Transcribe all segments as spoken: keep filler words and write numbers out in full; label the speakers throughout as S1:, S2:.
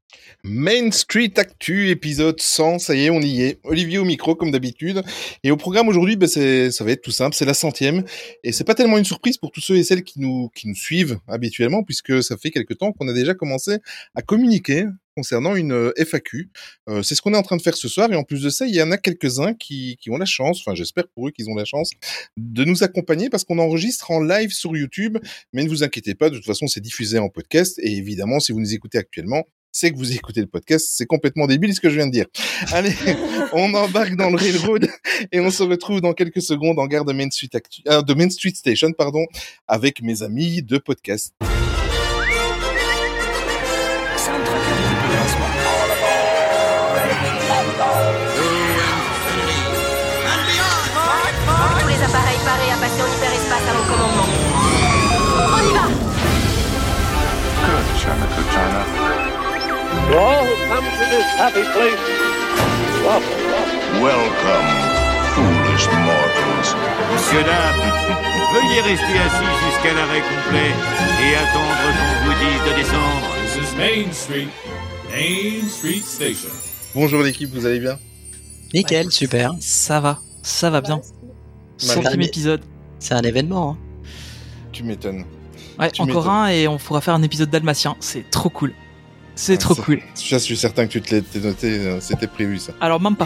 S1: Main Street Actu, épisode cent, ça y est, on y est. Olivier au micro, comme d'habitude. Et au programme aujourd'hui, ben c'est, ça va être tout simple, c'est la centième. Et c'est pas tellement une surprise pour tous ceux et celles qui nous, qui nous suivent habituellement, puisque ça fait quelque temps qu'on a déjà commencé à communiquer concernant une euh, F A Q. Euh, c'est ce qu'on est en train de faire ce soir. Et en plus de ça, il y en a quelques-uns qui, qui ont la chance, enfin j'espère pour eux qu'ils ont la chance, de nous accompagner parce qu'on enregistre en live sur YouTube. Mais ne vous inquiétez pas, de toute façon, c'est diffusé en podcast. Et évidemment, si vous nous écoutez actuellement, c'est que vous écoutez le podcast, c'est complètement débile ce que je viens de dire. Allez, on embarque dans le railroad et on se retrouve dans quelques secondes en gare de Main Street, Actu- euh, de Main Street Station, pardon, avec mes amis de podcast.
S2: Tous les appareils parés à passer en hyperespace à mon commandement. On y va!
S3: Good China, good China.
S4: To all who come to this happy place, welcome, welcome.
S3: Welcome, foolish mortals.
S5: Monsieur, dames, veuillez rester assis jusqu'à l'arrêt complet et attendre qu'on vous dise de descendre.
S6: This is Main Street, Main Street Station.
S1: Bonjour l'équipe, vous allez bien?
S7: Nickel,
S8: Ouais,
S7: super.
S8: Ça va, ça va bien. Centième épisode.
S7: C'est un événement. Hein.
S1: Tu m'étonnes.
S8: Ouais,
S1: Tu
S8: encore
S1: m'étonnes.
S8: un et on pourra faire un épisode dalmatien. C'est trop cool. C'est
S1: Ah,
S8: trop
S1: ça-
S8: cool.
S1: Je suis certain que tu te l'es noté, euh, c'était prévu ça.
S8: Alors même pas.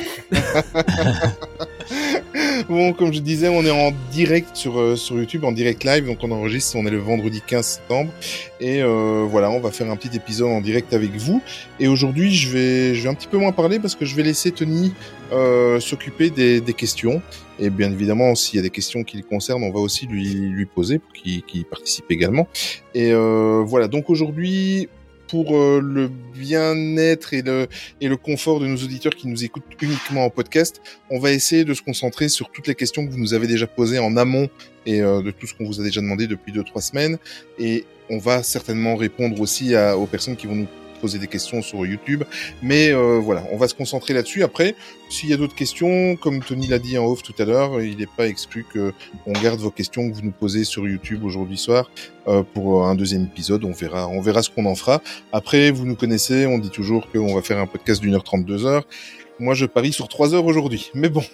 S1: Bon, comme je disais, on est en direct sur euh, sur YouTube, en direct live, donc on enregistre, on est le vendredi quinze septembre, et euh, voilà, on va faire un petit épisode en direct avec vous. Et aujourd'hui, je vais je vais un petit peu moins parler parce que je vais laisser Tony euh, s'occuper des, des questions. Et bien évidemment, s'il y a des questions qui le concernent, on va aussi lui lui poser pour qu'il qu'il participe également. Et euh, voilà, donc aujourd'hui, pour euh, le bien-être et le, et le confort de nos auditeurs qui nous écoutent uniquement en podcast, on va essayer de se concentrer sur toutes les questions que vous nous avez déjà posées en amont et euh, de tout ce qu'on vous a déjà demandé depuis deux trois semaines. Et on va certainement répondre aussi à, aux personnes qui vont nous poser des questions sur YouTube. Mais euh, voilà, on va se concentrer là-dessus. Après, s'il y a d'autres questions, comme Tony l'a dit en off tout à l'heure, il n'est pas exclu que on garde vos questions que vous nous posez sur YouTube aujourd'hui soir euh, pour un deuxième épisode. On verra, on verra ce qu'on en fera. Après, vous nous connaissez, on dit toujours qu'on va faire un podcast d'une heure trente, deux heures. Moi, je parie sur trois heures aujourd'hui. Mais bon,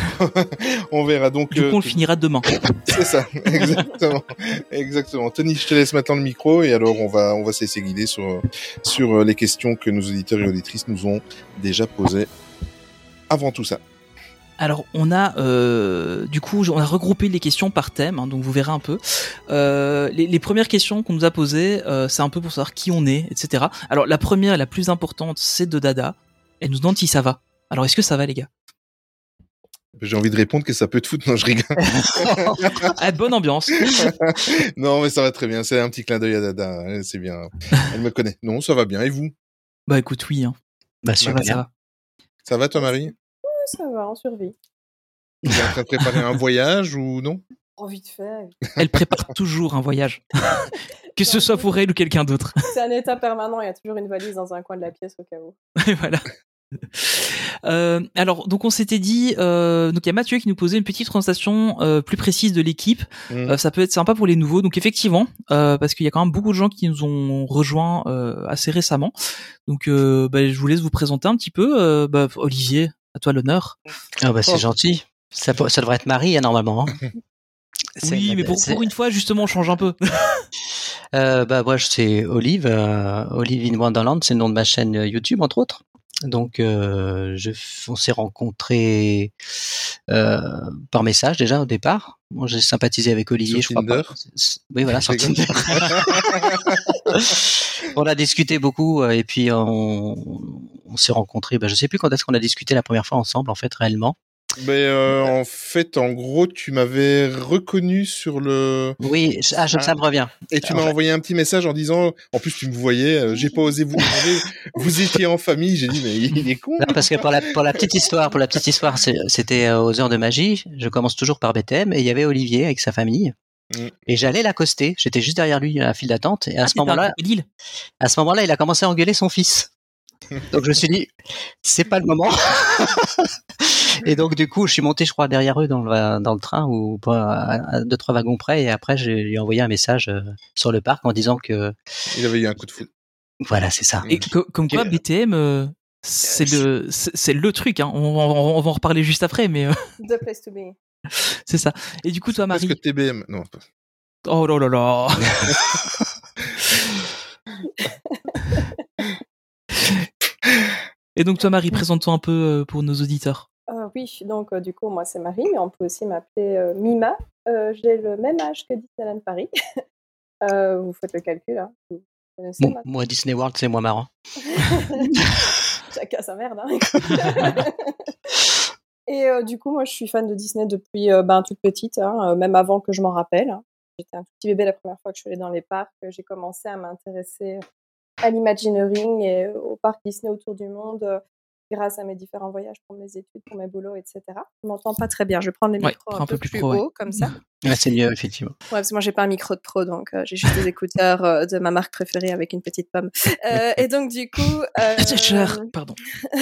S1: on verra donc.
S8: Du coup, on
S1: euh,
S8: le finira demain.
S1: C'est ça, exactement, exactement. Tony, je te laisse maintenant le micro et alors on va, on va se laisser guider sur, sur les questions que nos auditeurs et auditrices nous ont déjà posées avant tout ça.
S8: Alors, on a euh, du coup, on a regroupé les questions par thème, hein, donc vous verrez un peu. Euh, les, les premières questions qu'on nous a posées, euh, c'est un peu pour savoir qui on est, et cetera. Alors, la première, la plus importante, c'est de Dada. Elle nous demande si ça va. Alors, est-ce que ça va, les gars?
S1: J'ai envie de répondre que ça peut te foutre, non, je rigole.
S8: Ah, bonne ambiance.
S1: Non, mais ça va très bien, c'est un petit clin d'œil à Dada, elle, c'est bien. Elle me connaît. Non, ça va bien, et vous?
S8: Bah écoute, oui. Hein.
S7: Bah,
S8: Ça
S7: super.
S8: va, ça va.
S1: Ça va toi, Marie?
S9: Ça va, on survit.
S1: Tu es en train de préparer un voyage ou non?
S9: Oh, vite fait.
S8: Elle prépare toujours un voyage. Que ce soit pour elle ou quelqu'un d'autre.
S9: C'est un état permanent, il y a toujours une valise dans un coin de la pièce au cas où.
S8: Et voilà. Euh, alors, donc on s'était dit, euh, donc il y a Mathieu qui nous posait une petite présentation euh, plus précise de l'équipe.
S1: Mmh.
S8: Euh, ça peut être sympa pour les nouveaux. Donc effectivement, euh, parce qu'il y a quand même beaucoup de gens qui nous ont rejoints euh, assez récemment. Donc, euh, bah, je vous laisse vous présenter un petit peu. Euh, bah, Olivier, à toi l'honneur.
S7: Ah bah c'est
S1: Oh.
S7: gentil. Ça, peut- ça devrait être Marie, hein, normalement. Hein. C'est-
S8: Oui, mais pour,
S7: c'est-
S8: pour une fois, justement, on change un peu.
S7: Euh, bah moi c'est Olive, euh, Olive in Wonderland, c'est le nom de ma chaîne euh, YouTube entre autres. Donc euh, je, on s'est rencontrés euh, par message déjà au départ. Moi j'ai sympathisé avec Olivier,
S1: Sur
S7: je crois
S1: Tinder
S7: pas. C'est- Oui voilà, sur
S1: Je rigole.
S7: Tinder. On a discuté beaucoup euh, et puis on, on s'est rencontrés. Bah, je sais plus quand est-ce qu'on a discuté la première fois ensemble en fait réellement.
S1: Ben, euh, en fait, en gros, tu m'avais reconnu sur le...
S7: Oui, je- ah, je- ça me revient.
S1: Et tu
S7: En
S1: m'as
S7: fait-
S1: envoyé un petit message en disant, en plus tu me voyais, euh, j'ai pas osé vous demander, vous étiez en famille, j'ai dit mais il est con.
S7: Non, parce que pour la, pour la petite histoire, pour la petite histoire, c'est- c'était euh, aux heures de magie. Je commence toujours par Bethème et il y avait Olivier avec sa famille.
S1: Mm.
S7: Et j'allais l'accoster. J'étais juste derrière lui à la file d'attente. Et à
S8: Ah,
S7: ce
S8: c'était un
S7: moment-là,
S8: crocodile.
S7: à ce moment-là, il a commencé à engueuler son fils. Donc je me suis dit, c'est pas le moment. Et donc du coup, je suis monté, je crois, derrière eux dans le, dans le train ou pas, à, à deux trois wagons près. Et après, je lui ai envoyé un message euh, sur le parc en disant que
S1: Il avait eu un coup de foudre.
S7: Voilà, c'est ça.
S8: Et co- comme quoi, B T M, euh, c'est le, c'est, c'est le truc. Hein. On, on, on va en reparler juste après, mais euh,
S9: The place to be.
S8: c'est ça. Et du coup, toi,
S1: Parce que
S8: Marie.
S1: T B M, non. pas-
S8: Oh là là là. Et donc, toi, Marie, présente-toi un peu euh, pour nos auditeurs.
S9: Euh, oui, donc euh, du coup, moi c'est Marie, mais on peut aussi m'appeler euh, Mima. Euh, j'ai le même âge que Disneyland Paris. Euh, vous faites le calcul, hein. Vous connaissez
S7: Bon,
S9: maintenant.
S7: moi, Disney World, c'est moins marrant.
S9: Chacun sa merde, hein. Et euh, du coup, moi je suis fan de Disney depuis euh, ben, toute petite, hein, euh, même avant que je m'en rappelle. Hein. J'étais un petit bébé la première fois que je suis allée dans les parcs. J'ai commencé à m'intéresser à l'Imagineering et au parc Disney autour du monde euh, grâce à mes différents voyages pour mes études, pour mes boulots, et cetera. Je m'entends pas très bien. Je vais prendre le
S8: Ouais,
S9: micro
S8: prends
S9: un, peu, plus,
S8: pro,
S9: haut,
S8: ouais.
S9: comme ça.
S7: Ouais, c'est mieux, effectivement.
S9: Ouais, parce que moi, j'ai pas un micro de pro, donc euh, j'ai juste des écouteurs euh, de ma marque préférée avec une petite pomme. Euh, et donc, du coup... Euh...
S8: C'est cher, pardon.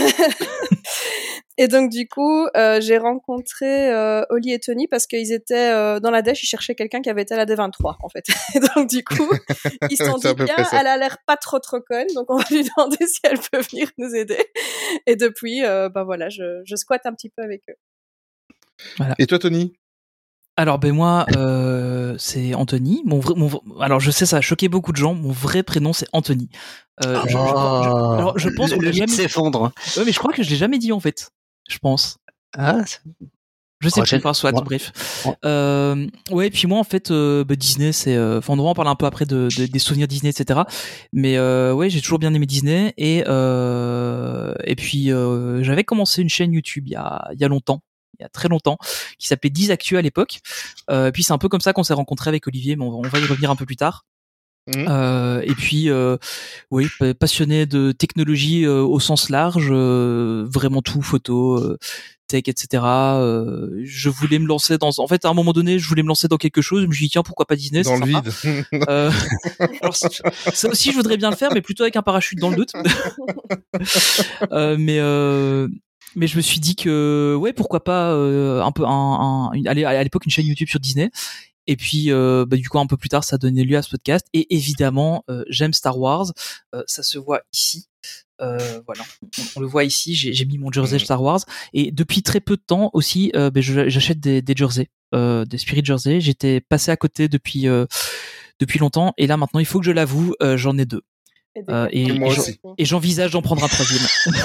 S9: Et donc, du coup, euh, j'ai rencontré euh, Oli et Tony parce qu'ils étaient euh, dans la dèche, ils cherchaient quelqu'un qui avait été à la D vingt-trois, en fait. Et donc, du coup, ils se sont
S1: C'est à
S9: dit,
S1: peu
S9: bien,
S1: près ça.
S9: elle a l'air pas trop trop conne, donc on va lui demander si elle peut venir nous aider. Et depuis, euh, ben voilà, je, je squatte un petit peu avec eux.
S8: Voilà.
S1: Et toi, Tony?
S8: Alors, ben moi, euh, c'est Anthony. Mon vrai, mon, v- alors, je sais, ça a choqué beaucoup de gens. Mon vrai prénom, c'est Anthony. Euh, je, je- je- alors, je pense
S7: le,
S8: que
S7: le
S8: j'ai
S7: mythe
S8: jamais...
S7: s'effondre.
S8: Ouais, mais je crois que je l'ai jamais dit, en fait. Je pense.
S7: Ah, c'est-
S8: Je sais
S7: Oh,
S8: plus,
S7: j'ai-
S8: enfin, soit,
S7: Ouais.
S8: bref.
S7: Ouais.
S8: Euh, ouais, puis moi, en fait, euh, bah, Disney, c'est... euh, Enfin, on devrait en parler un peu après de, de- des souvenirs Disney, et cetera. Mais euh, ouais, j'ai toujours bien aimé Disney. Et, euh, et puis, euh, j'avais commencé une chaîne YouTube il y a, il y a longtemps, il y a très longtemps, qui s'appelait dix Actu à l'époque. Euh, et puis, c'est un peu comme ça qu'on s'est rencontrés avec Olivier, mais on va, on va y revenir un peu plus tard.
S1: Mhm.
S8: Euh, et puis, euh, oui, pa- passionné de technologie euh, au sens large, euh, vraiment tout, photo, euh, tech, et cetera. Euh, je voulais me lancer dans, en fait, à un moment donné, je voulais me lancer dans quelque chose. Je me suis dit tiens, pourquoi pas Disney,
S1: Dans
S8: c'est
S1: le
S8: sympa.
S1: vide.
S8: Euh, alors ça ça aussi, je voudrais bien le faire, mais plutôt avec un parachute dans le doute. euh, mais euh, mais je me suis dit que ouais, pourquoi pas euh, un peu un, un une- aller à l'époque une chaîne YouTube sur Disney. Et puis, euh, bah, du coup, un peu plus tard, ça a donné lieu à ce podcast. Et évidemment, euh, j'aime Star Wars. Euh, ça se voit ici. Euh, voilà, on, on le voit ici. J'ai, j'ai mis mon jersey
S1: Mhm.
S8: Star Wars. Et depuis très peu de temps aussi, euh, bah, je- j'achète des, des jerseys, euh, des Spirit Jerseys. J'étais passé à côté depuis euh, depuis longtemps. Et là, maintenant, il faut que je l'avoue, euh, j'en ai deux.
S9: Et, des
S8: Euh, et,
S9: capteurs
S1: moi
S8: et j'en-
S1: aussi.
S8: et j'envisage d'en prendre un troisième.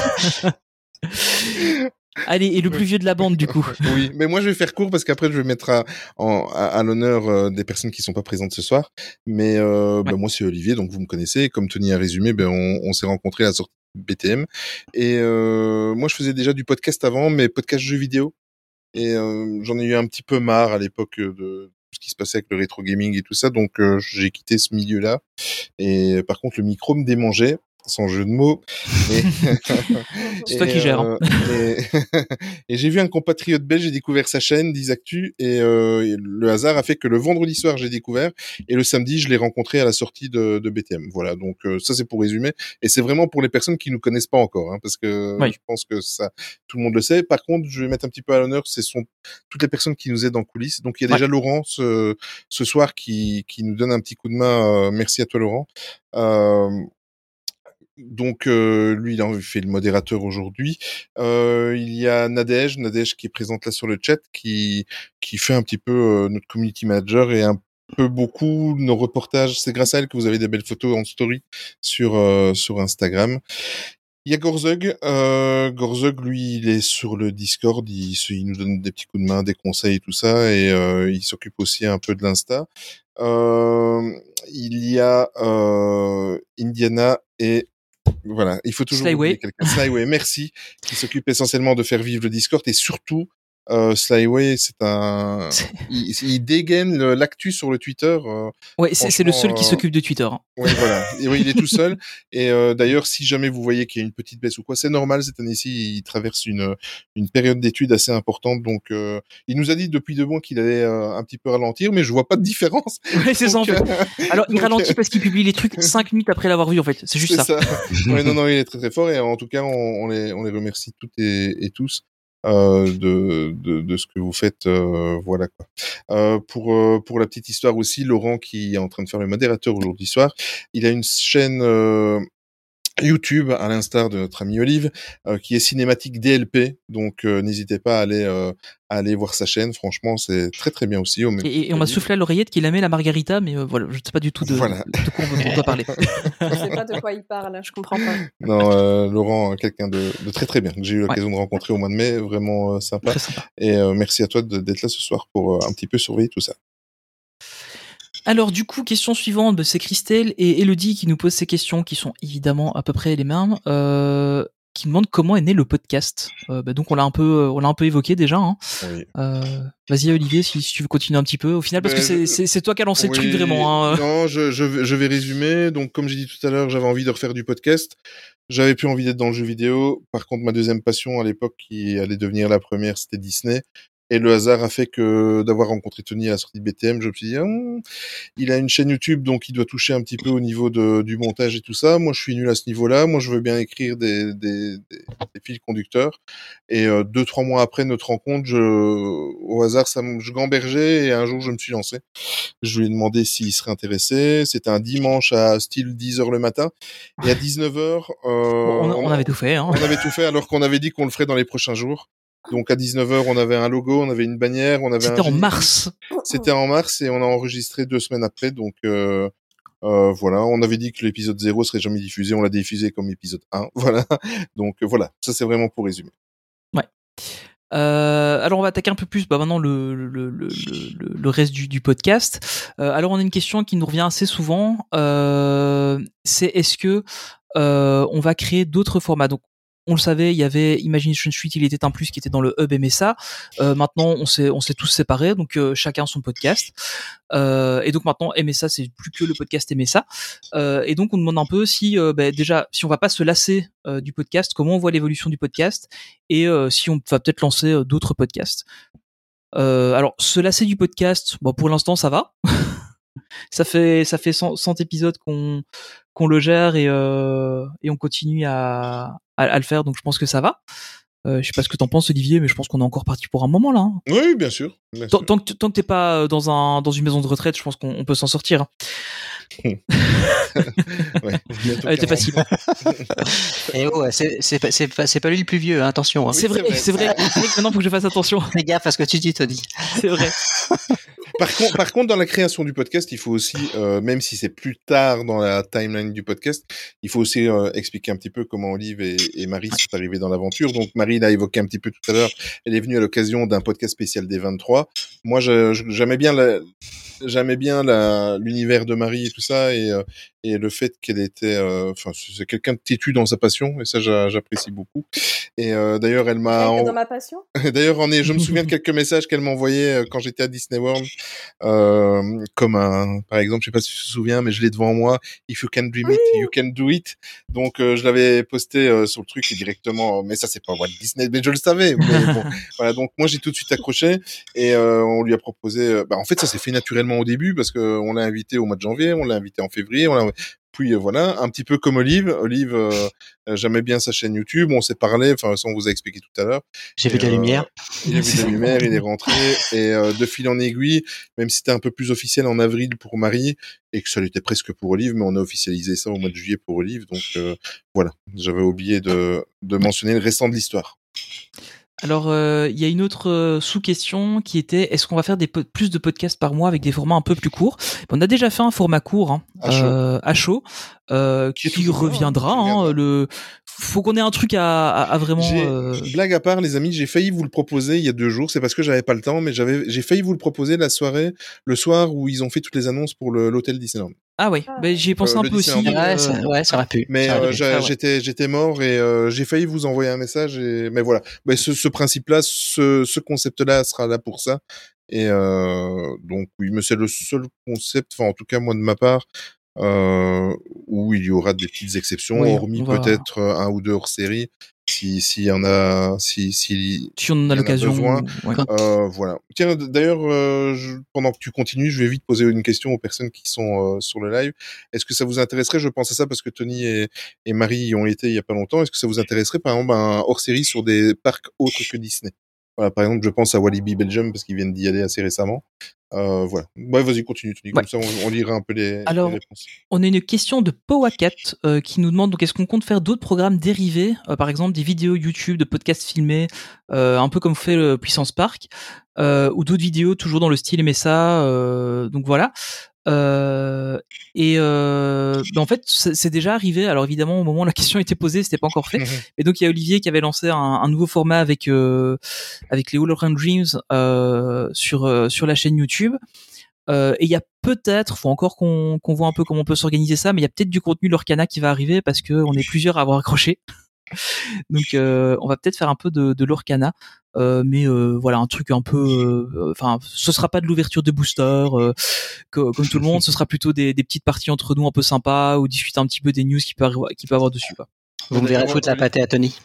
S8: Allez, et le plus vieux de la bande, du coup.
S1: Oui, mais moi je vais faire court parce qu'après je vais mettre à, en- à, à l'honneur euh, des personnes qui sont pas présentes ce soir. Mais euh, ben, moi c'est Olivier, donc vous me connaissez. Comme Tony a résumé, ben on, on s'est rencontrés à la sortie de B T M. Et euh, moi je faisais déjà du podcast avant, mais podcast jeux vidéo. Et euh, j'en ai eu un petit peu marre à l'époque de tout ce qui se passait avec le rétro gaming et tout ça, donc euh, j'ai quitté ce milieu-là. Et par contre le micro me démangeait. Sans jeu de mots. Et,
S8: C'est toi qui gères, hein.
S1: Et, et j'ai vu un compatriote belge, j'ai découvert sa chaîne, dix Actu, et, euh, et le hasard a fait que le vendredi soir, j'ai découvert, et le samedi, je l'ai rencontré à la sortie de, de B T M. Voilà, donc euh, ça c'est pour résumer. Et c'est vraiment pour les personnes qui nous connaissent pas encore, hein, parce que
S8: Oui.
S1: je pense que ça, tout le monde le sait. Par contre, je vais mettre un petit peu à l'honneur, ce sont toutes les personnes qui nous aident en coulisses. Donc il y a
S8: Ouais.
S1: déjà Laurent ce, ce soir qui, qui nous donne un petit coup de main. Euh, merci à toi Laurent. Euh, Donc euh, lui, il a fait le modérateur aujourd'hui. Euh, il y a Nadège, Nadège qui est présente là sur le chat, qui qui fait un petit peu euh, notre community manager et un peu beaucoup nos reportages. C'est grâce à elle que vous avez des belles photos en story sur euh, sur Instagram. Il y a Gorzug. Euh, Gorzug, lui, il est sur le Discord. Il, se- il nous donne des petits coups de main, des conseils et tout ça. Et euh, il s'occupe aussi un peu de l'Insta. Euh, il y a euh, Indiana et voilà, il faut toujours
S8: Slyway.
S1: oublier quelqu'un. Slyway, merci, qui s'occupe essentiellement de faire vivre le Discord et surtout euh, Slyway, c'est un, il, il dégaine le- l'actu sur le Twitter. Euh,
S8: Ouais, c'est, c'est le seul qui
S1: franchement, euh,
S8: s'occupe de Twitter. Hein.
S1: Oui, voilà. Et oui, il est tout seul. Et euh, d'ailleurs, si jamais vous voyez qu'il y a une petite baisse ou quoi, c'est normal. Cette année-ci, il traverse une une période d'études assez importante. Donc, euh, il nous a dit depuis deux mois qu'il allait euh, un petit peu ralentir, mais je vois pas de différence.
S8: Ouais, c'est ça, en
S1: Donc,
S8: fait.
S1: euh,
S8: Alors, il
S1: donc,
S8: ralentit parce qu'il publie les trucs cinq minutes après l'avoir vu, en fait. C'est juste
S1: c'est
S8: ça.
S1: ça. Ouais, non, non, il est très très fort. Et en tout cas, on, on les on les remercie toutes et, et tous. Euh, de, de de ce que vous faites, euh, voilà quoi. Euh, pour euh, pour la petite histoire aussi, Laurent qui est en train de faire le modérateur aujourd'hui soir, il a une chaîne euh, YouTube, à l'instar de notre ami Olive, euh, qui est cinématique D L P. Donc, euh, n'hésitez pas à aller, euh, à aller voir sa chaîne. Franchement, c'est très très bien aussi. Au même
S8: Et, et on m'a soufflé à l'oreillette qu'il aimait la margarita, mais euh, voilà, je ne sais pas du tout de,
S1: Voilà.
S8: de quoi on doit parler.
S9: Je sais pas de quoi il parle, je comprends pas.
S1: Non, euh, Laurent, quelqu'un de, de très très bien, que j'ai eu l'occasion
S8: Ouais.
S1: de rencontrer au mois de mai, vraiment euh, sympa.
S8: Très sympa.
S1: Et euh, merci à toi de- d'être là ce soir pour euh, un petit peu surveiller tout ça.
S8: Alors du coup, question suivante, bah, c'est Christelle et Elodie qui nous posent ces questions qui sont évidemment à peu près les mêmes, euh, qui demandent comment est né le podcast. Euh, bah, donc on l'a un peu, on l'a un peu évoqué déjà. Hein.
S1: Oui.
S8: Euh, vas-y Olivier, si, si tu veux continuer un petit peu. Au final, parce
S1: Ben,
S8: que c'est,
S1: je-
S8: c'est, c'est toi qui as lancé
S1: Oui,
S8: le truc vraiment. Hein.
S1: Non, je, je, vais- je vais résumer. Donc, comme j'ai dit tout à l'heure, j'avais envie de refaire du podcast. J'avais plus envie d'être dans le jeu vidéo. Par contre, ma deuxième passion à l'époque, qui allait devenir la première, c'était Disney. Et le hasard a fait que d'avoir rencontré Tony à la sortie de B T M, je me suis dit, hum, il a une chaîne YouTube, donc il doit toucher un petit peu au niveau de, du montage et tout ça. Moi, je suis nul à ce niveau-là. Moi, je veux bien écrire des, des, des, des fils conducteurs. Et euh, deux, trois mois après notre rencontre, je, au hasard, ça, me- je gambergeais et un jour, je me suis lancé. Je lui ai demandé s'il serait intéressé. C'était un dimanche à style dix heures le matin. Et à dix-neuf heures, euh,
S8: On, on avait tout fait. Hein.
S1: on avait tout fait alors qu'on avait dit qu'on le ferait dans les prochains jours. Donc à dix-neuf heures, on avait un logo, on avait une bannière, on avait
S8: C'était
S1: un
S8: en
S1: générique.
S8: mars.
S1: C'était en mars et on a enregistré deux semaines après. Donc euh, euh, voilà, on avait dit que l'épisode zéro serait jamais diffusé, on l'a diffusé comme épisode un. Voilà. Donc euh, voilà, ça c'est vraiment pour résumer.
S8: Ouais. Euh, alors on va attaquer un peu plus bah, maintenant le, le, le, le, le, le reste du, du podcast. Euh, alors on a une question qui nous revient assez souvent. Euh, c'est est-ce que euh, on va créer d'autres formats? Donc on le savait, il y avait Imagination Suite, il était un plus qui était dans le hub M S A. Euh, maintenant, on s'est on s'est tous séparés, donc euh, chacun son podcast. Euh, et donc maintenant, M S A c'est plus que le podcast M S A. Euh, et donc on demande un peu si euh, bah, déjà si on va pas se lasser euh, du podcast, comment on voit l'évolution du podcast et euh, si on va peut-être lancer euh, d'autres podcasts. Euh, alors se lasser du podcast, bon pour l'instant ça va. ça fait ça fait cent, cent épisodes qu'on qu'on le gère et euh, et on continue à, à à le faire, donc je pense que ça va. Euh, je sais pas ce que t'en penses Olivier, mais je pense qu'on est encore parti pour un moment là. Hein.
S1: Oui, bien sûr. Bien
S8: Tant,
S1: sûr.
S8: tant que tant que t'es pas dans un dans une maison de retraite, je pense qu'on on peut s'en sortir. Hein.
S1: Ouais, bientôt
S8: Elle était facile.
S7: Et ouais, c'est c'est pas c'est pas c'est pas lui le plus vieux, hein, attention. Hein.
S8: c'est vrai, c'est vrai. C'est vrai que maintenant faut que je fasse attention.
S7: Fais gaffe à ce que tu dis, Tony.
S8: C'est vrai.
S1: Par contre, par contre, dans la création du podcast, il faut aussi, euh, même si c'est plus tard dans la timeline du podcast, il faut aussi euh, expliquer un petit peu comment Olive et, et Marie sont arrivées dans l'aventure. Donc Marie l'a évoqué un petit peu tout à l'heure. Elle est venue à l'occasion d'un podcast spécial des vingt-trois. Moi, je, je, j'aimais bien la, j'aimais bien la, l'univers de Marie et tout ça, et, euh, et le fait qu'elle était, enfin, euh, c'est quelqu'un de têtu dans sa passion, et ça, j'a, j'apprécie beaucoup. Et euh, d'ailleurs, elle m'a.
S9: En... Dans ma passion.
S1: D'ailleurs, on est, je me souviens de quelques messages qu'elle m'envoyait quand j'étais à Disney World, euh, comme un, par exemple, je sais pas si tu te souviens, mais je l'ai devant moi. If you can dream it, you can do it. Donc, euh, je l'avais posté euh, sur le truc et directement. Mais ça, c'est pas Walt Disney, mais je le savais. Mais bon, voilà. Donc, moi, j'ai tout de suite accroché et euh, on lui a proposé. Euh, bah, en fait, ça s'est fait naturellement au début parce que on l'a invité au mois de janvier, on l'a invité en février, on l'a. Puis euh, voilà, un petit peu comme Olive. Olive, euh, j'aimais bien sa chaîne YouTube. On s'est parlé, enfin ça on vous a expliqué tout à l'heure.
S7: J'ai vu de la
S1: euh,
S7: lumière.
S1: Il a vu de la lumière, il est rentré et euh, de fil en aiguille, même si c'était un peu plus officiel en avril pour Marie et que ça l'était presque pour Olive, mais on a officialisé ça au mois de juillet pour Olive. Donc euh, voilà, j'avais oublié de, de mentionner le restant de l'histoire.
S8: Alors, il euh, y a une autre euh, sous-question qui était est-ce qu'on va faire des po- plus de podcasts par mois avec des formats un peu plus courts? On a déjà fait un format court, hein,
S1: à chaud,
S8: euh, à chaud euh, qui, qui reviendra. Hein, le faut qu'on ait un truc à, à, à vraiment. Euh...
S1: Blague à part, les amis, j'ai failli vous le proposer il y a deux jours. C'est parce que j'avais pas le temps, mais j'avais, j'ai failli vous le proposer la soirée, le soir où ils ont fait toutes les annonces pour le, l'hôtel Disneyland.
S8: Ah ouais, bah, j'y ai pensé
S1: euh,
S8: un peu aussi.
S7: Ouais, ça, ouais, ça aurait pu.
S1: Mais
S7: aurait
S1: euh,
S7: pu.
S1: ah, ouais. j'étais, j'étais mort et euh, j'ai failli vous envoyer un message. Et... Mais voilà, bah, ce, ce principe-là, ce, ce concept-là sera là pour ça. Et euh, donc oui, mais c'est le seul concept, enfin en tout cas moi de ma part, euh, où il y aura des petites exceptions, oui, hormis va... peut-être un ou deux hors-série. Si s'il y en a, si si
S8: si on en a l'occasion,
S1: besoin,
S8: ouais.
S1: euh, voilà. Tiens, d'ailleurs, euh, je, pendant que tu continues, je vais vite poser une question aux personnes qui sont euh, sur le live. Est-ce que ça vous intéresserait? Je pense à ça parce que Tony et, et Marie y ont été il y a pas longtemps. Est-ce que ça vous intéresserait, par exemple, un hors-série sur des parcs autres que Disney? Voilà, par exemple, je pense à Walibi Belgium parce qu'ils viennent d'y aller assez récemment. Euh, voilà. Ouais, vas-y, continue, Tony. Comme
S8: Ouais.
S1: ça, on, on lira un peu les,
S8: Alors,
S1: les réponses.
S8: On a une question de Powacat euh, qui nous demande donc est-ce qu'on compte faire d'autres programmes dérivés, euh, par exemple des vidéos YouTube, de podcasts filmés, euh, un peu comme fait le Puissance Park, euh, ou d'autres vidéos toujours dans le style M S A. Euh, donc voilà. Euh, et euh, ben en fait, c'est, c'est déjà arrivé. Alors évidemment, au moment où la question était posée, c'était pas encore fait. Et donc il y a Olivier qui avait lancé un, un nouveau format avec euh, avec les Hologram Dreams euh, sur euh, sur la chaîne YouTube. Euh, et il y a peut-être, faut encore qu'on, qu'on voit un peu comment on peut s'organiser ça, mais il y a peut-être du contenu Lorcana qui va arriver parce que on est plusieurs à avoir accroché. Donc euh, on va peut-être faire un peu de, de Lorcana, euh, mais euh, voilà, un truc un peu, enfin, euh, ce sera pas de l'ouverture de booster euh, que, comme tout le monde, ce sera plutôt des, des petites parties entre nous un peu sympas ou discuter un petit peu des news qui peut arriver, qui peut avoir dessus, quoi.
S7: Vous me verrez foutre la pâtée à Tony.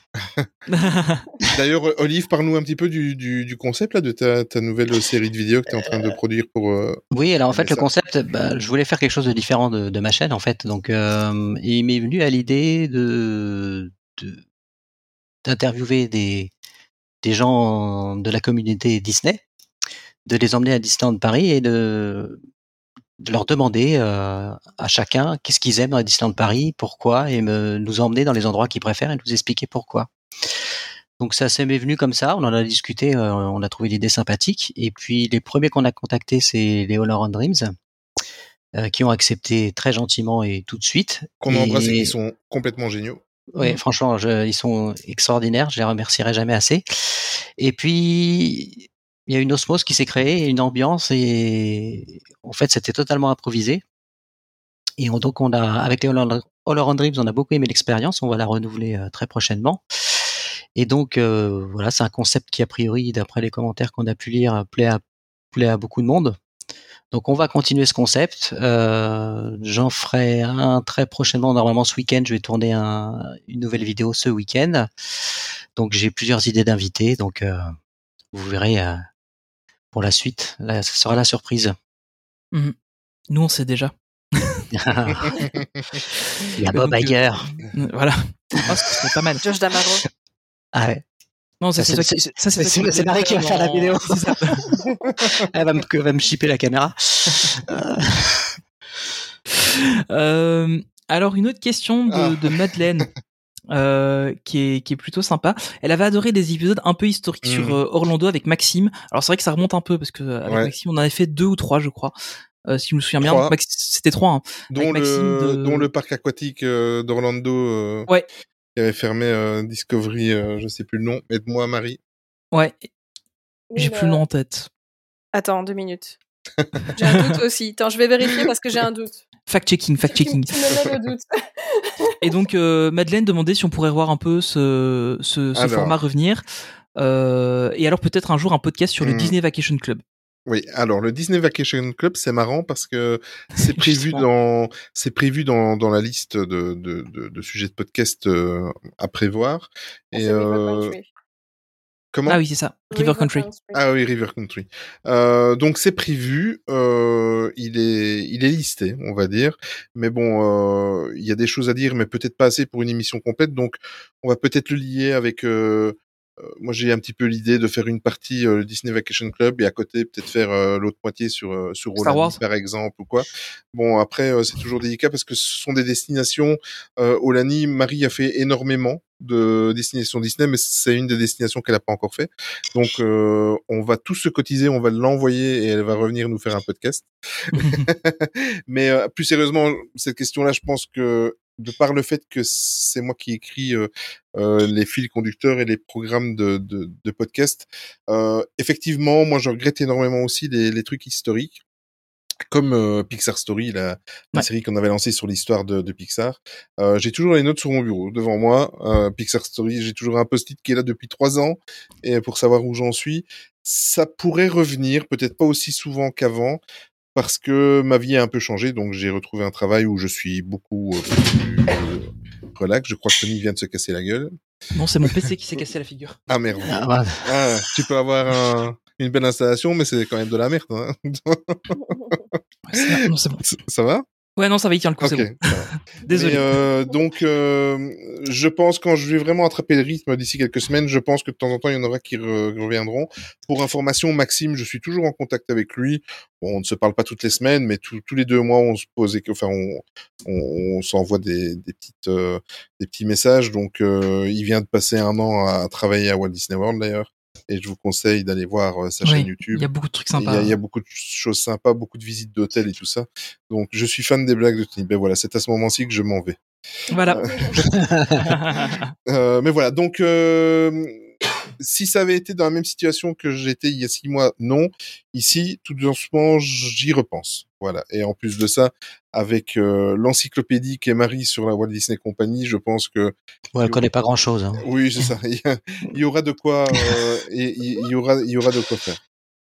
S1: D'ailleurs, Olive, parle-nous un petit peu du, du, du concept là, de ta, ta nouvelle série de vidéos que tu es en train de produire pour. Euh,
S7: oui, alors en fait,
S1: ça.
S7: le concept, bah, je voulais faire quelque chose de différent de, de ma chaîne, en fait. Donc, euh, il m'est venu à l'idée de, de d'interviewer des des gens de la communauté Disney, de les emmener à Disneyland Paris et de de leur demander euh, à chacun qu'est-ce qu'ils aiment à Disneyland Paris, pourquoi, et me, nous emmener dans les endroits qu'ils préfèrent et nous expliquer pourquoi. Donc ça s'est m'est venu comme ça, on en a discuté, euh, on a trouvé l'idée sympathique, et puis les premiers qu'on a contactés, c'est les Holoran Dreams, euh, qui ont accepté très gentiment et tout de suite.
S1: Qu'on embrasse et qui sont complètement géniaux.
S7: Oui, mmh. franchement, je, ils sont extraordinaires, je les remercierai jamais assez. Et puis, il y a une osmose qui s'est créée, une ambiance, et en fait, c'était totalement improvisé. Et on, donc, on a, avec les Holoran Dreams, on a beaucoup aimé l'expérience, on va la renouveler euh, très prochainement. Et donc, euh, voilà, c'est un concept qui, a priori, d'après les commentaires qu'on a pu lire, plaît à, plaît à beaucoup de monde. Donc, on va continuer ce concept. Euh, j'en ferai un très prochainement, normalement ce week-end. Je vais tourner un, une nouvelle vidéo ce week-end. Donc, j'ai plusieurs idées d'invités. Donc, euh, vous verrez euh, pour la suite. Là, ça sera la surprise.
S8: Mmh. Nous, on sait déjà.
S7: Il y a Bob Iger.
S8: Euh, voilà. Oh, ce serait pas mal.
S9: Josh D'Amaro.
S7: Ah ouais.
S8: Non, ça,
S7: ça,
S8: c'est,
S7: c'est,
S8: c'est, ça, c'est,
S7: c'est, c'est, c'est Marie qui va faire la vidéo. Elle va me, elle va me chipper la caméra.
S8: euh, alors, une autre question de, ah. de Madeleine. Euh, qui est qui est plutôt sympa. Elle avait adoré des épisodes un peu historiques mmh. sur euh, Orlando avec Maxime. Alors c'est vrai que ça remonte un peu parce que avec ouais. Maxime on en avait fait deux ou trois je crois. Euh, si je me souviens
S1: trois.
S8: bien, Max... c'était trois. Hein,
S1: dont le de... dont le parc aquatique euh, d'Orlando. Euh,
S8: ouais.
S1: Qui avait fermé euh, Discovery, euh, je sais plus le nom. Aide-moi Marie.
S8: Ouais. J'ai oui, plus le nom en tête.
S9: Attends deux minutes. J'ai un doute aussi. Attends, je vais vérifier parce que j'ai un doute.
S8: Fact-checking, fact-checking.
S9: Tu me mets le doute.
S8: Et donc, euh, Madeleine demandait si on pourrait voir un peu ce, ce, ce format revenir. Euh, et alors, peut-être un jour, un podcast sur le mmh. Disney Vacation Club.
S1: Oui, alors, le Disney Vacation Club, c'est marrant parce que c'est prévu dans, c'est prévu dans, dans la liste de, de, de, de sujets de podcast euh, à prévoir. Et, euh, Comment ?
S8: Ah oui, c'est ça. River, River Country. Country.
S1: Ah oui, River Country. Euh, donc c'est prévu. Euh, il est, il est listé, on va dire. Mais bon, euh, il y a des choses à dire, mais peut-être pas assez pour une émission complète. Donc on va peut-être le lier avec. Euh, euh, moi, j'ai un petit peu l'idée de faire une partie euh, Disney Vacation Club et à côté peut-être faire euh, l'autre moitié sur euh, sur
S8: Star Wars
S1: par exemple ou quoi. Bon après euh, c'est toujours délicat parce que ce sont des destinations. Euh, Aulani, Marie a fait énormément de destinations Disney, mais c'est une des destinations qu'elle a pas encore fait. Donc, euh, on va tous se cotiser, on va l'envoyer et elle va revenir nous faire un podcast. Mais euh, plus sérieusement, cette question-là, je pense que de par le fait que c'est moi qui écris euh, euh, les fils conducteurs et les programmes de, de, de podcast, euh, effectivement, moi, je regrette énormément aussi les, les trucs historiques. Comme euh, Pixar Story, la, la ouais. série qu'on avait lancée sur l'histoire de, de Pixar. Euh, j'ai toujours les notes sur mon bureau, devant moi. Euh, Pixar Story, j'ai toujours un post-it qui est là depuis trois ans, et pour savoir où j'en suis. Ça pourrait revenir, peut-être pas aussi souvent qu'avant, parce que ma vie a un peu changé, donc j'ai retrouvé un travail où je suis beaucoup euh, plus euh, relax. Je crois que Tony vient de se casser la gueule.
S8: Non, c'est mon P C qui s'est cassé la figure.
S1: Ah merde.
S7: Ah, bah.
S1: Ah, tu peux avoir un... une belle installation, mais c'est quand même de la merde. Hein.
S8: c'est... Non, c'est bon.
S1: Ça va ?
S8: Ouais, non, ça va y tient le coup,
S1: Ok.
S8: c'est bon.
S1: ça va.
S8: Désolé.
S1: Mais, euh, donc, euh, je pense quand je vais vraiment attraper le rythme d'ici quelques semaines, je pense que de temps en temps, il y en aura qui re- reviendront. Pour information, Maxime, je suis toujours en contact avec lui. Bon, on ne se parle pas toutes les semaines, mais tous tous les deux mois, on se pose, et- enfin, on, on, on s'envoie des, des petites, euh, des petits messages. Donc, euh, il vient de passer un an à travailler à Walt Disney World d'ailleurs, et je vous conseille d'aller voir euh, sa
S8: Oui,
S1: chaîne
S8: il
S1: YouTube.
S8: y a beaucoup de trucs
S1: Il y,
S8: sympas.
S1: a, il y a beaucoup de choses sympas, beaucoup de visites d'hôtels et tout ça. Donc, je suis fan des blagues de Tony. Ben voilà, c'est à ce moment-ci que je m'en vais.
S8: Voilà.
S1: Euh, mais voilà, donc euh, si ça avait été dans la même situation que j'étais il y a six mois, non. Ici, tout doucement, j'y repense. Voilà. Et en plus de ça, avec euh, l'encyclopédie qu'est Marie sur la Walt Disney Company, je pense que
S7: Ouais, elle connaît pas grand-chose. Hein.
S1: oui, c'est ça. Il y, a, il y aura de quoi, euh, et il y aura, il y aura de quoi faire.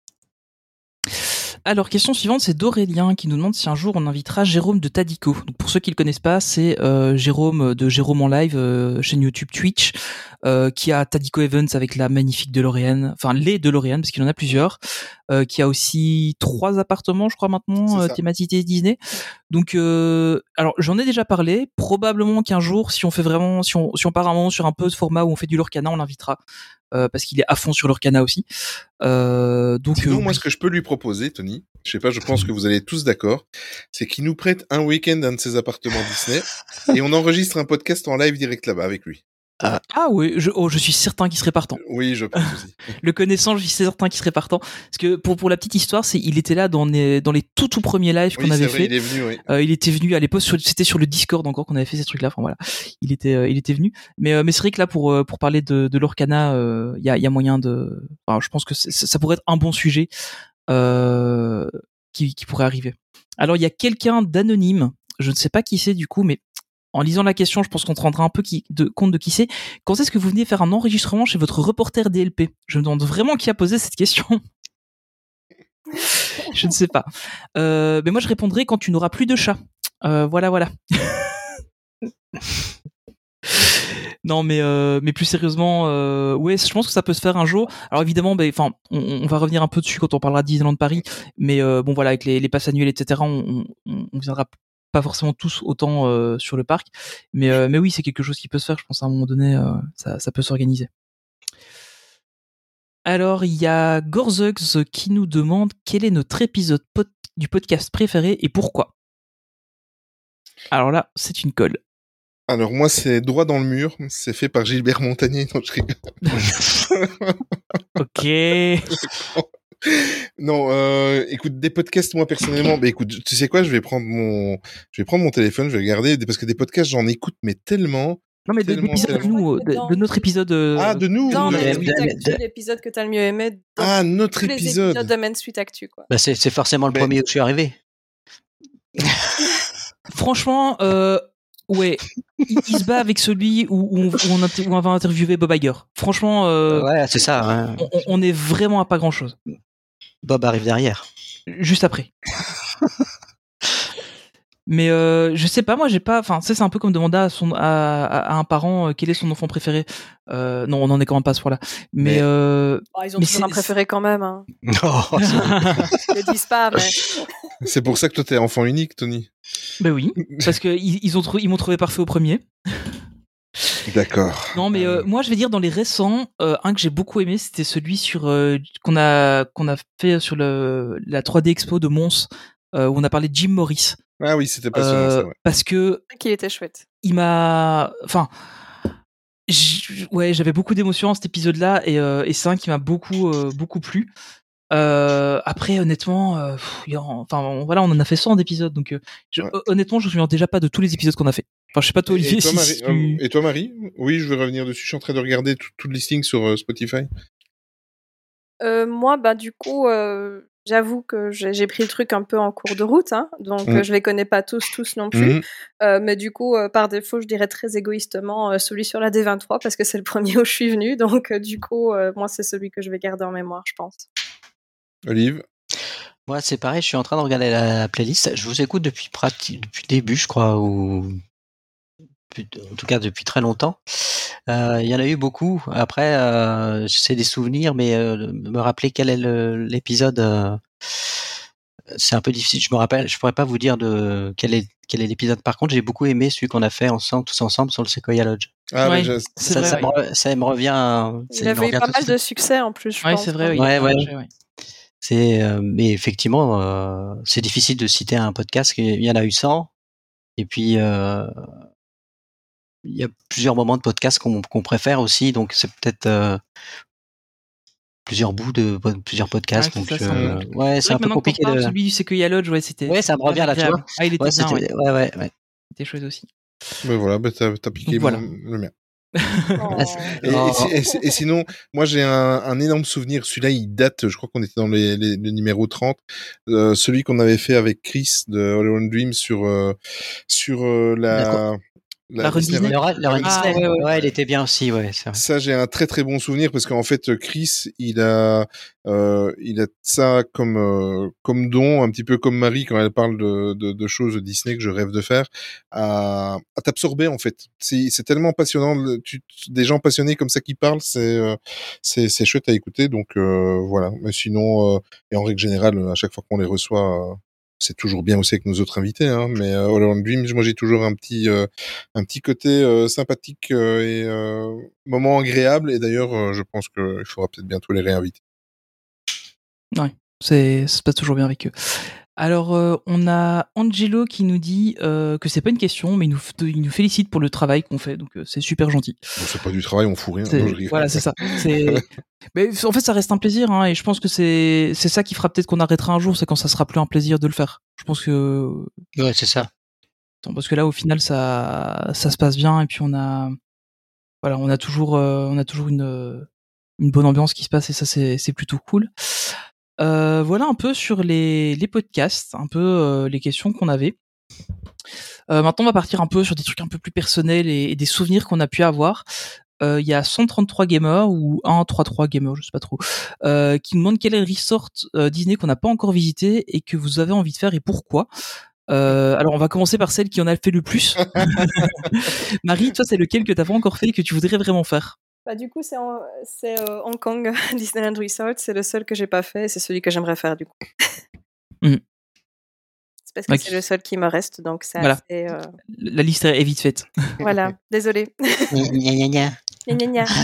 S8: Alors, question suivante, c'est d'Aurélien qui nous demande si un jour on invitera Jérôme de Tadico. Donc, pour ceux qui le connaissent pas, c'est euh, Jérôme de Jérôme en live, euh, chaîne YouTube Twitch, euh, qui a Tadico Events avec la magnifique DeLorean, enfin les DeLorean parce qu'il en a plusieurs, euh, qui a aussi trois appartements, je crois maintenant, euh, thématisés Disney. Donc, euh, alors j'en ai déjà parlé. Probablement qu'un jour, si on fait vraiment, si on si on part un moment sur un peu de format où on fait du Lorcana, on l'invitera. Euh, parce qu'il est à fond sur Lorcana aussi. Euh, donc,
S1: Sinon,
S8: euh,
S1: moi,
S8: oui.
S1: ce que je peux lui proposer, Tony, je sais pas, je pense que vous allez tous d'accord, c'est qu'il nous prête un week-end d'un de ses appartements Disney et on enregistre un podcast en live direct là-bas avec lui.
S8: Ah, ah oui, je, oh, je suis certain qu'il serait partant.
S1: Oui, je pense aussi.
S8: Le connaissant, je suis certain qu'il serait partant. Parce que pour pour la petite histoire, c'est il était là dans les dans les tout tout premiers lives
S1: Oui,
S8: qu'on avait
S1: c'est vrai,
S8: fait.
S1: il est venu, oui.
S8: Euh, il était venu à l'époque, sur, c'était sur le Discord encore qu'on avait fait ces trucs-là. Enfin voilà, il était euh, il était venu. Mais euh, mais c'est vrai que là pour euh, pour parler de de Lorcana, il euh, y a il y a moyen de. Enfin, je pense que c'est, ça pourrait être un bon sujet euh, qui qui pourrait arriver. Alors il y a quelqu'un d'anonyme, je ne sais pas qui c'est du coup, mais en lisant la question, je pense qu'on se rendra un peu qui, de, compte de qui c'est. Quand est-ce que vous venez faire un enregistrement chez votre reporter D L P ? Je me demande vraiment qui a posé cette question. Je ne sais pas. Euh, mais moi, je répondrai quand tu n'auras plus de chat. Euh, voilà, voilà. Non, mais euh, mais plus sérieusement, euh, ouais, je pense que ça peut se faire un jour. Alors évidemment, ben, enfin, on, on va revenir un peu dessus quand on parlera de Disneyland Paris. Mais euh, bon, voilà, avec les, les passes annuelles, et cetera, on, on, on viendra pas forcément tous autant euh, sur le parc, mais euh, mais oui, c'est quelque chose qui peut se faire. Je pense à un moment donné, euh, ça ça peut s'organiser. Alors il y a Gorzugs qui nous demande quel est notre épisode pod- du podcast préféré et pourquoi. Alors là, c'est une colle.
S1: Alors moi, c'est Droit dans le mur. C'est fait par Gilbert Montagnier. Non, je rigole.
S8: Ok.
S1: Non, euh, écoute, des podcasts, moi personnellement, bah écoute, tu sais quoi, je vais prendre mon, je vais prendre mon téléphone, je vais regarder, parce que des podcasts, j'en écoute, mais tellement.
S8: Non, mais de
S1: tellement,
S8: l'épisode de
S1: tellement.
S8: nous, de, de notre épisode. Euh,
S1: Ah, de nous.
S9: Non,
S1: de-
S9: Main
S1: de-
S9: Street Actu, l'épisode que t'as le mieux aimé. dans
S1: Ah, notre
S9: tous les
S1: épisode.
S9: épisodes de Main Street Actu, quoi.
S7: Bah, c'est, c'est forcément le
S1: Ben-
S7: premier où je suis arrivé.
S8: Franchement, euh, ouais, il, il se bat avec celui où, où on, où on, inter- où on va interviewer Bob Iger. Franchement, euh,
S7: Ouais, c'est ça. Hein.
S8: on, on est vraiment à pas grand chose.
S7: Bob arrive derrière.
S8: Juste après. Mais euh, je sais pas, moi j'ai pas. Enfin, ça c'est un peu comme demander à son à, à un parent euh, quel est son enfant préféré. Euh, non, on en est quand même pas à ce point-là. Mais,
S1: Mais-
S8: euh,
S9: Bon, ils ont
S8: mais
S9: toujours
S8: c'est-
S9: un préféré quand même. Hein.
S7: Oh, c'est-
S9: Ils le disent pas, mais.
S1: C'est pour ça que toi, t'es enfant unique, Tony.
S8: ben oui, parce que ils, ils ont trou- ils m'ont trouvé parfait au premier.
S1: D'accord.
S8: Non, mais euh, moi je vais dire dans les récents, euh, un que j'ai beaucoup aimé, c'était celui sur euh, qu'on a qu'on a fait sur le la trois D Expo de Mons, euh, où on a parlé de Jim Morris.
S1: Ah oui, c'était passionnant,
S8: Euh,
S1: ça, ouais.
S8: Parce que
S9: Qu'il était chouette.
S8: il m'a, enfin, j'- ouais, j'avais beaucoup d'émotions dans cet épisode-là et, euh, et c'est un qui m'a beaucoup, euh, beaucoup plu. Euh, après, honnêtement, euh, pff, il y a- enfin, on- voilà, on en a fait cent d'épisodes, donc euh, je-
S1: Ouais.
S8: honnêtement, je me souviens déjà pas de tous les épisodes qu'on a fait. Enfin, je sais pas toi,
S1: Et-
S8: Olivier,
S1: et, toi,
S8: si,
S1: Marie,
S8: si tu-
S1: euh, et toi, Marie Oui, je vais revenir dessus. Je suis en train de regarder tout, tout le listing sur euh, Spotify.
S9: Euh, moi, bah, du coup, euh, j'avoue que j'ai j'ai pris le truc un peu en cours de route, hein, donc
S1: Mm.
S9: euh, je les connais pas tous, tous non plus.
S1: Mhm.
S9: Euh, mais du coup, euh, par défaut, je dirais très égoïstement euh, celui sur la D vingt-trois parce que c'est le premier où je suis venue. Donc, euh, du coup, euh, moi, c'est celui que je vais garder en mémoire, je pense.
S1: Olive
S7: Moi, c'est pareil, je suis en train de regarder la, la playlist. Je vous écoute depuis, prati- depuis le début, je crois, ou depuis- en tout cas depuis très longtemps. Euh, Il y en a eu beaucoup. Après, euh, c'est des souvenirs, mais euh, me rappeler quel est le- l'épisode euh, c'est un peu difficile. Je me rappelle, je pourrais pas vous dire de quel est quel est l'épisode. Par contre, j'ai beaucoup aimé celui qu'on a fait ensemble, tous ensemble sur le Sequoia Lodge.
S1: Ah,
S8: Ouais,
S1: mais je-
S8: c'est
S7: Ça,
S8: vrai,
S7: ça,
S8: ouais.
S7: me, re- ça me revient. ça
S9: Il
S7: me
S9: avait eu
S7: revient
S9: pas
S7: tout
S9: mal
S7: de
S9: de
S7: suite.
S9: succès en plus, je
S8: Ouais,
S9: pense.
S8: c'est vrai,
S9: quand
S8: oui.
S9: il a
S7: Ouais,
S9: été
S7: ouais.
S9: lancé.
S8: ouais.
S7: C'est, euh, mais effectivement, euh, c'est difficile de citer un podcast. Il y en a eu cent. Et puis, euh, il y a plusieurs moments de podcast qu'on qu'on préfère aussi. Donc, c'est peut-être euh, plusieurs bouts de plusieurs
S8: Ouais,
S7: podcasts.
S8: c'est
S7: donc,
S8: ça, c'est un peu.
S7: euh, ouais,
S8: C'est
S7: c'est
S8: vrai
S7: un
S8: que
S7: peu
S8: maintenant qu'on
S7: compliqué
S8: parle,
S7: de.
S8: celui du Sequoia Lodge, ouais, c'était
S7: Ouais, ça me
S8: c'était
S7: revient
S8: bien
S7: là, tu vois.
S8: agréable. Ah, il était
S7: Ouais,
S8: bien,
S7: c'était,
S8: ouais.
S7: ouais, ouais, ouais.
S8: C'était chouette aussi.
S1: Ben voilà, ben t'as, t'as piqué
S8: Donc voilà.
S1: mon- le mien.
S9: Oh.
S1: Et, et
S7: Oh.
S1: si- et si- et sinon, moi j'ai un, un énorme souvenir. Celui-là, il date. Je crois qu'on était dans les, les, le numéro trente. Euh, celui qu'on avait fait avec Chris de Hollywood Dream sur euh, sur euh, la
S8: La run Disney.
S7: Le, ra- le run
S8: Ah,
S7: Disney.
S8: ouais, ouais.
S7: Ouais, il était bien aussi, ouais. c'est vrai.
S1: Ça, j'ai un très très bon souvenir parce qu'en fait, Chris, il a, euh, il a ça comme euh, comme don, un petit peu comme Marie quand elle parle de, de, de choses de Disney que je rêve de faire, à, à t'absorber en fait. C'est, c'est tellement passionnant, le- tu, des gens passionnés comme ça qui parlent, c'est euh, c'est c'est chouette à écouter. Donc euh, voilà. Mais sinon, euh, et en règle générale, à chaque fois qu'on les reçoit. Euh, c'est toujours bien aussi avec nos autres invités, hein, mais euh, Hollywood Dreams, moi j'ai toujours un petit, euh, un petit côté euh, sympathique euh, et euh, moment agréable. Et d'ailleurs, euh, je pense qu'il faudra peut-être bientôt les réinviter.
S8: Ouais, c'est, ça se passe toujours bien avec eux. Alors, euh, on a Angelo qui nous dit euh, que c'est pas une question, mais il nous, f- il nous félicite pour le travail qu'on fait, donc euh, c'est super gentil.
S1: Bon, c'est pas du travail, on fout rien.
S8: C'est-
S1: Non, je rigole.
S8: voilà, c'est ça. C'est... Mais en fait, ça reste un plaisir, hein, et je pense que c'est, c'est ça qui fera peut-être qu'on arrêtera un jour, c'est quand ça sera plus un plaisir de le faire. Je pense que
S7: Ouais, c'est ça.
S8: parce que là, au final, ça, ça se passe bien, et puis on a, voilà, on a toujours, euh, on a toujours une, une bonne ambiance qui se passe, et ça, c'est, c'est plutôt cool. Euh, voilà un peu sur les, les podcasts, un peu euh, les questions qu'on avait. Euh, maintenant, on va partir un peu sur des trucs un peu plus personnels et, et des souvenirs qu'on a pu avoir. Euh, Il y a cent trente-trois gamers ou cent trente-trois gamers, je sais pas trop, euh, qui nous demandent quel est le resort euh, Disney qu'on n'a pas encore visité et que vous avez envie de faire et pourquoi. Euh, alors, on va commencer par celle qui en a fait le plus. Marie, toi, c'est lequel que t'as pas encore fait et que tu voudrais vraiment faire?
S9: Bah, du coup, c'est, en- c'est euh, Hong Kong Disneyland Resort. C'est le seul que j'ai pas fait. C'est celui que j'aimerais faire, du coup.
S8: Mhm.
S9: C'est parce que
S8: Ok.
S9: c'est le seul qui me reste. Donc, c'est
S8: Voilà.
S9: assez. euh,
S8: La liste est vite faite.
S9: Voilà. Désolée.
S7: Gna, gna, gna, gna.
S9: Gna, gna, gna.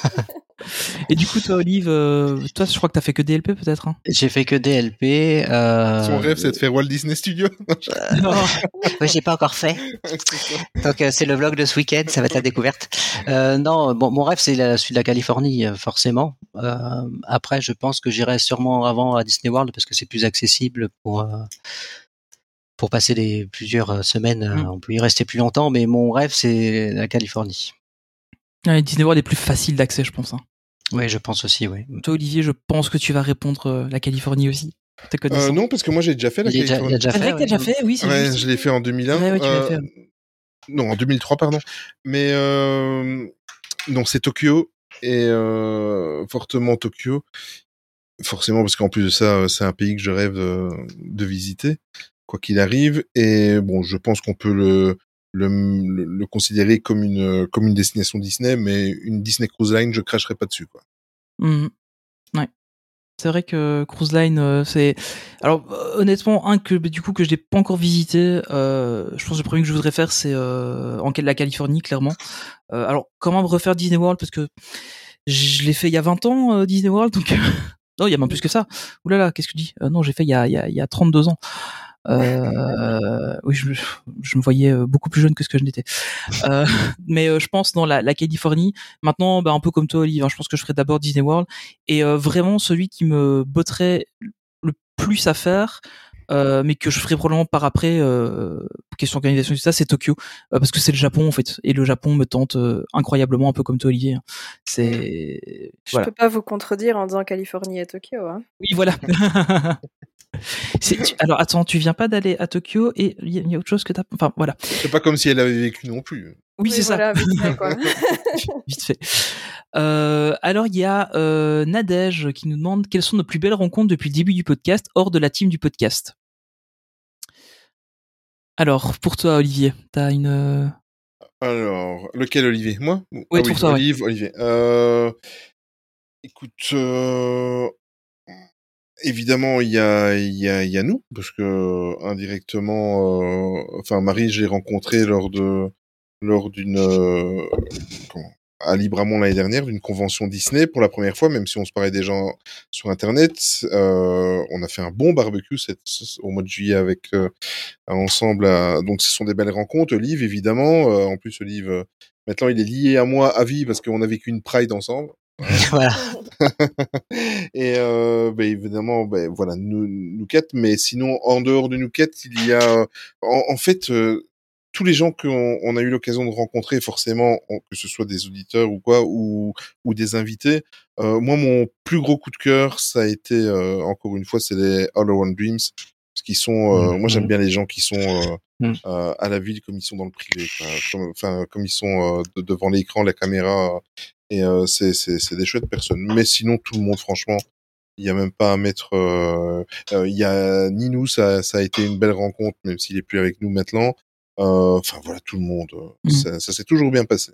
S8: Et du coup, toi, Olive, euh, toi, je crois que t'as fait que D L P, peut-être, hein?
S7: J'ai fait que D L P. Euh...
S1: Son rêve, c'est de faire Walt Disney Studio.
S8: Non.
S7: Ouais, j'ai pas encore fait.
S1: C'est ça.
S7: Donc euh, c'est le vlog de ce week-end, ça va être la découverte. Euh, non, bon, mon rêve c'est la, celui de la Californie, euh, forcément. Euh, après, je pense que j'irai sûrement avant à Disney World parce que c'est plus accessible pour euh, pour passer des plusieurs euh, semaines. euh,
S8: Mm.
S7: On peut y rester plus longtemps, mais mon rêve c'est la Californie.
S8: Ouais, Disney World est plus facile d'accès, je pense, hein.
S7: Oui, je pense aussi, oui.
S8: Toi, Olivier, je pense que tu vas répondre euh, la Californie aussi. T'es connaissant.
S1: Euh, non, parce que moi j'ai déjà fait la
S7: Il est déjà, il
S1: Californie.
S7: a déjà
S8: C'est vrai
S7: fait.
S8: que t'as déjà fait, oui, c'est
S1: Ouais,
S8: juste.
S1: je l'ai fait en deux mille un.
S8: Ouais, ouais, tu l'as
S1: Euh,
S8: fait.
S1: Non, en deux mille trois, pardon. Mais euh, donc c'est Tokyo et euh, fortement Tokyo. Forcément, parce qu'en plus de ça, euh, c'est un pays que je rêve de, de visiter, quoi qu'il arrive. Et bon, je pense qu'on peut le, le, le, le considérer comme une, comme une destination Disney, mais une Disney Cruise Line, je cracherai pas dessus, quoi.
S8: Mhm. Ouais. C'est vrai que Cruise Line, euh, c'est. Alors, euh, honnêtement, un que du coup que je n'ai pas encore visité, euh, je pense que le premier que je voudrais faire, c'est euh, en la Californie, clairement. Euh, alors, comment me refaire Disney World, parce que je l'ai fait il y a vingt ans, euh, Disney World, donc. Non, il y a même plus que ça. Ouh là là, qu'est-ce que je dis? Euh, Non, j'ai fait il y a, il y a, il y a trente-deux ans. Euh, oui, je, je me voyais beaucoup plus jeune que ce que je n'étais. Euh, mais euh, je pense dans la, la Californie. Maintenant, bah, un peu comme toi, Olive, hein, je pense que je ferai d'abord Disney World. Et euh, vraiment, celui qui me botterait le plus à faire, euh, mais que je ferai probablement par après, euh, question organisation et tout ça, c'est Tokyo. Euh, parce que c'est le Japon, en fait. Et le Japon me tente euh, incroyablement, un peu comme toi, Olivier. Hein. C'est...
S9: Je
S8: Voilà.
S9: peux pas vous contredire en disant Californie et Tokyo. Hein.
S8: Oui, voilà. C'est, tu, alors attends, tu viens pas d'aller à Tokyo et il y, y a autre chose que t'as. Enfin voilà.
S1: C'est pas comme si elle avait vécu non plus.
S8: Oui, c'est
S9: voilà,
S8: ça.
S9: Vite fait, quoi.
S8: Vite fait. Euh, alors il y a euh, Nadège qui nous demande quelles sont nos plus belles rencontres depuis le début du podcast hors de la team du podcast. Alors pour toi, Olivier, t'as une. euh,
S1: Alors, lequel, Olivier? Moi?
S8: Ouais,
S1: Ah
S8: pour toi, ouais.
S1: Olive, Olivier. Euh, écoute, euh, évidemment, il y a, il y a, il y a nous, parce que indirectement, euh, enfin Marie, je l'ai rencontrée lors de, lors d'une, euh, comment, à Libramont l'année dernière, d'une convention Disney pour la première fois, même si on se parlait déjà sur Internet. Euh, on a fait un bon barbecue cette, au mois de juillet avec euh, ensemble. À, donc ce sont des belles rencontres. Olive, évidemment. Euh, en plus, Olive, euh, maintenant, il est lié à moi à vie parce qu'on a vécu une Pride ensemble.
S7: Voilà.
S1: Et euh, bah, évidemment, bah, voilà, nous, nous quatre. Mais sinon, en dehors de nous quatre, il y a, en, en fait, euh, tous les gens qu'on on a eu l'occasion de rencontrer, forcément, que ce soit des auditeurs ou quoi, ou, ou des invités. Euh, moi, mon plus gros coup de cœur, ça a été, euh, encore une fois, c'est les Hollow Dreams. Parce qu'ils sont, euh, mmh, moi, j'aime bien les gens qui sont euh, mmh. euh, à la ville comme ils sont dans le privé. Comme, enfin, comme ils sont euh, de, devant l'écran, la caméra. Et euh, c'est, c'est, c'est des chouettes personnes. Mais sinon, tout le monde, franchement, il y a même pas à mettre. Euh, euh, il y a Ninou, ça, ça a été une belle rencontre, même s'il est plus avec nous maintenant. Enfin euh, voilà, tout le monde. Mmh. Ça, ça s'est toujours bien passé.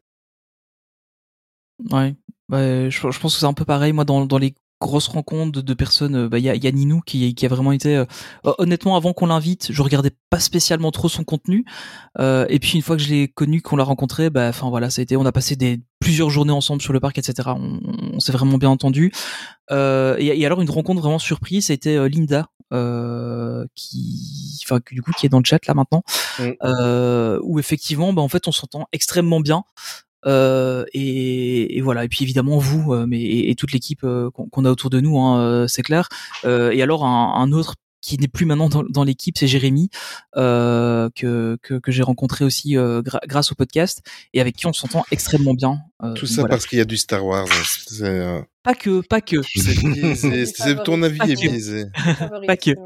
S8: Ouais, bah, je, je pense que c'est un peu pareil. Moi, dans, dans les grosses rencontres de, de personnes, bah, il y a, y a Ninou qui, qui a vraiment été. Euh, honnêtement, avant qu'on l'invite, je regardais pas spécialement trop son contenu. Euh, et puis une fois que je l'ai connu, qu'on l'a rencontré, bah, enfin voilà, ça a été. On a passé des plusieurs journées ensemble sur le parc, et cetera. On, on s'est vraiment bien entendu. Euh, et, et alors une rencontre vraiment surprise, ça a été euh, Linda. Euh, qui, enfin, du coup, qui est dans le chat là maintenant, mmh. euh, où effectivement, bah, en fait, on s'entend extrêmement bien. Euh, et, et voilà. Et puis évidemment vous, euh, mais et, et toute l'équipe euh, qu'on, qu'on a autour de nous, hein, euh, c'est clair. Euh, et alors un, un autre qui n'est plus maintenant dans, dans l'équipe, c'est Jérémy, euh, que, que que j'ai rencontré aussi euh, gra- grâce au podcast et avec qui on s'entend extrêmement bien. Euh,
S1: Tout ça voilà. Parce qu'il y a du Star Wars. C'est, euh...
S8: Pas que, pas que.
S1: C'est biaisé. C'est ton avis est biaisé.
S8: Pas que.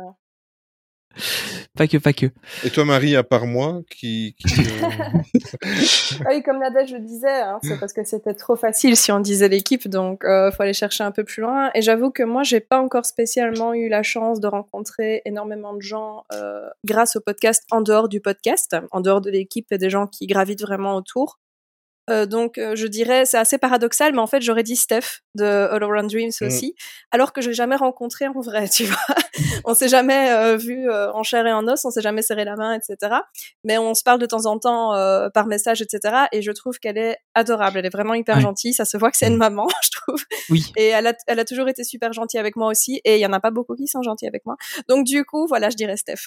S8: Pas que, pas que.
S1: Et toi, Marie, à part moi, qui... qui
S9: euh... oui, comme Nadège le disait, hein, c'est parce que c'était trop facile si on disait l'équipe, donc euh, faut aller chercher un peu plus loin. Et j'avoue que moi, j'ai pas encore spécialement eu la chance de rencontrer énormément de gens euh, grâce au podcast, en dehors du podcast, en dehors de l'équipe et des gens qui gravitent vraiment autour. Euh, donc euh, je dirais, c'est assez paradoxal, mais en fait j'aurais dit Steph de All Around Dreams aussi, mmh. alors que je l'ai jamais rencontré en vrai, tu vois. On s'est jamais euh, vu euh, en chair et en os, on s'est jamais serré la main, et cetera. Mais on se parle de temps en temps euh, par message, et cetera. Et je trouve qu'elle est adorable, elle est vraiment hyper ouais. gentille, ça se voit que c'est une maman, je trouve.
S8: Oui.
S9: Et elle a, elle a toujours été super gentille avec moi aussi, et il y en a pas beaucoup qui sont gentils avec moi. Donc du coup, voilà, je dirais Steph.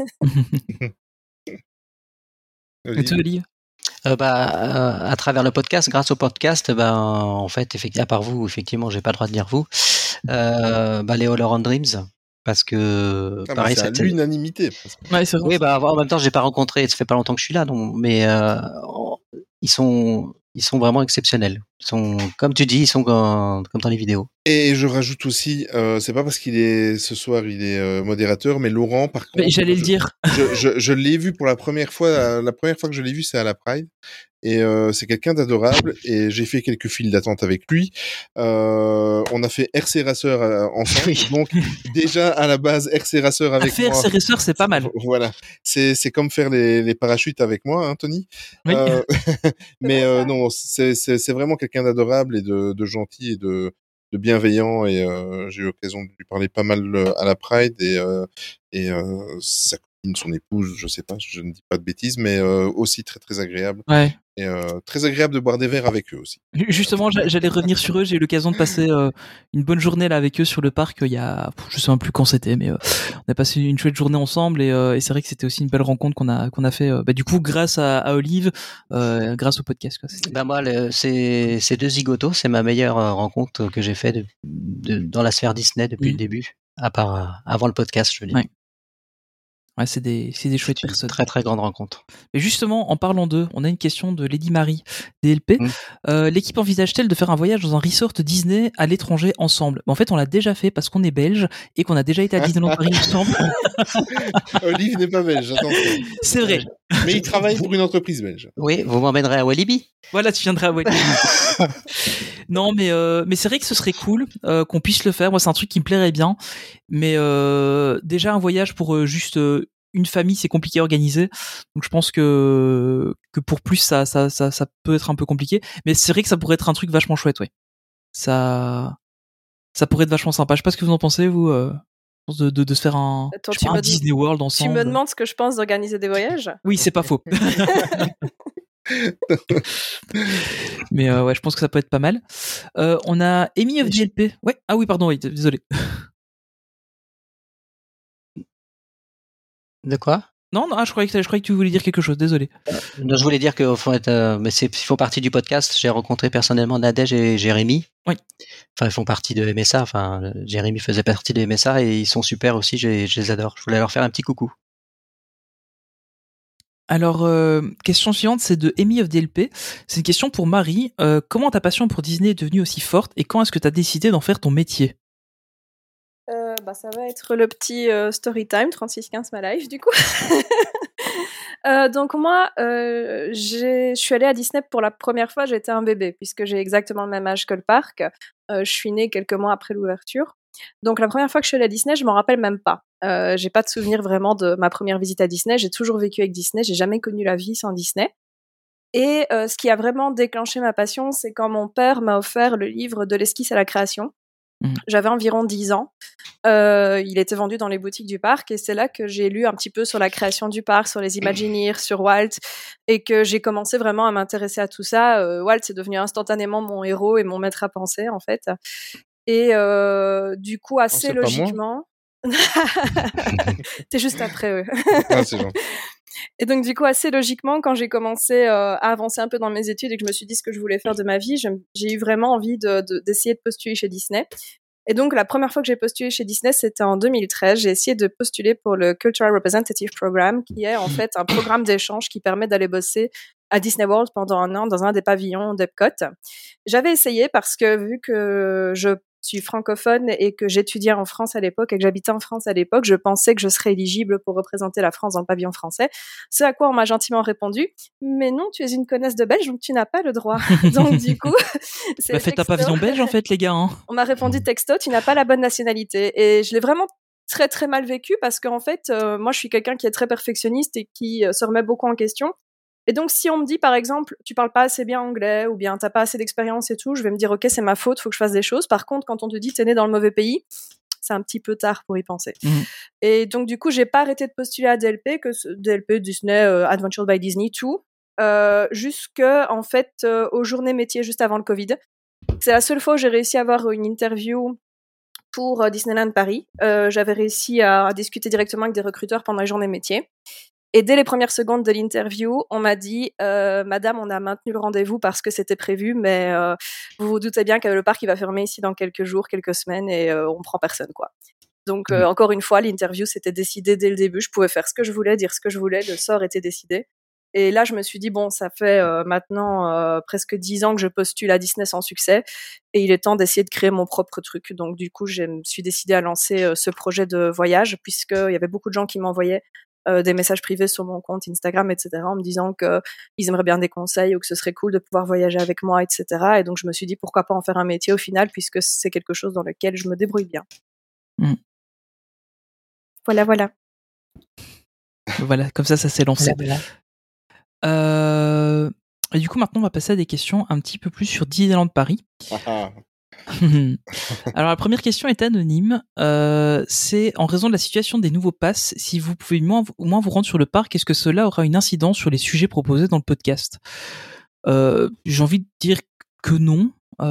S8: Et toi, Olive?
S7: Euh, bah, euh, à travers le podcast, grâce au podcast, ben, en fait, effectivement, à part vous, effectivement, j'ai pas le droit de dire vous, euh, bah, les All Around Dreams, parce que,
S1: ah,
S7: pareil,
S1: c'est à l'unanimité. Parce que...
S8: Ouais, c'est vrai.
S7: Oui, bah, en même temps, j'ai pas rencontré, ça fait pas longtemps que je suis là, donc, mais, euh, ils sont, ils sont vraiment exceptionnels. Ils sont, comme tu dis, ils sont comme, comme dans les vidéos.
S1: Et je rajoute aussi, euh, c'est pas parce qu'il est, ce soir, il est euh, modérateur, mais Laurent, par contre.
S8: Mais j'allais
S1: je,
S8: le dire.
S1: je, je, je l'ai vu pour la première fois, la première fois que je l'ai vu, c'est à la Pride. Et euh, c'est quelqu'un d'adorable et j'ai fait quelques files d'attente avec lui. Euh, on a fait R C Racer euh, ensemble. Oui. Donc déjà à la base R C Racer avec
S8: fait
S1: moi.
S8: R C Racer, c'est pas mal.
S1: Voilà, c'est c'est comme faire les, les parachutes avec moi, hein, Tony.
S8: Oui.
S1: Euh, mais euh, non, c'est c'est c'est vraiment quelqu'un d'adorable et de de gentil et de de bienveillant et euh, j'ai eu l'occasion de lui parler pas mal à la Pride et euh, et euh, sa copine, son épouse, je sais pas, je ne dis pas de bêtises, mais euh, aussi très très agréable.
S8: Ouais.
S1: Et euh, très agréable de boire des verres avec eux aussi.
S8: Justement, j'allais revenir sur eux. J'ai eu l'occasion de passer euh, une bonne journée là avec eux sur le parc. Il y a, je sais même plus quand c'était, mais euh, on a passé une chouette journée ensemble et, euh, et c'est vrai que c'était aussi une belle rencontre qu'on a qu'on a fait. Euh, bah, du coup, grâce à, à Olive, euh, grâce au podcast. Quoi.
S7: Bah moi, le, c'est ces deux zigotos, c'est ma meilleure rencontre que j'ai fait de, de, dans la sphère Disney depuis mmh. le début, à part euh, avant le podcast, je veux dire.
S8: Ouais. Ouais, c'est des, c'est des chouettes
S7: c'est
S8: personnes.
S7: Très très grande rencontre.
S8: Et justement, en parlant d'eux, on a une question de Lady Marie, D L P. Mmh. Euh, l'équipe envisage-t-elle de faire un voyage dans un resort Disney à l'étranger ensemble ? En fait, on l'a déjà fait parce qu'on est belge et qu'on a déjà été à Disneyland Paris ensemble.
S1: Olive n'est pas belge, attention.
S8: C'est vrai.
S1: Mais il travaille pour une entreprise belge.
S7: Oui, vous m'emmènerez à Walibi.
S8: Voilà, tu viendras à Walibi. Non, mais euh, mais c'est vrai que ce serait cool euh, qu'on puisse le faire. Moi, c'est un truc qui me plairait bien. Mais euh, déjà un voyage pour euh, juste euh, une famille, c'est compliqué à organiser. Donc je pense que que pour plus, ça ça ça ça peut être un peu compliqué. Mais c'est vrai que ça pourrait être un truc vachement chouette, ouais. Ça ça pourrait être vachement sympa. Je sais pas ce que vous en pensez, vous. Euh... pense, de, de, de se faire un,
S9: Attends,
S8: je sais
S9: tu
S8: pas,
S9: me
S8: un
S9: dis-
S8: Disney World
S9: Tu
S8: ensemble.
S9: me demandes ce que je pense d'organiser des voyages?
S8: Oui, c'est pas faux. Mais euh, ouais, je pense que ça peut être pas mal. Euh, on a Amy of
S7: Et
S8: D
S7: je-
S8: L P. Ouais. Ah oui, pardon, oui, d- désolé.
S7: De quoi?
S8: Non, non, ah, je croyais que, je croyais que tu voulais dire quelque chose, désolé.
S7: Non, je voulais dire que, au fond, euh, mais c'est, ils font partie du podcast. J'ai rencontré personnellement Nadège et Jérémy.
S8: Oui.
S7: Enfin, ils font partie de M S A. Enfin, euh, Jérémy faisait partie de M S A et ils sont super aussi. Je, je les adore. Je voulais leur faire un petit coucou.
S8: Alors, euh, question suivante, c'est de Amy of D L P. C'est une question pour Marie. Euh, comment ta passion pour Disney est devenue aussi forte et quand est-ce que tu as décidé d'en faire ton métier?
S9: Euh, bah, ça va être le petit euh, story time, trente-six quinze My Life, du coup. Euh, donc moi, euh, j'ai- je suis allée à Disney pour la première fois, j'étais un bébé, puisque j'ai exactement le même âge que le parc. Euh, je suis née quelques mois après l'ouverture. Donc la première fois que je suis allée à Disney, je m'en rappelle même pas. Euh, j'ai pas de souvenir vraiment de ma première visite à Disney. J'ai toujours vécu avec Disney, j'ai jamais connu la vie sans Disney. Et euh, ce qui a vraiment déclenché ma passion, c'est quand mon père m'a offert le livre de l'esquisse à la création.
S8: Mhm.
S9: J'avais environ dix ans. Euh, il était vendu dans les boutiques du parc et c'est là que j'ai lu un petit peu sur la création du parc, sur les Imagineers, sur Walt et que j'ai commencé vraiment à m'intéresser à tout ça. Euh, Walt est devenu instantanément mon héros et mon maître à penser en fait. Et euh, du coup, assez
S1: c'est pas moi.
S9: logiquement... T'es juste après eux.
S1: Ah, c'est gentil.
S9: Et donc, du coup, assez logiquement, quand j'ai commencé euh, à avancer un peu dans mes études et que je me suis dit ce que je voulais faire de ma vie, je- j'ai eu vraiment envie de, de- d'essayer de postuler chez Disney. Et donc, la première fois que j'ai postulé chez Disney, c'était en deux mille treize. J'ai essayé de postuler pour le Cultural Representative Program, qui est en fait un programme d'échange qui permet d'aller bosser à Disney World pendant un an dans un des pavillons d'Epcot. J'avais essayé parce que vu que je suis francophone et que j'étudiais en France à l'époque et que j'habitais en France à l'époque, je pensais que je serais éligible pour représenter la France dans le pavillon français. Ce à quoi on m'a gentiment répondu « Mais non, tu es une connasse de Belge, donc tu n'as pas le droit. » Donc du coup, c'est
S8: Bah, faites un
S9: texto.
S8: pavillon belge en fait, les gars. Hein.
S9: On m'a répondu texto, tu n'as pas la bonne nationalité. Et je l'ai vraiment très très mal vécu parce qu'en fait, euh, moi je suis quelqu'un qui est très perfectionniste et qui euh, se remet beaucoup en question. Et donc si on me dit par exemple, tu parles pas assez bien anglais ou bien t'as pas assez d'expérience et tout, je vais me dire ok c'est ma faute, faut que je fasse des choses. Par contre, quand on te dit t'es né dans le mauvais pays, c'est un petit peu tard pour y penser.
S8: Mhm.
S9: Et donc du coup, j'ai pas arrêté de postuler à D L P, que ce- D L P, Disney, euh, Adventure by Disney, tout, euh, jusque en fait euh, aux journées métiers juste avant le Covid. C'est la seule fois où j'ai réussi à avoir une interview pour euh, Disneyland Paris. Euh, j'avais réussi à, à discuter directement avec des recruteurs pendant les journées métiers. Et dès les premières secondes de l'interview, on m'a dit euh, « Madame, on a maintenu le rendez-vous parce que c'était prévu, mais euh, vous vous doutez bien que le parc il va fermer ici dans quelques jours, quelques semaines, et euh, on prend personne, quoi. » Donc, euh, encore une fois, l'interview, c'était décidé dès le début. Je pouvais faire ce que je voulais, dire ce que je voulais. Le sort était décidé. Et là, je me suis dit, bon, ça fait euh, maintenant euh, presque dix ans que je postule à Disney sans succès. Et il est temps d'essayer de créer mon propre truc. Donc, du coup, je me suis décidée à lancer euh, ce projet de voyage, puisqu'il y avait beaucoup de gens qui m'envoyaient euh, des messages privés sur mon compte Instagram, et cetera, en me disant qu'ils aimeraient bien des conseils ou que ce serait cool de pouvoir voyager avec moi, et cetera. Et donc, je me suis dit, pourquoi pas en faire un métier au final, puisque c'est quelque chose dans lequel je me débrouille bien.
S8: Mm.
S9: Voilà, voilà.
S8: Voilà, comme ça, ça s'est lancé.
S7: Voilà, voilà.
S8: Euh, et du coup, maintenant, on va passer à des questions un petit peu plus sur Disneyland Paris.
S1: Ah, ah.
S8: Alors, la première question est anonyme. Euh, c'est en raison de la situation des nouveaux passes, si vous pouvez moins, moins vous rendre sur le parc, est-ce que cela aura une incidence sur les sujets proposés dans le podcast? euh, J'ai envie de dire que non.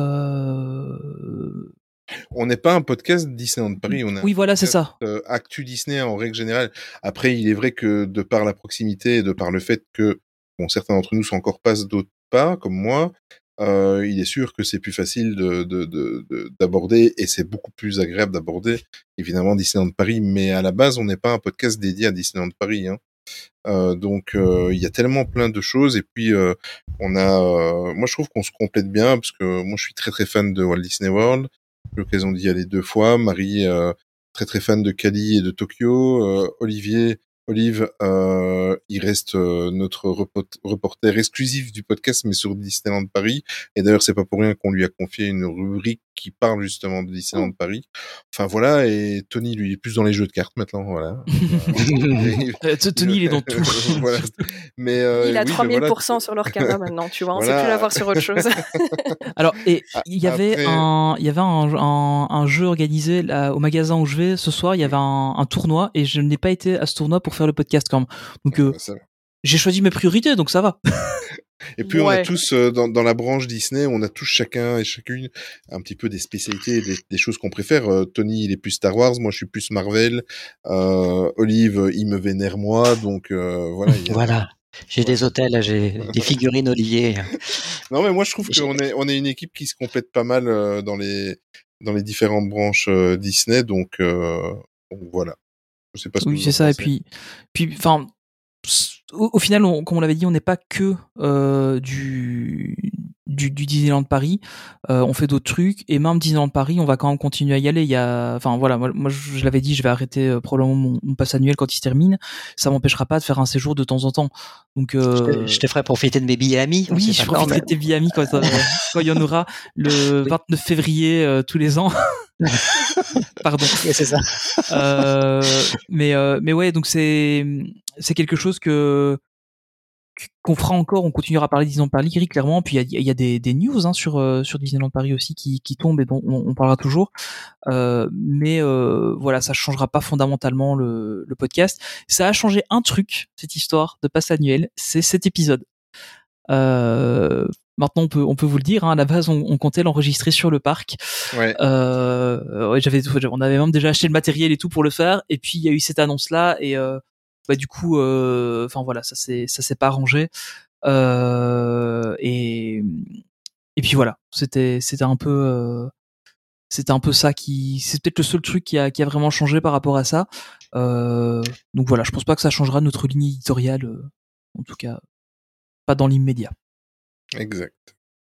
S8: Euh...
S1: On n'est pas un podcast Disneyland Paris. On a
S8: Oui, voilà, c'est ça.
S1: Euh, Actu Disney en règle générale. Après, il est vrai que de par la proximité et de par le fait que bon, certains d'entre nous sont encore pass, d'autres pas, comme moi, euh, il est sûr que c'est plus facile de, de, de, de, d'aborder et c'est beaucoup plus agréable d'aborder, évidemment, Disneyland Paris. Mais à la base, on n'est pas un podcast dédié à Disneyland Paris. Hein. Euh, donc, euh, il y a tellement plein de choses. Et puis, euh, on a... Euh, moi, je trouve qu'on se complète bien parce que moi, je suis très, très fan de Walt Disney World. J'ai eu l'occasion d'y aller deux fois. Marie, euh, très très fan de Cali et de Tokyo. Euh, Olivier, Olive, euh, il reste euh, notre report- reporter exclusif du podcast, mais sur Disneyland Paris. Et d'ailleurs, c'est pas pour rien qu'on lui a confié une rubrique qui parle justement de Disneyland oh. Paris. Enfin voilà, et Tony lui il est plus dans les jeux de cartes maintenant, voilà.
S8: euh, Tony il est dans tout.
S1: Voilà. Mais euh,
S9: il a
S1: oui,
S9: trois mille pour cent
S1: voilà.
S9: sur l'Orcana maintenant, tu vois, on
S1: Voilà.
S9: sait plus l'avoir sur autre chose.
S8: Alors et il y avait
S1: Après...
S8: un il y avait un, un, un jeu organisé là, au magasin où je vais ce soir, il y avait un, un tournoi et je n'ai pas été à ce tournoi pour faire le podcast quand même. Donc euh,
S1: ça...
S8: j'ai choisi mes priorités, donc ça va.
S1: Et puis
S9: ouais.
S1: on a tous euh, dans, dans la branche Disney, on a tous chacun et chacune un petit peu des spécialités, des, des choses qu'on préfère. Euh, Tony, il est plus Star Wars, moi je suis plus Marvel. Euh, Olive, il me vénère moi, donc euh, voilà. Il y a...
S7: Voilà. J'ai ouais. des hôtels, j'ai des figurines Olivier.
S1: Non mais moi je trouve qu'on est on est une équipe qui se complète pas mal euh, dans les dans les différentes branches euh, Disney, donc, euh, donc voilà. Je sais pas ce
S8: oui,
S1: que vous
S8: c'est
S1: en
S8: ça.
S1: pensez.
S8: Et puis, puis, enfin. Au, au final, on, comme on l'avait dit, on n'est pas que euh, du, du, du Disneyland Paris. Euh, on fait d'autres trucs, et même Disneyland Paris, on va quand même continuer à y aller. Il y a, enfin voilà, moi, moi je, je l'avais dit, je vais arrêter euh, probablement mon, mon pass annuel quand il se termine. Ça m'empêchera pas de faire un séjour de temps en temps. Donc, euh...
S7: je, te, je te ferai profiter de mes billets amis.
S8: Oui, je profiterai de tes billets amis quand euh, quand il y en aura le oui. vingt-neuf février euh, tous les ans. Pardon.
S7: Oui, c'est ça.
S8: Euh, mais euh, mais ouais, donc c'est c'est quelque chose que qu'on fera encore. On continuera à parler de Disneyland Paris clairement. Puis il y a, y a des, des news hein, sur euh, sur Disneyland Paris aussi qui qui tombent et dont on, on parlera toujours. Euh, mais euh, voilà, ça changera pas fondamentalement le, le podcast. Ça a changé un truc, cette histoire de passe annuel, c'est cet épisode. Euh, Maintenant, on peut, on peut vous le dire. Hein, à la base, on, on comptait l'enregistrer sur le parc.
S1: Ouais.
S8: Euh, ouais, j'avais, on avait même déjà acheté le matériel et tout pour le faire. Et puis il y a eu cette annonce-là, et euh, bah du coup, enfin euh, voilà, ça s'est, ça s'est pas arrangé. Euh, et et puis voilà, c'était, c'était un peu, euh, c'était un peu ça qui, c'est peut-être le seul truc qui a, qui a vraiment changé par rapport à ça. Euh, donc voilà, je pense pas que ça changera notre ligne éditoriale, euh, en tout cas, pas dans l'immédiat.
S1: Exact.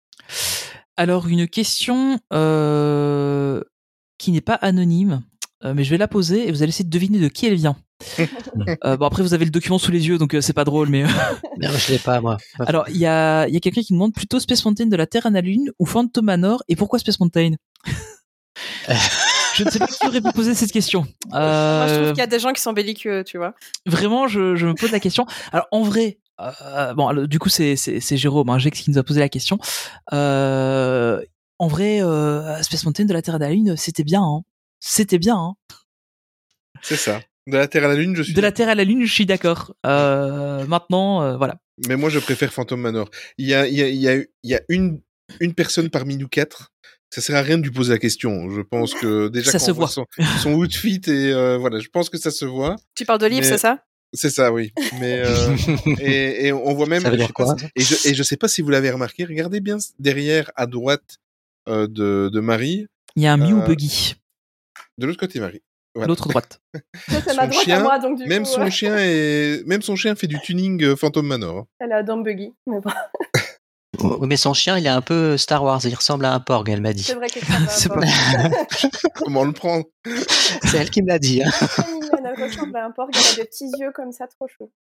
S8: Alors une question euh, qui n'est pas anonyme, euh, mais je vais la poser et vous allez essayer de deviner de qui elle vient. euh, bon après vous avez le document sous les yeux donc euh, c'est pas drôle mais.
S7: Non, je l'ai pas moi.
S8: Alors il y a il y a quelqu'un qui demande plutôt Space Mountain de la Terre à la Lune ou Phantom Manor, et pourquoi Space Mountain? Je ne sais pas qui aurait pu poser cette question. Euh...
S9: Moi je trouve qu'il y a des gens qui sont belliqueux, tu vois.
S8: Vraiment je je me pose la question. Alors en vrai. Euh, bon, alors, du coup, c'est, c'est, c'est Jérôme, hein, Jex, qui nous a posé la question. Euh, en vrai, euh, Space Mountain de la Terre à la Lune, c'était bien. Hein. C'était bien. Hein.
S1: C'est ça. De la Terre à la Lune, je suis.
S8: De la Terre à la Lune, je suis d'accord. Euh, maintenant, euh, voilà.
S1: Mais moi, je préfère Phantom Manor. Il y a, il y a, il y a, il y a une, une personne parmi nous quatre. Ça sert à rien de lui poser la question. Je pense que déjà
S8: ça
S1: quand
S8: se
S1: on voit
S8: voit.
S1: son, son outfit et euh, voilà, je pense que ça se voit.
S9: Tu parles d'Olive,
S1: mais...
S9: c'est ça?
S1: C'est ça, oui. Mais euh, et, et on voit même.
S7: Ça veut dire quoi
S1: si, et je et je sais pas si vous l'avez remarqué. Regardez bien derrière, à droite euh, de de Marie.
S8: Il y a un Mew
S1: euh,
S8: Buggy.
S1: De l'autre côté, Marie.
S8: Voilà. L'autre droite.
S9: Ça, c'est ma droite
S1: chien,
S9: à moi, donc du
S1: même
S9: coup,
S1: son
S9: ouais.
S1: chien et même son chien fait du tuning euh, Phantom Manor.
S9: Elle a Dumb Buggy, mais bon.
S7: Oui, mais son chien, il est un peu Star Wars. Il ressemble à un porg, elle m'a dit.
S9: C'est vrai qu'elle ressemble à un
S8: C'est
S9: porc.
S8: pas...
S1: Comment le prendre?
S7: C'est elle qui me l'a dit. Hein.
S9: C'est mignonne, elle ressemble à un porc. Elle a des petits yeux comme ça, trop chou.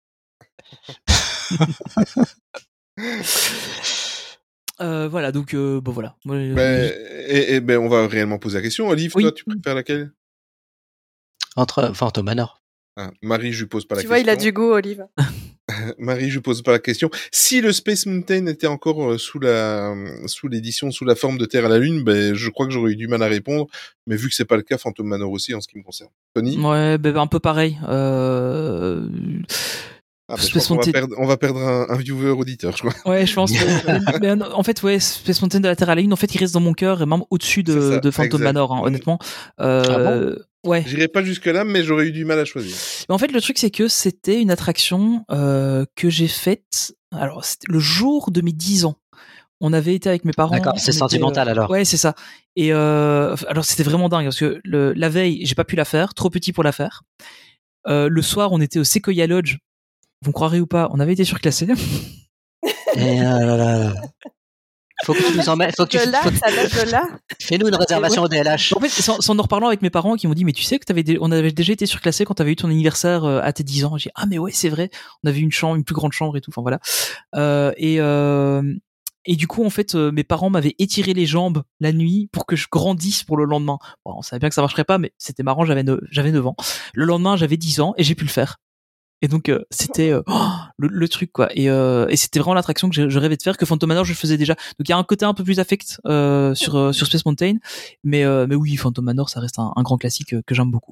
S8: euh, voilà, donc euh, bon voilà.
S1: Ben, et, et ben on va réellement poser la question. Olive,
S8: oui.
S1: toi, tu préfères laquelle?
S7: Entre Phantom Manor.
S1: Ah, Marie, je lui pose pas la
S9: tu
S1: question.
S9: Tu vois, il a du goût, Olive.
S1: Marie, je lui pose pas la question. Si le Space Mountain était encore euh, sous la sous l'édition, sous la forme de Terre à la Lune, ben je crois que j'aurais eu du mal à répondre. Mais vu que c'est pas le cas, Phantom Manor aussi en ce qui me concerne. Tony?
S8: Ouais, ben un peu pareil. Euh...
S1: Ah, ben, je pense qu'on va perdre, on va perdre un, un viewer auditeur, je crois.
S8: Ouais, je pense. mais, mais, en fait, ouais, Space Mountain de la Terre à la Lune, en fait, il reste dans mon cœur et même au-dessus de, ça, de Phantom exact. Manor, hein, honnêtement. Euh,
S7: ah bon
S8: ouais.
S1: J'irai pas jusque là, mais j'aurais eu du mal à choisir.
S8: Mais en fait, le truc, c'est que c'était une attraction euh, que j'ai faite. Alors, c'était le jour de mes dix ans. On avait été avec mes parents.
S7: D'accord, c'est sentimental
S8: était, euh,
S7: alors.
S8: Ouais, c'est ça. Et euh, alors, c'était vraiment dingue parce que le, la veille, j'ai pas pu la faire, trop petit pour la faire. Euh, le soir, on était au Sequoia Lodge. Vous me croirez ou pas, on avait été surclassés.
S7: Et là, là, là. Faut que tu nous en mettes. Faut que tu.
S9: De là,
S7: faut que...
S9: ça date de là.
S7: Fais-nous une réservation ouais. au D L H.
S8: En fait, c'est en en reparlant avec mes parents qui m'ont dit, mais tu sais que t'avais, dé... on avait déjà été surclassé quand t'avais eu ton anniversaire à tes dix ans. J'ai dit, ah mais ouais, c'est vrai. On avait une chambre, une plus grande chambre et tout. Enfin voilà. Euh, et euh... et du coup, en fait, euh, mes parents m'avaient étiré les jambes la nuit pour que je grandisse pour le lendemain. Bon, on savait bien que ça marcherait pas, mais c'était marrant. J'avais ne- j'avais neuf ans. Le lendemain, j'avais dix ans et j'ai pu le faire. Et donc euh, c'était euh, oh, le, le truc quoi. Et, euh, et c'était vraiment l'attraction que je, je rêvais de faire, que Phantom Manor je faisais déjà. Donc il y a un côté un peu plus affect euh, sur euh, sur Space Mountain, mais euh, mais oui, Phantom Manor ça reste un, un grand classique euh, que j'aime beaucoup.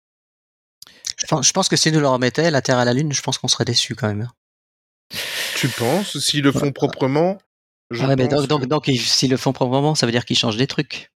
S7: Enfin, je pense que si nous le remettaient, la Terre à la Lune, je pense qu'on serait déçus quand même.
S1: Tu penses, s'ils le font
S7: Ouais.
S1: proprement, je
S7: Ouais, mais donc,
S1: pense
S7: donc,
S1: que...
S7: donc, ils- s'ils le font proprement, ça veut dire qu'ils changent des trucs.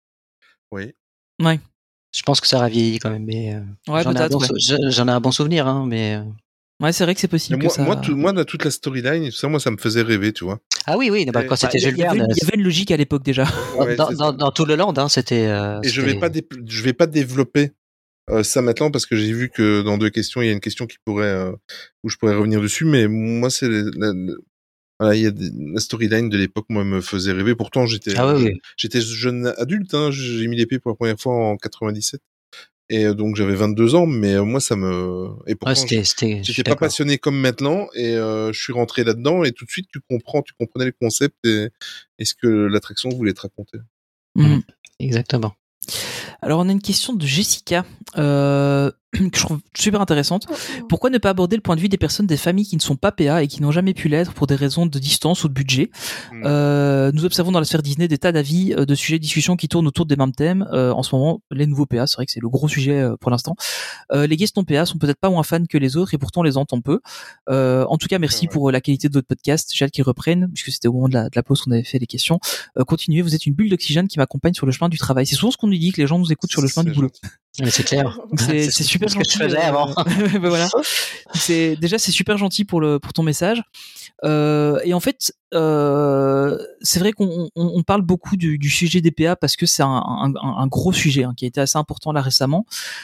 S1: Oui.
S8: Ouais.
S7: Je pense que ça aurait vieilli quand même, mais euh,
S8: Ouais,
S7: j'en ai un
S8: peut-être.
S7: bon,
S8: Ouais,
S7: sou- je- j'en ai un bon souvenir, hein, mais euh,
S8: ouais c'est vrai que c'est
S1: Mais
S8: possible que
S1: moi,
S8: ça.
S1: moi, tout, moi, dans toute la storyline, et tout ça, moi, ça me faisait rêver, tu vois.
S7: ah oui, oui, bah,
S1: Et-
S7: quand
S8: Bah,
S7: c'était
S8: Il y,
S7: Jules
S8: y avait
S7: Verne,
S8: une- il y avait une logique à l'époque déjà.
S7: dans,
S1: Ouais,
S7: dans,
S1: c'est
S7: dans,
S1: ça.
S7: dans tout le land, hein, c'était. euh,
S1: Et je vais
S7: c'était-
S1: pas, dé- je vais pas développer euh, ça maintenant parce que j'ai vu que dans deux questions, il y a une question qui pourrait, euh, où je pourrais revenir dessus, mais moi, c'est la, la- la- voilà, il y a des, la storyline de l'époque, moi, me faisait rêver. Pourtant, j'étais,
S7: Ah oui,
S1: je-
S7: oui.
S1: j'étais jeune adulte, hein, j'ai mis l'épée pour la première fois en quatre-vingt-dix-sept. Et euh, donc j'avais vingt-deux ans, mais euh, moi ça me et
S7: Ouais,
S1: pourtant
S7: c'était, c'était, je suis
S1: j'étais pas
S7: d'accord.
S1: passionné comme maintenant et euh, je suis rentré là-dedans et tout de suite tu comprends, tu comprenais le concept et, et ce que l'attraction voulait te raconter.
S8: Mhm.
S7: Exactement.
S8: Alors on a une question de Jessica euh, que je trouve super intéressante. Pourquoi ne pas aborder le point de vue des personnes des familles qui ne sont pas P A et qui n'ont jamais pu l'être pour des raisons de distance ou de budget?
S1: Mm.
S8: euh, Nous observons dans la sphère Disney des tas d'avis, euh, de sujets de discussion qui tournent autour des mêmes thèmes. Euh, en ce moment, les nouveaux P A, c'est vrai que c'est le gros sujet euh, pour l'instant. Euh, les guests non P A sont peut-être pas moins fans que les autres et pourtant on les entend peu. Euh, en tout cas, merci
S1: Ouais.
S8: pour euh, la qualité de votre podcast. J'ai hâte qu'ils reprennent, puisque c'était au moment de la, de la pause qu'on avait fait les questions. Euh, continuez, vous êtes une bulle d'oxygène qui m'accompagne sur le chemin du travail. C'est souvent ce qu'on nous dit, que les gens nous écoutent sur le chemin
S1: C'est
S8: du boulot.
S1: gentil.
S7: Mais c'est clair.
S8: Donc c'est
S7: C'est
S8: c'est
S7: ce-
S8: super
S7: ce que
S8: gentil.
S7: je faisais
S8: euh,
S7: avant.
S8: ben voilà. C'est déjà c'est super gentil pour le pour ton message. Euh, et en fait, euh, c'est vrai qu'on on, on parle beaucoup du, du sujet des P A parce que c'est un, un, un gros sujet hein, qui a été assez important là récemment.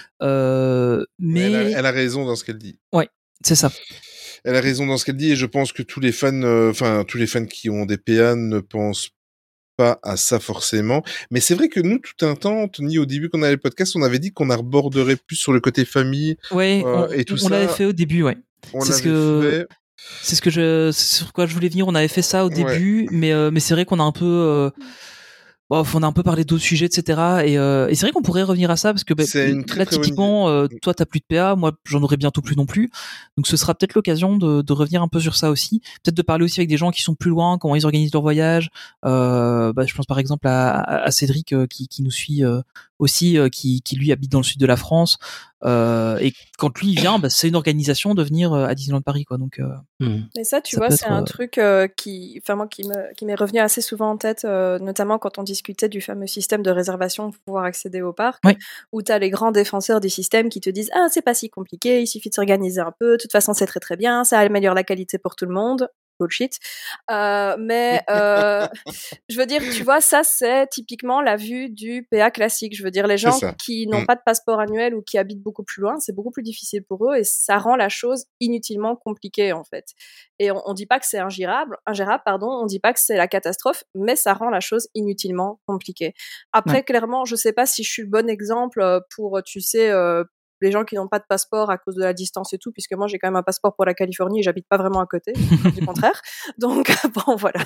S8: Euh,
S1: Mais elle, a,
S8: mais
S1: elle a raison dans ce qu'elle dit.
S8: c'est ça.
S1: Elle a raison dans ce qu'elle dit et je pense que tous les fans, euh, enfin tous les fans qui ont des P A ne pensent pas à ça forcément. Mais c'est vrai que nous, tout un temps, Tony, au début qu'on avait le podcast, on avait dit qu'on aborderait plus sur le côté famille
S8: Ouais,
S1: euh,
S8: on,
S1: et tout
S8: on
S1: ça.
S8: l'avait fait au début, ouais.
S1: On
S8: C'est ce
S1: l'avait
S8: que
S1: fait.
S8: c'est ce que je c'est sur quoi je voulais venir. On avait fait ça au
S1: Ouais.
S8: début, mais euh, mais c'est vrai qu'on a un peu euh, bon, on a un peu parlé d'autres sujets, et cetera. Et, euh, et c'est vrai qu'on pourrait revenir à ça parce que bah,
S1: C'est une très,
S8: là
S1: très bonne
S8: typiquement, euh, toi t'as plus de P A, moi j'en aurai bientôt plus non plus. Donc ce sera peut-être l'occasion de, de revenir un peu sur ça aussi, peut-être de parler aussi avec des gens qui sont plus loin, comment ils organisent leur voyage. Euh, bah, je pense par exemple à, à, à Cédric euh, qui, qui nous suit euh, aussi, euh, qui, qui lui habite dans le sud de la France. Euh, et quand lui il vient, bah, c'est une organisation de venir euh, à Disneyland Paris, quoi. Donc euh,
S7: Hmm.
S9: Mais ça, tu
S8: Ça
S9: vois,
S8: peut
S9: c'est
S8: être,
S9: un
S8: euh,
S9: truc euh, qui, enfin moi, qui me, qui m'est revenu assez souvent en tête, euh, notamment quand on discutait du fameux système de réservation pour pouvoir accéder au parc,
S8: Oui.
S9: où tu as les grands défenseurs du système qui te disent ah c'est pas si compliqué, il suffit de s'organiser un peu, de toute façon c'est très très bien, ça améliore la qualité pour tout le monde. Bullshit. Euh, mais euh, je veux dire, tu vois, ça c'est typiquement la vue du P A classique. Je veux dire, les
S1: C'est
S9: gens
S1: ça.
S9: qui n'ont
S1: Mm.
S9: pas de passeport annuel ou qui habitent beaucoup plus loin, c'est beaucoup plus difficile pour eux et ça rend la chose inutilement compliquée en fait. Et on, on dit pas que c'est ingérable, ingérable, pardon, on dit pas que c'est la catastrophe, mais ça rend la chose inutilement compliquée. Après,
S8: Ouais.
S9: clairement, je sais pas si je suis le bon exemple euh, pour, tu sais, euh, les gens qui n'ont pas de passeport à cause de la distance et tout, puisque moi j'ai quand même un passeport pour la Californie et j'habite pas vraiment à côté, du contraire. Donc bon, voilà.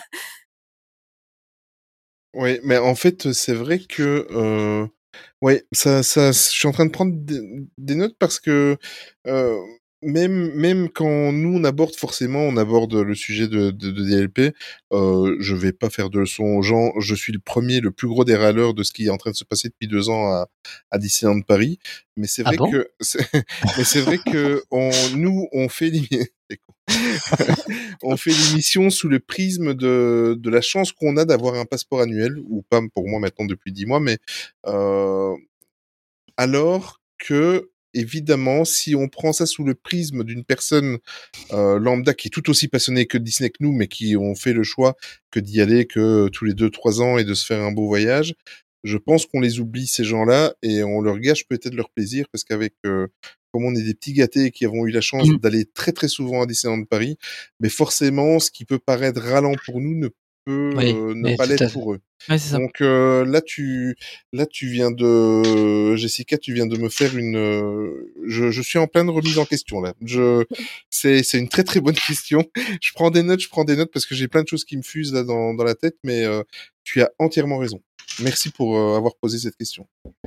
S1: Oui, mais en fait, c'est vrai que euh, ouais, ça, ça, je suis en train de prendre des, des notes parce que euh, même, même quand nous on aborde forcément, on aborde le sujet de, de, de D L P, euh, je vais pas faire de leçon aux gens. Je suis le premier, le plus gros des râleurs de ce qui est en train de se passer depuis deux ans à, à Disneyland Paris. Mais c'est
S7: Ah
S1: vrai
S7: bon
S1: que, c'est, mais c'est vrai que on, nous on fait l'é- c'est con. On fait l'émission sous le prisme de, de la chance qu'on a d'avoir un passeport annuel, ou pas pour moi maintenant depuis dix mois, mais euh, alors que, évidemment, si on prend ça sous le prisme d'une personne euh, lambda qui est tout aussi passionnée que Disney que nous, mais qui ont fait le choix que d'y aller que tous les deux, trois ans et de se faire un beau voyage, je pense qu'on les oublie, ces gens-là, et on leur gâche peut-être leur plaisir, parce qu'avec, euh, comme on est des petits gâtés qui avons eu la chance
S8: Mm.
S1: d'aller très très souvent à Disneyland Paris, mais forcément, ce qui peut paraître ralent pour nous ne peut
S7: Oui,
S1: euh, ne
S7: mais
S1: pas
S7: tout à
S1: l'être
S7: fait.
S1: pour eux.
S8: Ouais, c'est ça.
S1: Donc euh, là, tu là tu viens de Jessica, tu viens de me faire une. euh, Je, je suis en pleine remise en question là. Je c'est c'est une très très bonne question. Je prends des notes, je prends des notes parce que j'ai plein de choses qui me fusent là dans dans la tête, mais euh, tu as entièrement raison. Merci pour euh, avoir posé cette question.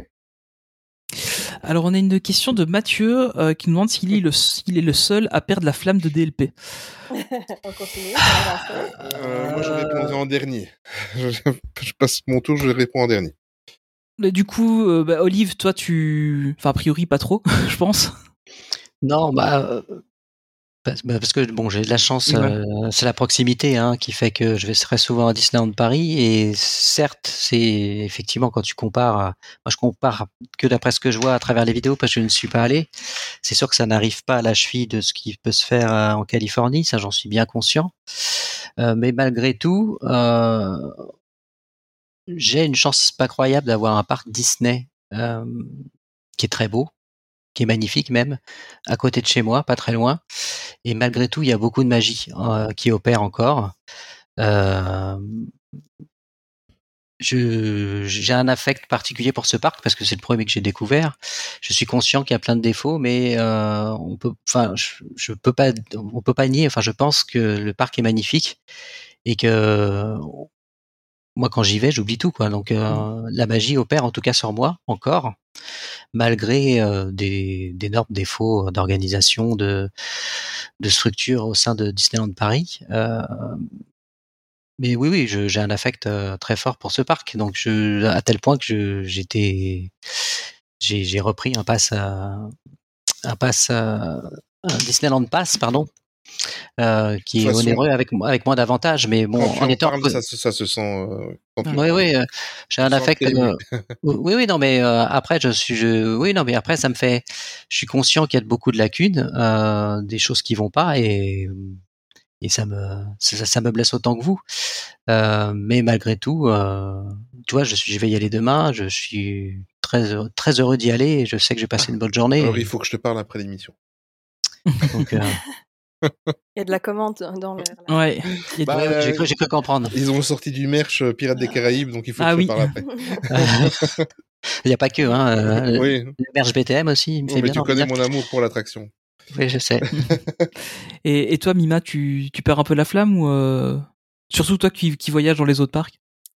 S8: Alors, on a une question de Mathieu euh, qui nous demande s'il est, le, s'il est le seul à perdre la flamme de D L P.
S9: On continue, on avance.
S1: Euh, moi, je répondrai en dernier. je, je passe mon tour, je réponds en dernier.
S8: Mais du coup, euh, bah, Olive, toi, tu... Enfin, a priori, pas trop, je pense.
S7: Non, bah, euh, parce, bah, parce que bon, j'ai de la chance,
S8: Ouais.
S7: euh, c'est la proximité hein, qui fait que je vais très souvent à Disneyland Paris. Et certes, c'est effectivement quand tu compares, à- moi je compare que d'après ce que je vois à travers les vidéos parce que je ne suis pas allé. C'est sûr que ça n'arrive pas à la cheville de ce qui peut se faire euh, en Californie, ça j'en suis bien conscient. Euh, mais malgré tout, euh, j'ai une chance pas croyable d'avoir un parc Disney euh, qui est très beau, qui est magnifique même, à côté de chez moi, pas très loin. Et malgré tout, il y a beaucoup de magie euh, qui opère encore. Euh, je, j'ai un affect particulier pour ce parc parce que c'est le premier que j'ai découvert. Je suis conscient qu'il y a plein de défauts, mais euh, on peut, enfin, je, je peux pas, on peut pas nier. Enfin, je pense que le parc est magnifique et que moi, quand j'y vais, j'oublie tout, quoi. Donc, euh, la magie opère en tout cas sur moi encore, malgré euh, des d'énormes défauts d'organisation, de de structure au sein de Disneyland Paris. Euh, mais oui, oui, je, j'ai un affect euh, très fort pour ce parc. Donc, je, à tel point que je, j'étais, j'ai, j'ai repris un pass, à, un pass, à, un Disneyland Pass, pardon, euh, qui
S1: De
S7: est
S1: toute façon,
S7: onéreux avec avec moins d'avantages. Mais bon,
S1: quand tu
S7: en
S1: en
S7: étant
S1: parles, ça, se- ça se sent. Euh, quand tu en
S7: oui,
S1: parles,
S7: oui, euh, j'ai
S1: tu
S7: un
S1: sens que
S7: affect.
S1: t'es ému.
S7: euh, oui, oui, non, mais euh, après, je suis, je, oui, non, mais après, ça me fait. Je suis conscient qu'il y a beaucoup de lacunes, euh, des choses qui vont pas, et et ça me, ça, ça me blesse autant que vous. Euh, mais malgré tout, euh, tu vois, je suis, je vais y aller demain. Je suis très heureux, très heureux d'y aller. Et je sais que j'ai passé une bonne journée.
S1: Alors, il
S7: et
S1: faut que je te parle après l'émission.
S7: donc, euh,
S9: Il y a de la commande dans l'air. Là.
S8: Ouais. Il y a
S1: Bah,
S7: ouais, ouais, j'ai
S1: euh,
S7: cru, j'ai cru comprendre.
S1: ils ont sorti du merch euh, Pirates des Caraïbes, donc il faut
S8: Ah
S1: que je
S8: oui.
S1: te parle après.
S7: Il n'y a pas que, hein. Euh,
S1: Oui,
S7: le merge B T M aussi, il me
S1: oh,
S7: fait
S1: mais
S7: bien
S1: tu connais
S7: envie.
S1: mon amour pour l'attraction.
S7: Oui, je sais.
S8: Et, et toi, Mima, tu, tu perds un peu la flamme ou euh... surtout toi qui, qui voyages dans les autres parcs?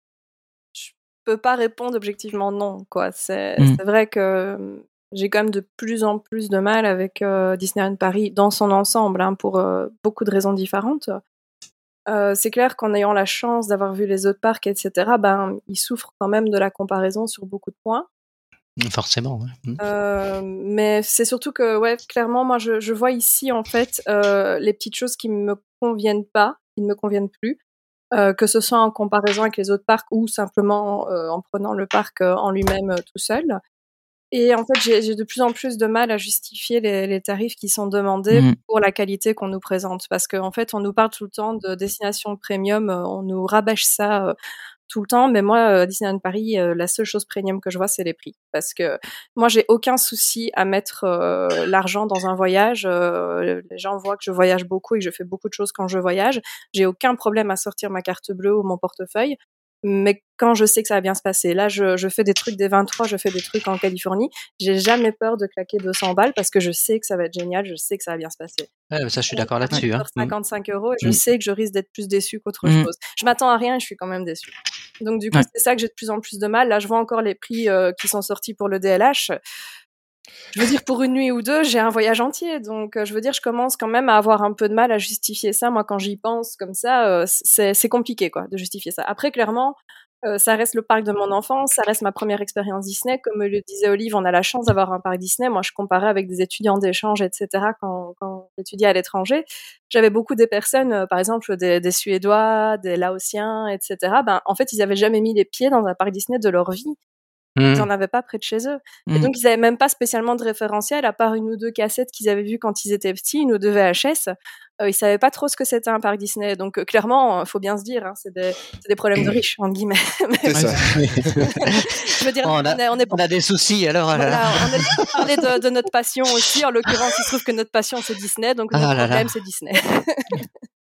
S9: Je peux pas répondre objectivement non, quoi. C'est
S8: Mm.
S9: c'est vrai que euh, j'ai quand même de plus en plus de mal avec euh, Disneyland Paris dans son ensemble, hein, pour euh, beaucoup de raisons différentes. Euh, c'est clair qu'en ayant la chance d'avoir vu les autres parcs, et cetera, ben, ils souffrent quand même de la comparaison sur beaucoup de points.
S7: Forcément, ouais. Mm.
S9: Euh, mais c'est surtout que, ouais, clairement, moi, je, je vois ici, en fait, euh, les petites choses qui me conviennent pas, qui ne me conviennent plus, euh, que ce soit en comparaison avec les autres parcs ou simplement euh, en prenant le parc euh, en lui-même euh, tout seul. Et en fait, j'ai, j'ai de plus en plus de mal à justifier les, les tarifs qui sont demandés
S8: Mm.
S9: pour la qualité qu'on nous présente. Parce qu'en fait, on nous parle tout le temps de destination premium, euh, on nous rabâche ça euh, tout le temps. Mais moi, euh, Disneyland Paris, euh, la seule chose premium que je vois, c'est les prix. Parce que moi, j'ai aucun souci à mettre euh, l'argent dans un voyage. Euh, les gens voient que je voyage beaucoup et que je fais beaucoup de choses quand je voyage. J'ai aucun problème à sortir ma carte bleue ou mon portefeuille. Mais quand je sais que ça va bien se passer, là, je, je fais des trucs des vingt-trois, je fais des trucs en Californie. J'ai jamais peur de claquer deux cents balles parce que je sais que ça va être génial, je sais que ça va bien se passer.
S7: Ouais, ça, je suis d'accord là-dessus. Hein. Mm.
S9: cinquante-cinq euros et je
S8: Mm.
S9: sais que je risque d'être plus déçue qu'autre
S8: Mm.
S9: chose. Je m'attends à rien et je suis quand même déçue. Donc du coup,
S8: Ouais.
S9: c'est ça que j'ai de plus en plus de mal. Là, je vois encore les prix euh, qui sont sortis pour le D L H. Je veux dire, pour une nuit ou deux, j'ai un voyage entier. Donc, euh, je veux dire, je commence quand même à avoir un peu de mal à justifier ça. Moi, quand j'y pense comme ça, euh, c'est, c'est compliqué, quoi, de justifier ça. Après, clairement, euh, ça reste le parc de mon enfance, ça reste ma première expérience Disney. Comme le disait Olive, on a la chance d'avoir un parc Disney. Moi, je comparais avec des étudiants d'échange, et cetera, quand, quand j'étudiais à l'étranger. J'avais beaucoup des personnes, euh, par exemple, des, des Suédois, des Laotiens, et cetera. Ben, en fait, ils avaient jamais mis les pieds dans un parc Disney de leur vie. Ils en
S7: Mm.
S9: avaient pas près de chez eux.
S8: Mm.
S9: Et donc, ils avaient même pas spécialement de référentiel, à part une ou deux cassettes qu'ils avaient vues quand ils étaient petits, une ou deux V H S. Euh, ils savaient pas trop ce que c'était un parc Disney. Donc, euh, clairement, euh, faut bien se dire, hein, c'est des, c'est des problèmes de riches, entre guillemets.
S1: C'est
S9: Mais,
S1: ça.
S9: je veux dire,
S7: Oh, on,
S9: on
S7: a,
S9: est, on est
S7: on a des soucis alors.
S9: voilà,
S7: là.
S9: on est pour parler de, de notre passion aussi. En l'occurrence, il se trouve que notre passion, c'est Disney. Donc,
S7: Ah
S9: notre
S7: là là.
S9: problème, c'est Disney.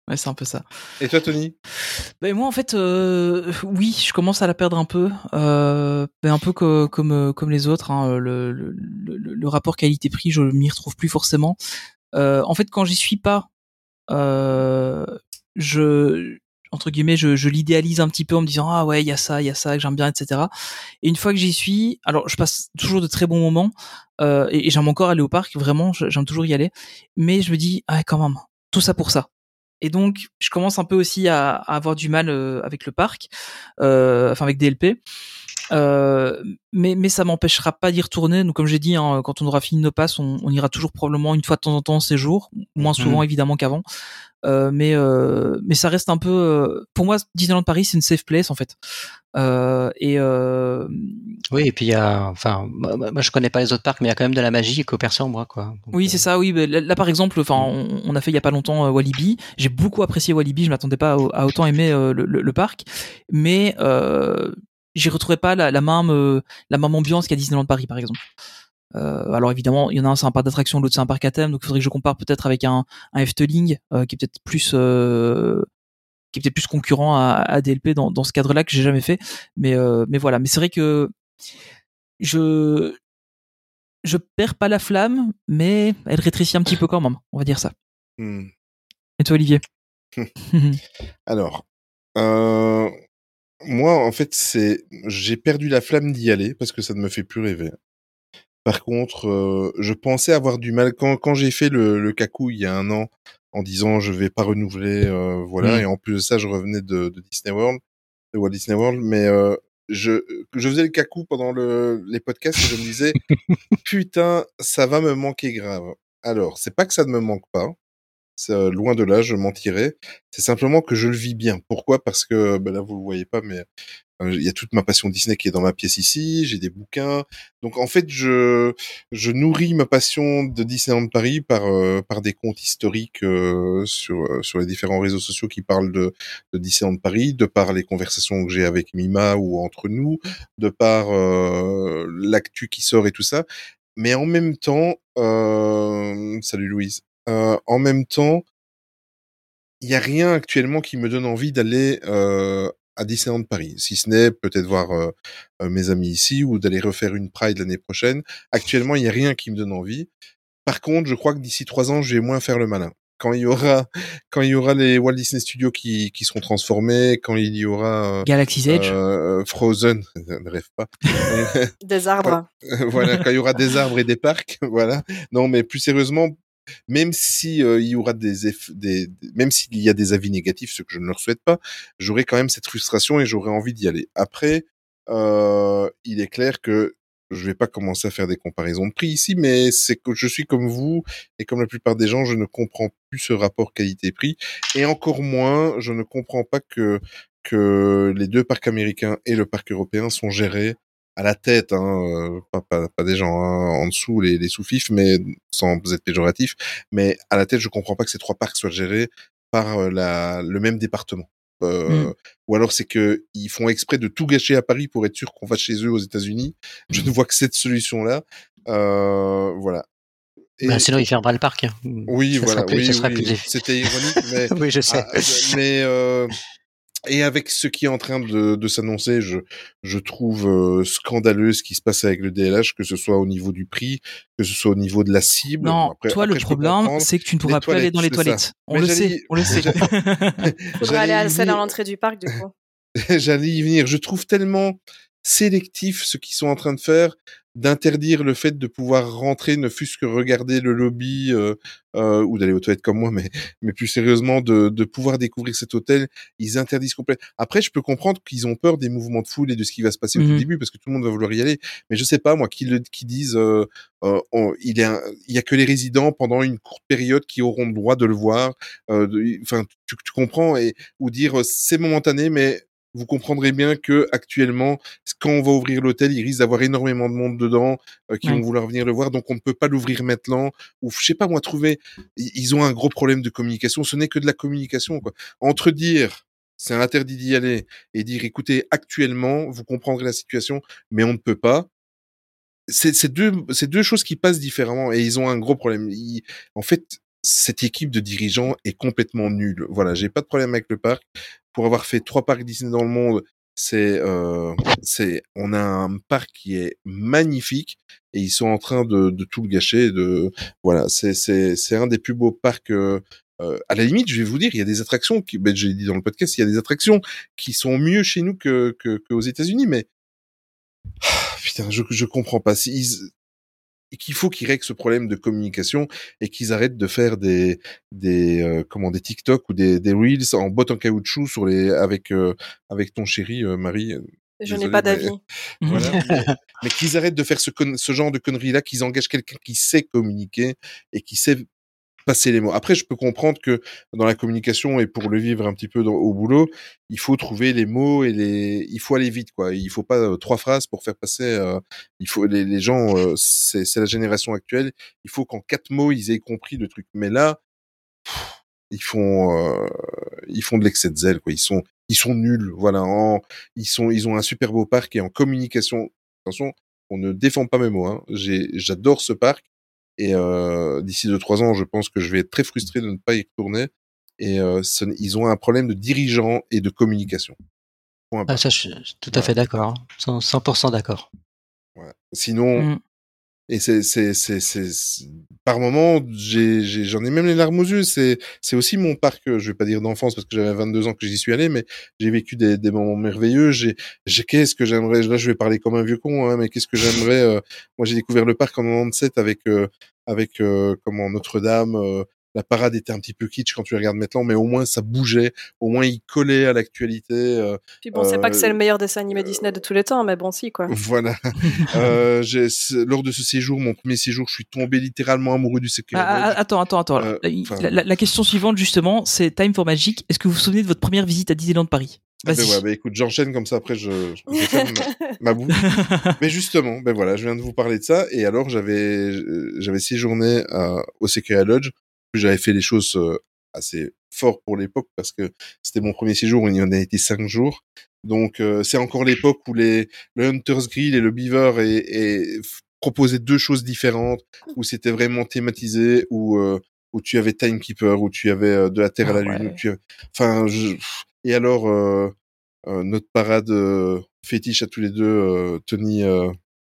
S8: Ouais, c'est un peu ça.
S1: Et toi, Tony?
S8: Ben moi, en fait, euh, oui, je commence à la perdre un peu, euh, ben un peu que, comme euh, comme les autres. Hein, le, le, le, le rapport qualité-prix, je m'y retrouve plus forcément. Euh, en fait, quand j'y suis pas, euh, je entre guillemets, je, je l'idéalise un petit peu en me disant ah ouais, il y a ça, il y a ça que j'aime bien, et cetera. Et une fois que j'y suis, alors je passe toujours de très bons moments euh, et, et j'aime encore aller au parc, vraiment, j'aime toujours y aller. Mais je me dis ah quand même, tout ça pour ça. Et donc, je commence un peu aussi à, à avoir du mal euh, avec le parc, euh, enfin avec D L P. Euh, mais, mais ça m'empêchera pas d'y retourner. Donc, comme j'ai dit, hein, quand on aura fini nos passes, on, on ira toujours probablement une fois de temps en temps en séjour, moins souvent
S7: Mmh.
S8: évidemment qu'avant. Euh, mais euh, mais ça reste un peu. Euh, pour moi, Disneyland Paris, c'est une safe place en fait. Euh, et euh,
S7: Oui, et puis il y a, enfin, moi, moi, je connais pas les autres parcs, mais il y a quand même de la magie qu'au Persambre, quoi. Donc,
S8: oui,
S7: euh,
S8: c'est ça. Oui, là, là, par exemple, enfin, on, on a fait il y a pas longtemps euh, Walibi. J'ai beaucoup apprécié Walibi. Je m'attendais pas à, à autant aimer euh, le, le, le parc, mais euh, j'y retrouverai pas la, la même euh, la même ambiance qu'à Disneyland Paris, par exemple. Euh, alors évidemment, il y en a un c'est un parc d'attraction, l'autre c'est un parc à thème, donc il faudrait que je compare peut-être avec un, un Efteling euh, qui est peut-être plus euh, qui est peut-être plus concurrent à, à D L P dans, dans ce cadre-là que j'ai jamais fait. Mais euh, mais voilà, mais c'est vrai que je je perds pas la flamme, mais elle rétrécit un petit peu quand même, on va dire ça.
S1: Hmm.
S8: Et toi, Olivier?
S1: Alors, euh, moi, en fait, c'est j'ai perdu la flamme d'y aller parce que ça ne me fait plus rêver. Par contre, euh, je pensais avoir du mal quand quand j'ai fait le, le cacou il y a un an en disant je vais pas renouveler, euh, voilà.
S7: Mm.
S1: Et en plus de ça, je revenais de, de Disney World, de Walt Disney World, mais euh, je je faisais le cacou pendant le les podcasts et je me disais putain, ça va me manquer grave. Alors, c'est pas que ça ne me manque pas. C'est, euh, loin de là, je mentirais. C'est simplement que je le vis bien. Pourquoi? Parce que, ben là, vous le voyez pas, mais euh, il y a toute ma passion Disney qui est dans ma pièce ici. J'ai des bouquins. Donc, en fait, je, je nourris ma passion de Disneyland Paris par, euh, par des comptes historiques euh, sur, euh, sur les différents réseaux sociaux qui parlent de, de Disneyland Paris, de par les conversations que j'ai avec Mima ou entre nous, de par euh, l'actu qui sort et tout ça. Mais en même temps, euh... salut Louise. Euh, en même temps, il y a rien actuellement qui me donne envie d'aller euh, à Disneyland Paris, si ce n'est peut-être voir euh, euh, mes amis ici ou d'aller refaire une Pride l'année prochaine. Actuellement, il y a rien qui me donne envie. Par contre, je crois que d'ici trois ans, je vais moins faire le malin. Quand il y aura, quand il y aura les Walt Disney Studios qui qui seront transformés, quand il y aura euh,
S8: Galaxy's Edge.
S1: euh, Frozen, ne rêve pas.
S9: Des arbres.
S1: Voilà, quand il y aura des arbres et des parcs, voilà. Non, mais plus sérieusement, même si euh, il y aura des, eff- des, des- même s'il y a des avis négatifs, ce que je ne leur souhaite pas, j'aurai quand même cette frustration et j'aurai envie d'y aller. Après, euh, il est clair que je vais pas commencer à faire des comparaisons de prix ici, mais c'est que je suis comme vous et comme la plupart des gens, je ne comprends plus ce rapport qualité-prix et encore moins, je ne comprends pas que que les deux parcs américains et le parc européen sont gérés à la tête, hein, euh, pas, pas, pas des gens hein, en dessous, les, les sous-fifs, mais sans être péjoratif, mais à la tête, je comprends pas que ces trois parcs soient gérés par euh, la, le même département. Euh,
S8: Mm.
S1: Ou alors c'est que ils font exprès de tout gâcher à Paris pour être sûr qu'on va chez eux aux États-Unis. Je ne vois que cette solution-là. Euh, voilà. Et
S7: Ben, sinon, il fermera le parc. Hein.
S1: oui,
S7: Ça
S1: voilà,
S7: sera plus,
S1: oui,
S7: ça sera
S1: oui,
S7: plus.
S1: c'était ironique, mais
S7: Oui, je sais.
S1: ah, mais euh, et avec ce qui est en train de, de s'annoncer, je, je trouve euh, scandaleux ce qui se passe avec le D L H, que ce soit au niveau du prix, que ce soit au niveau de la cible.
S8: Non,
S1: Bon, après,
S8: toi,
S1: après,
S8: le
S1: je peux
S8: problème,
S1: comprendre.
S8: c'est que tu ne pourras
S1: Les
S8: plus aller dans les
S1: c'est ça.
S8: toilettes. On
S1: Mais
S8: le
S1: j'allais
S8: sait,
S1: y-
S8: on le sait.
S9: Faudra aller
S1: J'allais
S9: à
S1: y
S9: la scène à
S1: venir.
S9: l'entrée du parc, du coup.
S1: J'allais y venir. Je trouve tellement sélectif ce qu'ils sont en train de faire, d'interdire le fait de pouvoir rentrer, ne fût-ce que regarder le lobby euh, euh, ou d'aller aux toilettes comme moi, mais mais plus sérieusement de de pouvoir découvrir cet hôtel. Ils interdisent complètement. Après, je peux comprendre qu'ils ont peur des mouvements de foule et de ce qui va se passer au tout
S8: Mhm.
S1: début, parce que tout le monde va vouloir y aller. Mais je sais pas moi, qui le qui disent, euh, euh, on- il est, un- il y a que les résidents pendant une courte période qui auront le droit de le voir. Euh, de- Enfin, tu, tu comprends et ou dire euh, c'est momentané, mais vous comprendrez bien que actuellement, quand on va ouvrir l'hôtel, il risque d'avoir énormément de monde dedans euh, qui
S8: Ouais.
S1: vont vouloir venir le voir, donc on ne peut pas l'ouvrir maintenant. Ou je sais pas moi, trouver. i- Ils ont un gros problème de communication. Ce n'est que de la communication, quoi. Entre dire c'est interdit d'y aller et dire écoutez actuellement, vous comprendrez la situation, mais on ne peut pas. C'est c'est deux c'est deux choses qui passent différemment et ils ont un gros problème. Ils- en fait, cette équipe de dirigeants est complètement nulle. Voilà, j'ai pas de problème avec le parc. Pour avoir fait trois parcs Disney dans le monde, c'est, euh, c'est, on a un parc qui est magnifique et ils sont en train de, de tout le gâcher. De, voilà, c'est, c'est, c'est un des plus beaux parcs. Euh, euh, à la limite, je vais vous dire, il y a des attractions qui, ben, j'ai dit dans le podcast, il y a des attractions qui sont mieux chez nous que, que, qu'aux États-Unis, mais ah, putain, je, je comprends pas. Ils, et qu'il faut qu'ils règlent ce problème de communication et qu'ils arrêtent de faire des des euh, comment des TikTok ou des des reels en bottes en caoutchouc sur les avec euh, avec ton chéri euh, Marie.
S9: Je
S1: Désolé,
S9: n'ai pas
S1: mais-
S9: d'avis.
S1: Voilà, mais, mais qu'ils arrêtent de faire ce con- ce genre de conneries là, qu'ils engagent quelqu'un qui sait communiquer et qui sait passer les mots. Après, je peux comprendre que dans la communication et pour le vivre un petit peu dans, au boulot, il faut trouver les mots et les, il faut aller vite, quoi. Il faut pas euh, trois phrases pour faire passer. Euh, il faut les, les gens, euh, c'est, c'est la génération actuelle. Il faut qu'en quatre mots ils aient compris le truc. Mais là, pff, ils font, euh, ils font de l'excès de zèle, quoi. Ils sont, ils sont nuls. Voilà. En, ils sont, ils ont un super beau parc et en communication. Attention, on ne défend pas mes mots. Hein. J'ai, j'adore ce parc. Et euh, d'ici deux trois ans, je pense que je vais être très frustré de ne pas y retourner. Et euh, ce, ils ont un problème de dirigeants et de communication. Point
S7: Ah,
S1: barre.
S7: ça, je suis tout à
S1: Voilà.
S7: fait d'accord. hein. cent- cent pour cent d'accord.
S1: Ouais. Sinon,
S8: Mm.
S1: et c'est, c'est, c'est, c'est, c'est- par moment, j'ai, j'ai, j'en ai même les larmes aux yeux. C'est, c'est aussi mon parc, euh, je vais pas dire d'enfance parce que j'avais vingt-deux ans que j'y suis allé, mais j'ai vécu des, des moments merveilleux. J'ai, j'ai, qu'est-ce que j'aimerais, là, je vais parler comme un vieux con, hein, mais qu'est-ce que j'aimerais, euh, moi, j'ai découvert le parc en quatre-vingt-dix-sept avec, euh, avec, euh, comment, Notre-Dame, euh, la parade était un petit peu kitsch quand tu regardes maintenant, mais au moins ça bougeait, au moins il collait à l'actualité. euh,
S9: Puis bon, c'est pas que
S1: euh,
S9: c'est le meilleur dessin animé Disney de tous les temps, mais bon, si, quoi.
S1: Voilà. euh, j'ai, c- lors de ce séjour, mon premier séjour, je suis tombé littéralement amoureux du Secret
S8: Ah, ah,
S1: Lodge.
S8: attends, attends, attends.
S1: Euh,
S8: la,
S1: enfin-
S8: la- la- la question suivante, justement, c'est Time for Magic. Est-ce que vous vous souvenez de votre première visite à Disneyland Paris?
S1: Ah
S8: Vas-y.
S1: ben ouais, ben écoute, j'enchaîne comme ça, après je, je ferme ma, ma bouche. Mais justement, ben voilà, je viens de vous parler de ça, et alors j'avais, euh, j'avais séjourné euh, au Secret Lodge, j'avais fait les choses euh, assez fort pour l'époque, parce que c'était mon premier séjour, où il y en a été cinq jours, donc euh, c'est encore l'époque où les, le Hunter's Grill et le Beaver et, et f- proposaient deux choses différentes, où c'était vraiment thématisé, où, euh, où tu avais Timekeeper, où tu avais euh, de la Terre à la
S8: Ah
S1: Lune,
S8: ouais.
S1: où tu avais... Enfin, je... Et alors... Euh, euh, notre parade euh, fétiche à tous les deux, euh, Tony, euh,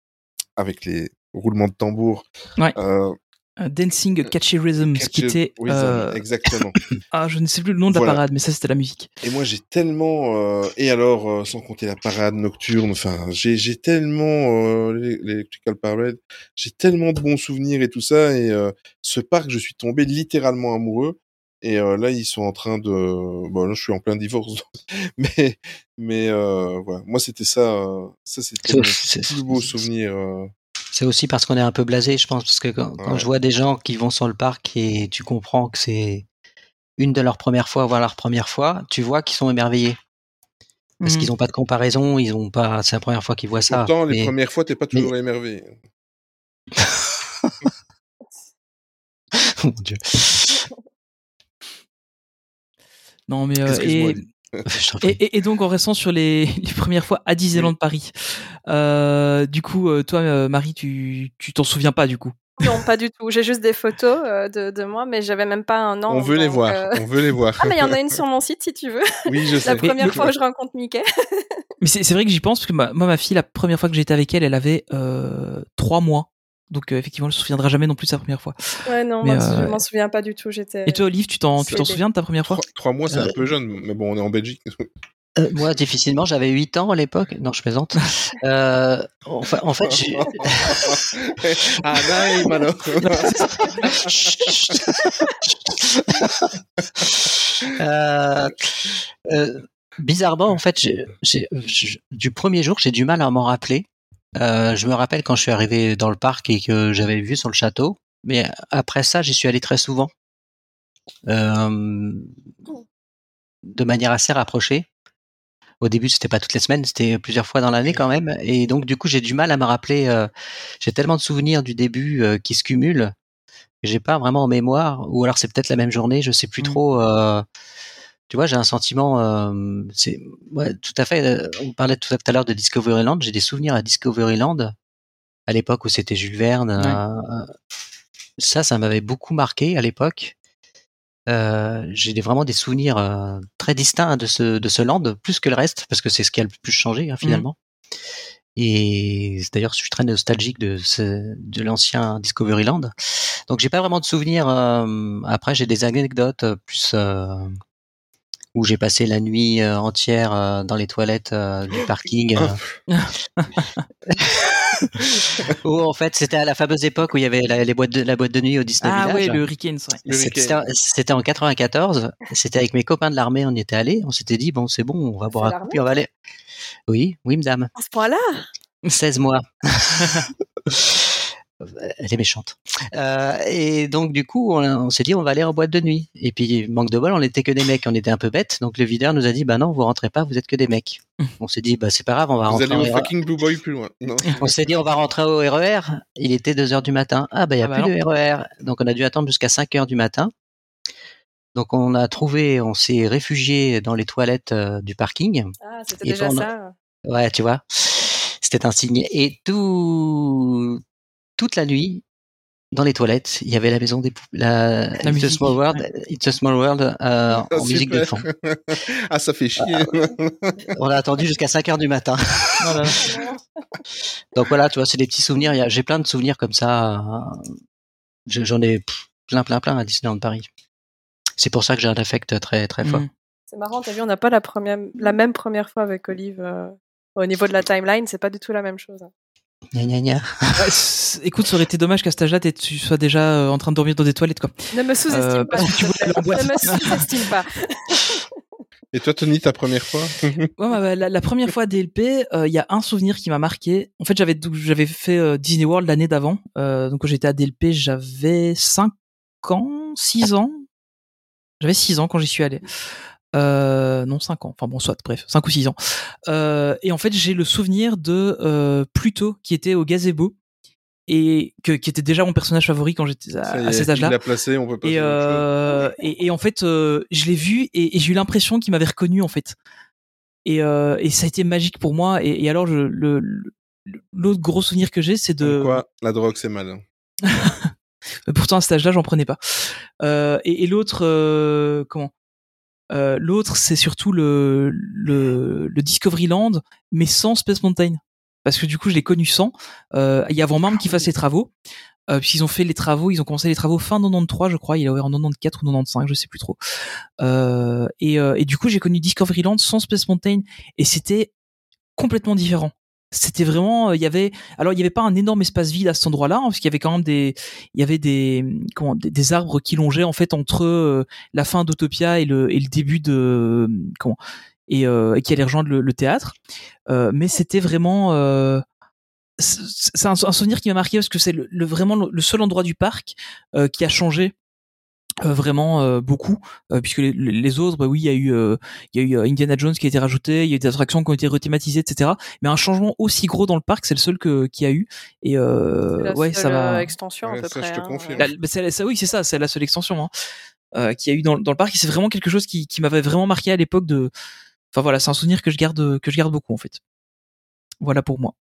S1: avec les roulements de tambour.
S8: Ouais.
S1: Euh,
S8: Euh, Dancing Catchy Rhythms, qui
S1: Catchy
S8: était.
S1: Rhythm,
S8: euh,
S1: exactement.
S8: Ah, je ne sais plus le nom de
S1: Voilà.
S8: la parade, mais ça, c'était la musique.
S1: Et moi, j'ai tellement... Euh, et alors, euh, sans compter la parade nocturne, enfin, j'ai, j'ai tellement... Euh, l'E- L'Electrical Parade, j'ai tellement de bons souvenirs et tout ça. Et euh, ce parc, je suis tombé littéralement amoureux. Et euh, là, ils sont en train de... Bon, là, je suis en plein divorce. mais mais euh, voilà. Moi, c'était ça. Euh, ça, c'était
S7: C'est-
S1: mon
S7: c'est-
S1: plus beau
S7: c'est-
S1: souvenir. Euh,
S7: C'est aussi parce qu'on est un peu blasé, je pense, parce que quand, quand
S1: Ouais.
S7: je vois des gens qui vont sur le parc et tu comprends que c'est une de leurs premières fois, voire leur première fois, tu vois qu'ils sont émerveillés. Parce
S8: Mhm.
S7: qu'ils n'ont pas de comparaison, ils ont pas, c'est la première fois qu'ils voient ça.
S1: Pourtant, les
S7: Mais-
S1: premières fois, t'es pas toujours émerveillé.
S7: Mon Dieu.
S8: Non, mais. euh,
S1: Excuse-moi,
S8: et...
S1: Lee.
S7: Je t'en prie.
S8: Et, et, et donc en restant sur les, les premières fois à Disneyland Paris, euh, du coup, euh, toi, euh, Marie, tu tu t'en souviens pas du coup?
S9: Non, pas du tout. J'ai juste des photos euh, de, de moi, mais j'avais même pas un an.
S1: On veut les
S9: donc,
S1: voir.
S9: euh,
S1: On veut les voir.
S9: Ah, mais il y en a une sur mon site si tu veux.
S1: Oui, je sais.
S9: La première
S8: mais-
S9: fois où je rencontre Mickey.
S8: Mais c'est c'est vrai que j'y pense parce que ma, moi, ma fille, la première fois que j'étais avec elle, elle avait euh, trois mois. Donc euh, effectivement, elle se souviendra jamais non plus de sa première fois.
S9: Ouais, non,
S8: Mais,
S9: moi,
S8: euh,
S9: je m'en souviens pas du tout. J'étais.
S8: Et toi, Olive, tu t'en tu
S9: c'est
S8: t'en
S9: des-
S8: souviens de ta première fois?
S1: Trois, trois mois, c'est un peu jeune, mais bon, on est en Belgique.
S7: Euh, moi, difficilement, j'avais huit ans à l'époque. Non, je plaisante. Euh, enfin, en fait, j'ai...
S1: ah, naïm, alors.
S7: Euh, euh, bizarrement, en fait, j'ai, j'ai, je- du premier jour, j'ai du mal à m'en rappeler. Euh, je me rappelle quand je suis arrivé dans le parc et que j'avais vu sur le château, mais après ça, j'y suis allé très souvent, euh, de manière assez rapprochée. Au début, c'était pas toutes les semaines, c'était plusieurs fois dans l'année quand même, et donc du coup, j'ai du mal à me rappeler. Euh, j'ai tellement de souvenirs du début euh, qui se cumulent que j'ai pas vraiment en mémoire, ou alors c'est peut-être la même journée, je sais plus
S8: Mm.
S7: trop. Euh, tu vois, j'ai un sentiment. Euh, c'est ouais, tout à fait. euh, on parlait tout à l'heure de Discoveryland. J'ai des souvenirs à Discoveryland à l'époque où c'était Jules Verne.
S8: Ouais.
S7: Euh, ça, ça m'avait beaucoup marqué à l'époque. Euh, j'ai des, vraiment des souvenirs euh, très distincts de ce de ce land, plus que le reste, parce que c'est ce qui a le plus changé hein, finalement. Mmh. Et d'ailleurs, je suis très nostalgique de ce, de l'ancien Discoveryland. Donc, j'ai pas vraiment de souvenirs. Euh, après, j'ai des anecdotes plus euh, où j'ai passé la nuit euh, entière euh, dans les toilettes euh, du parking. Euh. Où en fait, c'était à la fameuse époque où il y avait la, les boîtes de, la boîte de nuit au Disney
S8: ah,
S7: Village.
S8: Ah ouais, le Hurricane, ouais.
S7: Le c'était, c'était en quatre-vingt-quatorze. C'était avec mes copains de l'armée. On y était allés. On s'était dit bon, c'est bon, on va boire un coup puis on va aller. Oui, oui, madame.
S9: À ce point-là.
S7: seize mois. Elle est méchante. Euh, et donc, du coup, on, on s'est dit, on va aller en boîte de nuit. Et puis, manque de bol, on n'était que des mecs. On était un peu bêtes. Donc, le videur nous a dit, bah non, vous rentrez pas, vous êtes que des mecs. On s'est dit, bah c'est pas grave, on va
S1: vous
S7: rentrer.
S1: Vous allez au fucking Blue Boy plus loin. Non.
S7: On s'est dit, on va rentrer au R E R. Il était deux heures du matin. Ah, bah, il n'y a ah, plus bah de R E R. Donc, on a dû attendre jusqu'à cinq heures du matin. Donc, on a trouvé, on s'est réfugié dans les toilettes euh, du parking.
S9: Ah, c'était et déjà on... ça.
S7: Ouais, tu vois. C'était un signe. Et tout, toute la nuit, dans les toilettes, il y avait la maison des poupées, la, la It's musique. a Small World, ouais. It's a Small World euh, ah, en super. musique de fond.
S1: Ah, ça fait chier.
S7: On a attendu jusqu'à cinq heures du matin. Voilà. Donc voilà, tu vois, c'est des petits souvenirs. J'ai plein de souvenirs comme ça. J'en ai plein, plein, plein à Disneyland Paris. C'est pour ça que j'ai un affect très, très fort. Mmh.
S9: C'est marrant, t'as vu, on n'a pas la première, la même première fois avec Olive. Euh, au niveau de la timeline, c'est pas du tout la même chose.
S7: Gna gna gna.
S8: Ouais, écoute, ça aurait été dommage qu'à cet âge-là, tu sois déjà euh, en train de dormir dans des toilettes, quoi.
S9: Ne me sous-estime euh, pas. Tu ne me sous-estime pas.
S1: Et toi, Tony, ta première fois?
S8: Ouais, bah, la, la première fois à D L P, il euh, y a un souvenir qui m'a marqué. En fait, j'avais j'avais fait euh, Disney World l'année d'avant. Euh, donc, quand j'étais à D L P, j'avais cinq ans, six ans. J'avais six ans quand j'y suis allé. Euh, non, cinq ans. Enfin bon, soit, bref, cinq ou six ans. Euh, et en fait, j'ai le souvenir de euh, Pluto qui était au gazebo et que, qui était déjà mon personnage favori quand j'étais à, à cet âge-là.
S1: Il l'a placé, on peut pas.
S8: Et, euh, et, et en fait, euh, je l'ai vu et, et j'ai eu l'impression qu'il m'avait reconnu en fait. Et, euh, et ça a été magique pour moi. Et, et alors, je, le, le, l'autre gros souvenir que j'ai, c'est de.
S1: Quoi, la drogue, c'est mal.
S8: Pourtant, à cet âge-là, j'en prenais pas. Euh, et, et l'autre, euh, comment euh, l'autre, c'est surtout le, le, le Discoveryland, mais sans Space Mountain. Parce que du coup, je l'ai connu sans. Euh, et avant même qu'ils fassent les travaux, euh, puisqu'ils ont fait les travaux, ils ont commencé les travaux fin quatre-vingt-treize, je crois. Il a ouvert en quatre-vingt-quatorze ou quatre-vingt-quinze, je sais plus trop. Euh, et, euh, et du coup, j'ai connu Discoveryland sans Space Mountain, et c'était complètement différent. C'était vraiment, il y avait, alors il y avait pas un énorme espace vide à cet endroit-là, hein, parce qu'il y avait quand même des, il y avait des, comment, des, des arbres qui longeaient en fait entre euh, la fin d'Autopia et le et le début de, comment, et, euh, et qui allait rejoindre le, le théâtre. Euh, mais c'était vraiment, euh, c'est un, un souvenir qui m'a marqué parce que c'est le, le vraiment le seul endroit du parc euh, qui a changé. Euh, vraiment euh, beaucoup euh, puisque les, les autres bah oui il y a eu euh, il y a eu euh, Indiana Jones qui a été rajouté, il y a eu des attractions qui ont été rethématisées, etc. Mais un changement aussi gros dans le parc, c'est le seul que qui a eu. Et euh, ouais, ça va.
S9: Extension à
S1: ouais,
S9: peu
S1: ça,
S9: près.
S1: Je te
S9: hein,
S1: confirme.
S8: La, bah, c'est, ça, oui, c'est ça, c'est la seule extension hein, euh, qu'il y a eu dans, dans le parc. Et c'est vraiment quelque chose qui, qui m'avait vraiment marqué à l'époque de. Enfin voilà, c'est un souvenir que je garde que je garde beaucoup en fait. Voilà pour moi.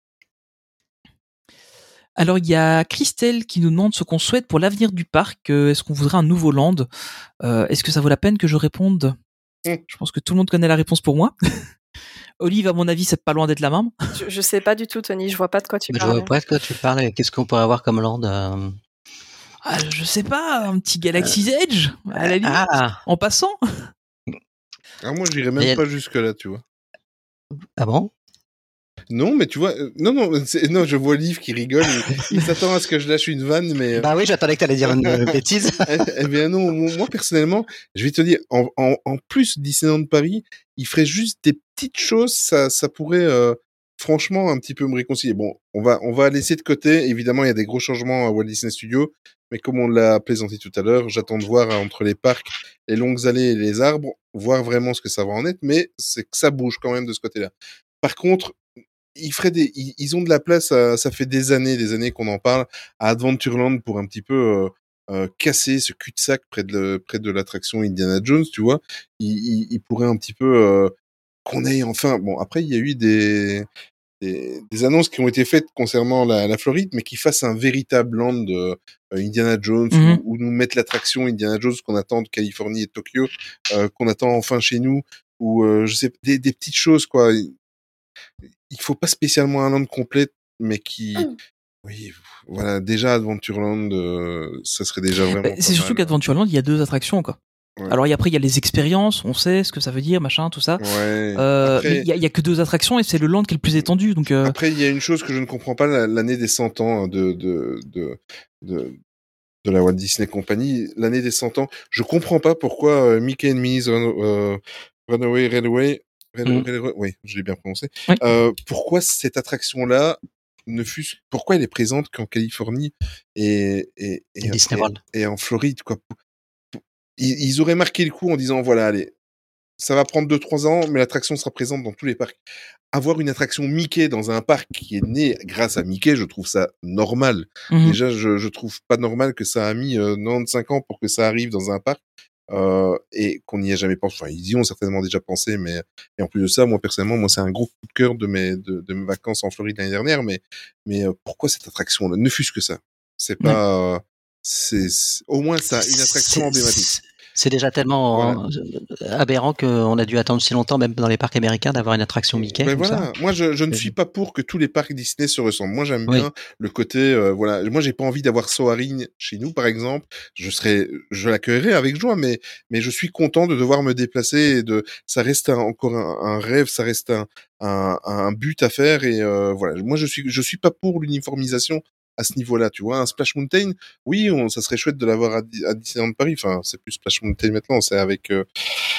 S8: Alors, il y a Christelle qui nous demande ce qu'on souhaite pour l'avenir du parc. Euh, est-ce qu'on voudrait un nouveau land ? euh, Est-ce que ça vaut la peine que je réponde ? mmh. Je pense que tout le monde connaît la réponse pour moi. Olive, à mon avis, c'est pas loin d'être la même.
S9: Je, je sais pas du tout, Tony. Je vois pas de quoi tu
S7: Mais
S9: parles.
S7: Je vois pas de quoi tu parles. Qu'est-ce qu'on pourrait avoir comme land euh...
S8: ah, Je sais pas, un petit Galaxy's euh... Edge, à la limite,
S7: ah.
S8: en passant.
S1: Ah, moi, j'irais même a... pas jusque-là, tu vois.
S7: Ah bon ?
S1: Non, mais tu vois, euh, non, non, non, je vois Liv qui rigole. Il, il s'attend à ce que je lâche une vanne, mais.
S7: Bah oui, j'attendais que t'allais dire une euh, bêtise.
S1: eh, eh bien non, moi personnellement, je vais te dire, en, en, en plus Disneyland Paris, il ferait juste des petites choses, ça, ça pourrait, euh, franchement, un petit peu me réconcilier. Bon, on va, on va laisser de côté. Évidemment, il y a des gros changements à Walt Disney Studios, mais comme on l'a plaisanté tout à l'heure, j'attends de voir hein, entre les parcs, les longues allées et les arbres, voir vraiment ce que ça va en être. Mais c'est que ça bouge quand même de ce côté-là. Par contre. Ils feraient des, ils, ils ont de la place. À, ça fait des années, des années qu'on en parle à Adventureland pour un petit peu euh, euh, casser ce cul-de-sac près de le, près de l'attraction Indiana Jones. Tu vois, ils, ils, ils pourraient un petit peu euh, qu'on ait enfin. Bon, après il y a eu des des, des annonces qui ont été faites concernant la, la Floride, mais qui fassent un véritable land de euh, Indiana Jones,
S8: Mhm.
S1: ou, ou nous mettre l'attraction Indiana Jones qu'on attend de Californie et de Tokyo, euh, qu'on attend enfin chez nous, ou euh, je sais des, des petites choses quoi. Il faut pas spécialement un land complet, mais qui, oui, voilà, déjà Adventureland, euh, ça serait déjà vraiment.
S8: Bah,
S1: pas
S8: c'est surtout
S1: mal.
S8: qu'Adventureland, il y a deux attractions, quoi.
S1: Ouais.
S8: Alors, et après, il y a les expériences, on sait ce que ça veut dire, machin, tout ça.
S1: Ouais.
S8: Euh,
S1: Après-
S8: mais il y, a- il y a que deux attractions et c'est le land qui est le plus étendu, donc. Euh...
S1: Après, il y a une chose que je ne comprends pas, la- l'année des cent ans de, de, de, de, de la Walt Disney Company, l'année des cent ans, je comprends pas pourquoi euh, Mickey and Minnie's Run, euh, Runaway Railway, Rail-
S8: Mm.
S1: Railway- oui, je l'ai bien prononcé,
S8: Oui.
S1: euh, pourquoi cette attraction-là ne fût, pourquoi elle est présente qu'en Californie et, et, et,
S7: Et Disney
S1: et-
S7: World.
S1: et en Floride, quoi. Ils, ils auraient marqué le coup en disant, voilà, allez, ça va prendre deux trois ans, mais l'attraction sera présente dans tous les parcs. Avoir une attraction Mickey dans un parc qui est né grâce à Mickey, je trouve ça normal.
S8: Mhm.
S1: Déjà, je, je trouve pas normal que ça a mis euh, quatre-vingt-quinze ans pour que ça arrive dans un parc euh, et qu'on n'y ait jamais pensé. Enfin, ils y ont certainement déjà pensé, mais et en plus de ça, moi personnellement, moi c'est un gros coup de cœur de mes de, de mes vacances en Floride l'année dernière. Mais mais euh, pourquoi cette attraction-là, ne fût-ce que ça, c'est pas, euh, c'est, c'est au moins ça, une attraction
S7: C'est-
S1: emblématique.
S7: c'est- C'est déjà tellement euh, aberrant qu'on a dû attendre si longtemps, même dans les parcs américains, d'avoir une attraction Mickey.
S1: Ben
S7: comme
S1: voilà,
S7: ça.
S1: moi je, je ne
S7: Euh,
S1: suis pas pour que tous les parcs Disney se ressemblent. Moi j'aime
S7: Oui.
S1: bien le côté, euh, voilà, moi j'ai pas envie d'avoir Soarin' chez nous par exemple. Je serais, je l'accueillerais avec joie, mais mais je suis content de devoir me déplacer et de, ça reste un- encore un, un rêve, ça reste un, un, un but à faire et euh, voilà. Moi je suis, je suis pas pour l'uniformisation à ce niveau-là, tu vois. Un Splash Mountain, oui, on, ça serait chouette de l'avoir à, Di- à Disneyland Paris. Enfin, c'est plus Splash Mountain maintenant, c'est avec euh,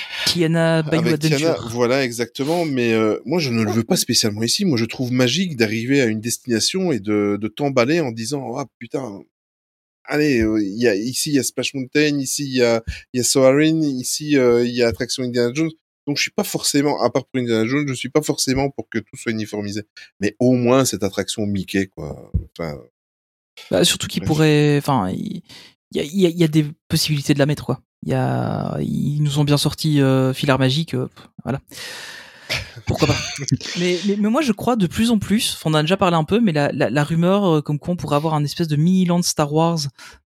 S8: Tiana Bayou
S1: avec Tiana,
S8: Adventure.
S1: voilà exactement. Mais euh, moi, je ne le veux pas spécialement ici. Moi, je trouve magique d'arriver à une destination et de, de t'emballer en disant, ah putain, allez, euh, il y a ici il y a Splash Mountain, ici il y a il y a Soarin', ici euh, il y a attraction Indiana Jones. Donc je suis pas forcément, à part pour Indiana Jones, je suis pas forcément pour que tout soit uniformisé. Mais au moins cette attraction Mickey, quoi. Enfin,
S8: Bah, surtout qu'il
S1: Bref.
S8: pourrait. Enfin, il il y a, il y a- il y a des possibilités de la mettre, quoi. Il y a, ils nous ont bien sorti euh, Filard Magique, euh, voilà. Pourquoi pas. mais, mais, mais moi, je crois de plus en plus, on en a déjà parlé un peu, mais la, la, la rumeur euh, comme quoi on pourrait avoir un espèce de mini-land Star Wars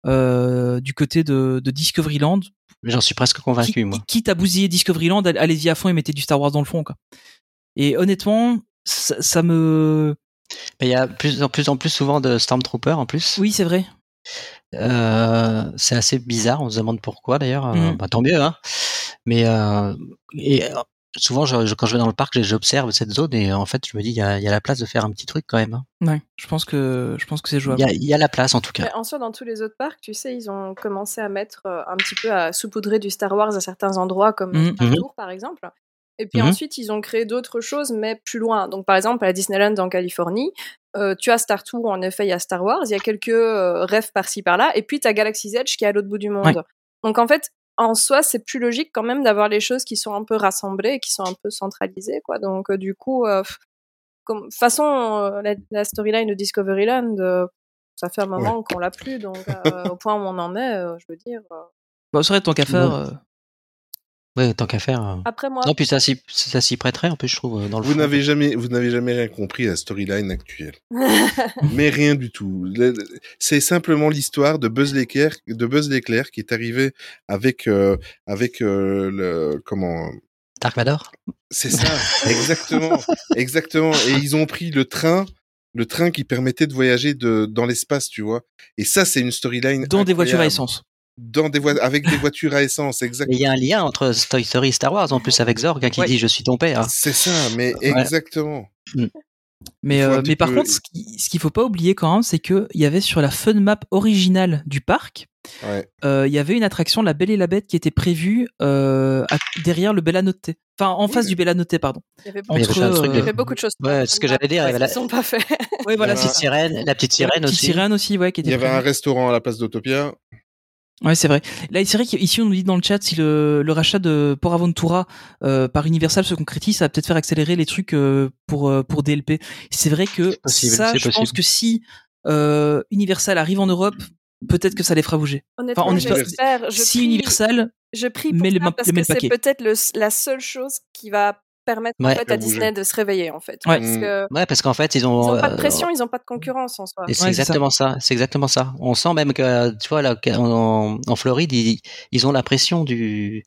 S8: euh, du côté de, de Discoveryland.
S7: Mais j'en suis presque convaincu,
S8: Qui-
S7: moi.
S8: Quitte à bousiller Discoveryland, all- allez-y à fond et mettez du Star Wars dans le fond, quoi. Et honnêtement, ça, ça me.
S7: Mais il y a plus en plus en plus souvent de Stormtroopers en plus.
S8: Oui, c'est vrai.
S7: Euh, c'est assez bizarre. On se demande pourquoi d'ailleurs. Euh,
S8: Mhm.
S7: bah, tant mieux, hein. Mais euh, et euh, souvent, je, je- quand je vais dans le parc, j'observe cette zone et en fait, je me dis, il y a, il y a la place de faire un petit truc quand même. hein.
S8: Ouais, je pense que je pense que c'est
S7: Il
S8: jouable.
S7: y a, il y a la place en tout cas.
S9: Mais en soi, dans tous les autres parcs, tu sais, ils ont commencé à mettre euh, un petit peu à saupoudrer du Star Wars à certains endroits, comme
S8: Mhm.
S9: Star
S7: Mhm.
S9: Tour par exemple. Et puis
S7: Mhm.
S9: ensuite, ils ont créé d'autres choses, mais plus loin. Donc, par exemple, à la Disneyland en Californie, euh, tu as Star Tour, où en effet, il y a Star Wars, il y a quelques euh, rêves par-ci par-là, et puis tu as Galaxy's Edge qui est à l'autre bout du monde.
S8: Ouais.
S9: Donc, en fait, en soi, c'est plus logique quand même d'avoir les choses qui sont un peu rassemblées et qui sont un peu centralisées, quoi. Donc, euh, du coup, euh, comme, de toute façon, euh, la, la storyline de Discoveryland, euh, ça fait un moment qu'on l'a plus, donc euh, au point où on en est, euh, je veux dire. euh.
S8: Bon, c'est vrai, tant qu'à faire.
S7: Ouais.
S8: euh,
S7: Ouais, tant qu'à faire. euh.
S9: Après moi,
S7: Non, puis ça s'y, ça s'y prêterait en plus, je trouve, euh, dans le
S1: vous
S7: fond.
S1: n'avez jamais, vous n'avez jamais rien compris à la storyline actuelle. Mais rien du tout. Le- le- C'est simplement l'histoire de Buzz l'éclair, de Buzz l'éclair qui est arrivé avec euh, avec euh, le comment.
S7: Dark Vador.
S1: C'est ça, exactement, exactement. Et ils ont pris le train, le train qui permettait de voyager de dans l'espace, tu vois. Et ça, c'est une storyline
S8: dans des voitures à
S1: incroyable.
S8: essence.
S1: Dans des voi- avec des voitures à essence,
S7: Mais
S1: exactement.
S7: il y a un lien entre Toy Story et Star Wars en plus avec Zorg hein, qui
S8: Ouais.
S7: dit je suis ton père.
S1: C'est ça, mais
S7: Ouais.
S1: exactement.
S8: Mais,
S1: Il faut un
S8: euh,
S1: petit
S8: mais par
S1: peu-
S8: contre, ce qui- ce qu'il faut pas oublier quand même, c'est qu'il y avait sur la fun map originale du parc,
S1: Ouais.
S8: euh, il y avait une attraction, la Belle et la Bête, qui était prévue euh, à- derrière le Bella Notte. Enfin, en
S1: Oui.
S8: face du Bella Notte, pardon.
S9: il y avait
S7: Il y avait
S8: Entre,
S7: ça, le truc
S9: Il y
S7: de-
S8: euh,
S9: avait beaucoup de choses.
S7: Ouais, c'est ce que j'allais dire, il y avait la-
S9: Ils sont pas faits.
S8: ouais, voilà,
S1: Il y
S7: La
S1: avait
S8: c'est
S7: petite sirène, la petite sirène
S8: la petite
S7: aussi.
S8: sirène aussi, ouais, qui
S1: Il
S8: était
S1: y avait un
S8: prévue.
S1: restaurant à la place d'Autopia.
S8: Ouais, c'est vrai. Là, c'est vrai qu'ici, on nous dit dans le chat, si le, le rachat de Port Aventura euh, par Universal se concrétise, ça va peut-être faire accélérer les trucs euh, pour, euh, pour D L P. C'est vrai que
S7: possible,
S8: ça,
S7: c'est
S8: je pense
S7: possible.
S8: que si euh, Universal arrive en Europe, peut-être que ça les fera bouger.
S9: Honnêtement,
S8: Enfin, on
S9: j'espère. Je
S8: si
S9: prie-
S8: Universal
S9: Je prie
S8: met
S9: pour
S8: le
S9: ça
S8: ma-
S9: parce
S8: met
S9: que
S8: le
S9: c'est
S8: paquet.
S9: peut-être le- la seule chose qui va permettre en
S7: Ouais.
S9: fait
S1: Faire
S9: à
S1: bouger.
S9: Disney de se réveiller en fait.
S8: Ouais.
S9: Parce
S1: Mm.
S9: que
S7: Ouais, parce qu'en fait, ils
S9: ils
S7: ont.
S9: ont pas de
S7: euh,
S9: pression, ils ont pas de concurrence en soi.
S7: Et c'est
S8: Ouais, c'est ça.
S7: exactement ça. C'est exactement ça. On sent même que, tu vois, là, en, en Floride, ils, ils ont la pression du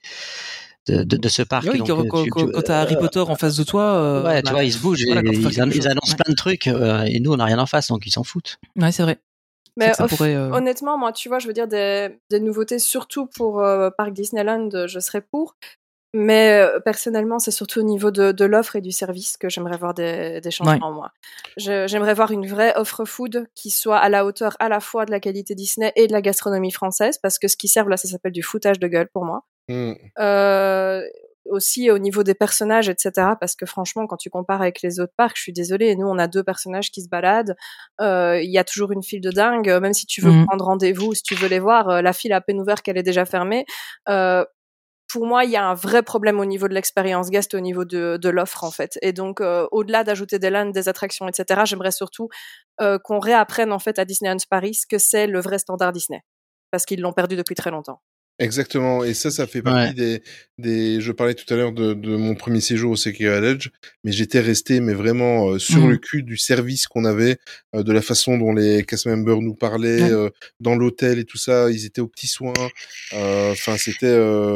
S7: de, de, de ce parc.
S8: Oui,
S7: Donc,
S8: quand,
S7: euh,
S8: quand,
S7: tu,
S8: quand,
S7: tu-
S8: quand t'as Harry Potter en face de toi, euh,
S7: ouais, tu
S8: bah,
S7: vois, ils se bougent,
S8: voilà,
S7: et
S8: quand faut faire
S7: ils,
S8: quelque
S7: an- ils
S8: chose.
S7: annoncent
S8: Ouais.
S7: plein de trucs, euh, et nous, on n'a rien en face, donc ils s'en foutent.
S8: Ouais, c'est vrai. C'est
S9: Mais
S8: que ça
S9: hon-
S8: pourrait. euh,
S9: honnêtement, moi, tu vois, je veux dire des, des nouveautés, surtout pour euh, Parc Disneyland, euh, je serais pour. Mais euh, personnellement, c'est surtout au niveau de, de l'offre et du service que j'aimerais voir des, des
S8: Ouais.
S9: changements, moi. Je- j'aimerais voir une vraie offre food qui soit à la hauteur à la fois de la qualité Disney et de la gastronomie française, parce que ce qu'ils servent là, ça s'appelle du foutage de gueule pour moi.
S1: Mm.
S9: Euh, aussi au niveau des personnages, et cetera. Parce que franchement, quand tu compares avec les autres parcs, je suis désolée, nous on a deux personnages qui se baladent. Euh, Il y a toujours une file de dingue. euh, Même si tu veux
S8: Mhm.
S9: prendre rendez-vous, si tu veux les voir, euh, la file a à peine ouvert qu'elle est déjà fermée. Euh, pour moi, il y a un vrai problème au niveau de l'expérience guest, au niveau de, de l'offre en fait. Et donc, euh, au-delà d'ajouter des lands, des attractions, et cetera, j'aimerais surtout euh, qu'on réapprenne en fait à Disneyland Paris ce que c'est le vrai standard Disney, parce qu'ils l'ont perdu depuis très longtemps.
S1: Exactement, et ça, ça fait partie
S7: Ouais.
S1: des, des. Je parlais tout à l'heure de, de mon premier séjour au Secret Lodge, mais j'étais resté, mais vraiment euh, sur
S8: Mhm.
S1: le cul du service qu'on avait, euh, de la façon dont les cast members nous parlaient,
S8: Ouais.
S1: euh, dans l'hôtel et tout ça. Ils étaient aux petits soins. Enfin, c'était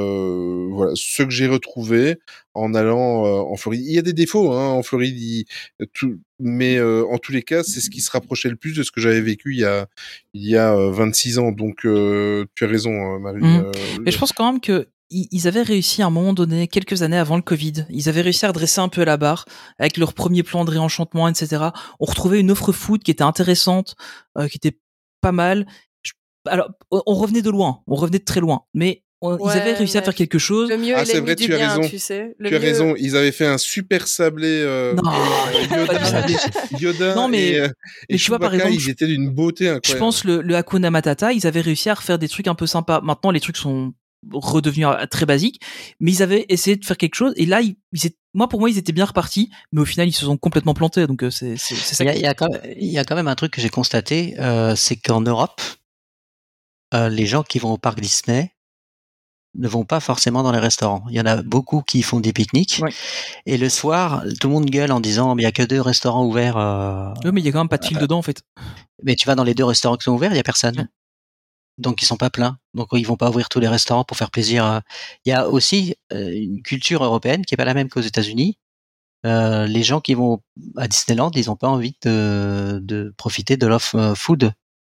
S1: euh, voilà ce que j'ai retrouvé en allant euh, en Floride. Il y a des défauts, hein, en Floride, il- tout, mais euh, en tous les cas, c'est ce qui se rapprochait le plus de ce que j'avais vécu il y a il y a euh, vingt-six ans. Donc, euh, tu as raison, euh, Marie.
S8: Mhm.
S1: euh,
S8: Mais je pense quand même que i- ils avaient réussi à un moment donné, quelques années avant le Covid, ils avaient réussi à redresser un peu la barre avec leur premier plan de réenchantement, et cetera. On retrouvait une offre food qui était intéressante, euh, qui était pas mal. Je- Alors, on on revenait de loin, on revenait de très loin, mais on- ils avaient
S9: Ouais,
S8: réussi à
S9: mais
S8: faire quelque chose.
S9: le mieux
S1: Ah,
S9: est
S1: c'est
S9: l'ennemi
S1: vrai,
S9: du
S1: tu as
S9: bien,
S1: raison.
S9: tu sais. Le
S1: Tu as
S9: mieux...
S1: raison, ils avaient fait un super sablé euh,
S8: Non,
S1: euh,
S8: pas du sablé.
S1: Yoda, Yoda
S8: Non, mais-
S1: et, euh, et
S8: mais tu vois, par
S1: Chewbacca,
S8: exemple,
S1: ils étaient d'une beauté
S8: Je
S1: incroyable.
S8: pense le, le Hakuna Matata, ils avaient réussi à refaire des trucs un peu sympas. Maintenant, les trucs sont redevenus euh, très basiques, mais ils avaient essayé de faire quelque chose. Et là, ils, ils étaient- moi, pour moi, ils étaient bien repartis, mais au final, ils se sont complètement plantés. Donc, euh, c'est c'est- c'est ça.
S7: Il y a,
S8: qui-
S7: il y a quand, il y a quand même un truc que j'ai constaté, euh, c'est qu'en Europe, euh, les gens qui vont au parc Disney ne vont pas forcément dans les restaurants. Il y en a beaucoup qui font des pique-niques.
S8: Ouais.
S7: Et le soir, tout le monde gueule en disant il y a que deux restaurants ouverts. euh,
S8: Ouais, mais il y a quand même pas de fil dedans, en fait.
S7: Mais tu vas dans les deux restaurants qui sont ouverts, il y a personne.
S8: Ouais.
S7: Donc ils sont pas pleins. Donc ils vont pas ouvrir tous les restaurants pour faire plaisir. à- Il y a aussi euh, une culture européenne qui est pas la même qu'aux États-Unis. Euh, les gens qui vont à Disneyland, ils ont pas envie de, de profiter de l'offre euh, food.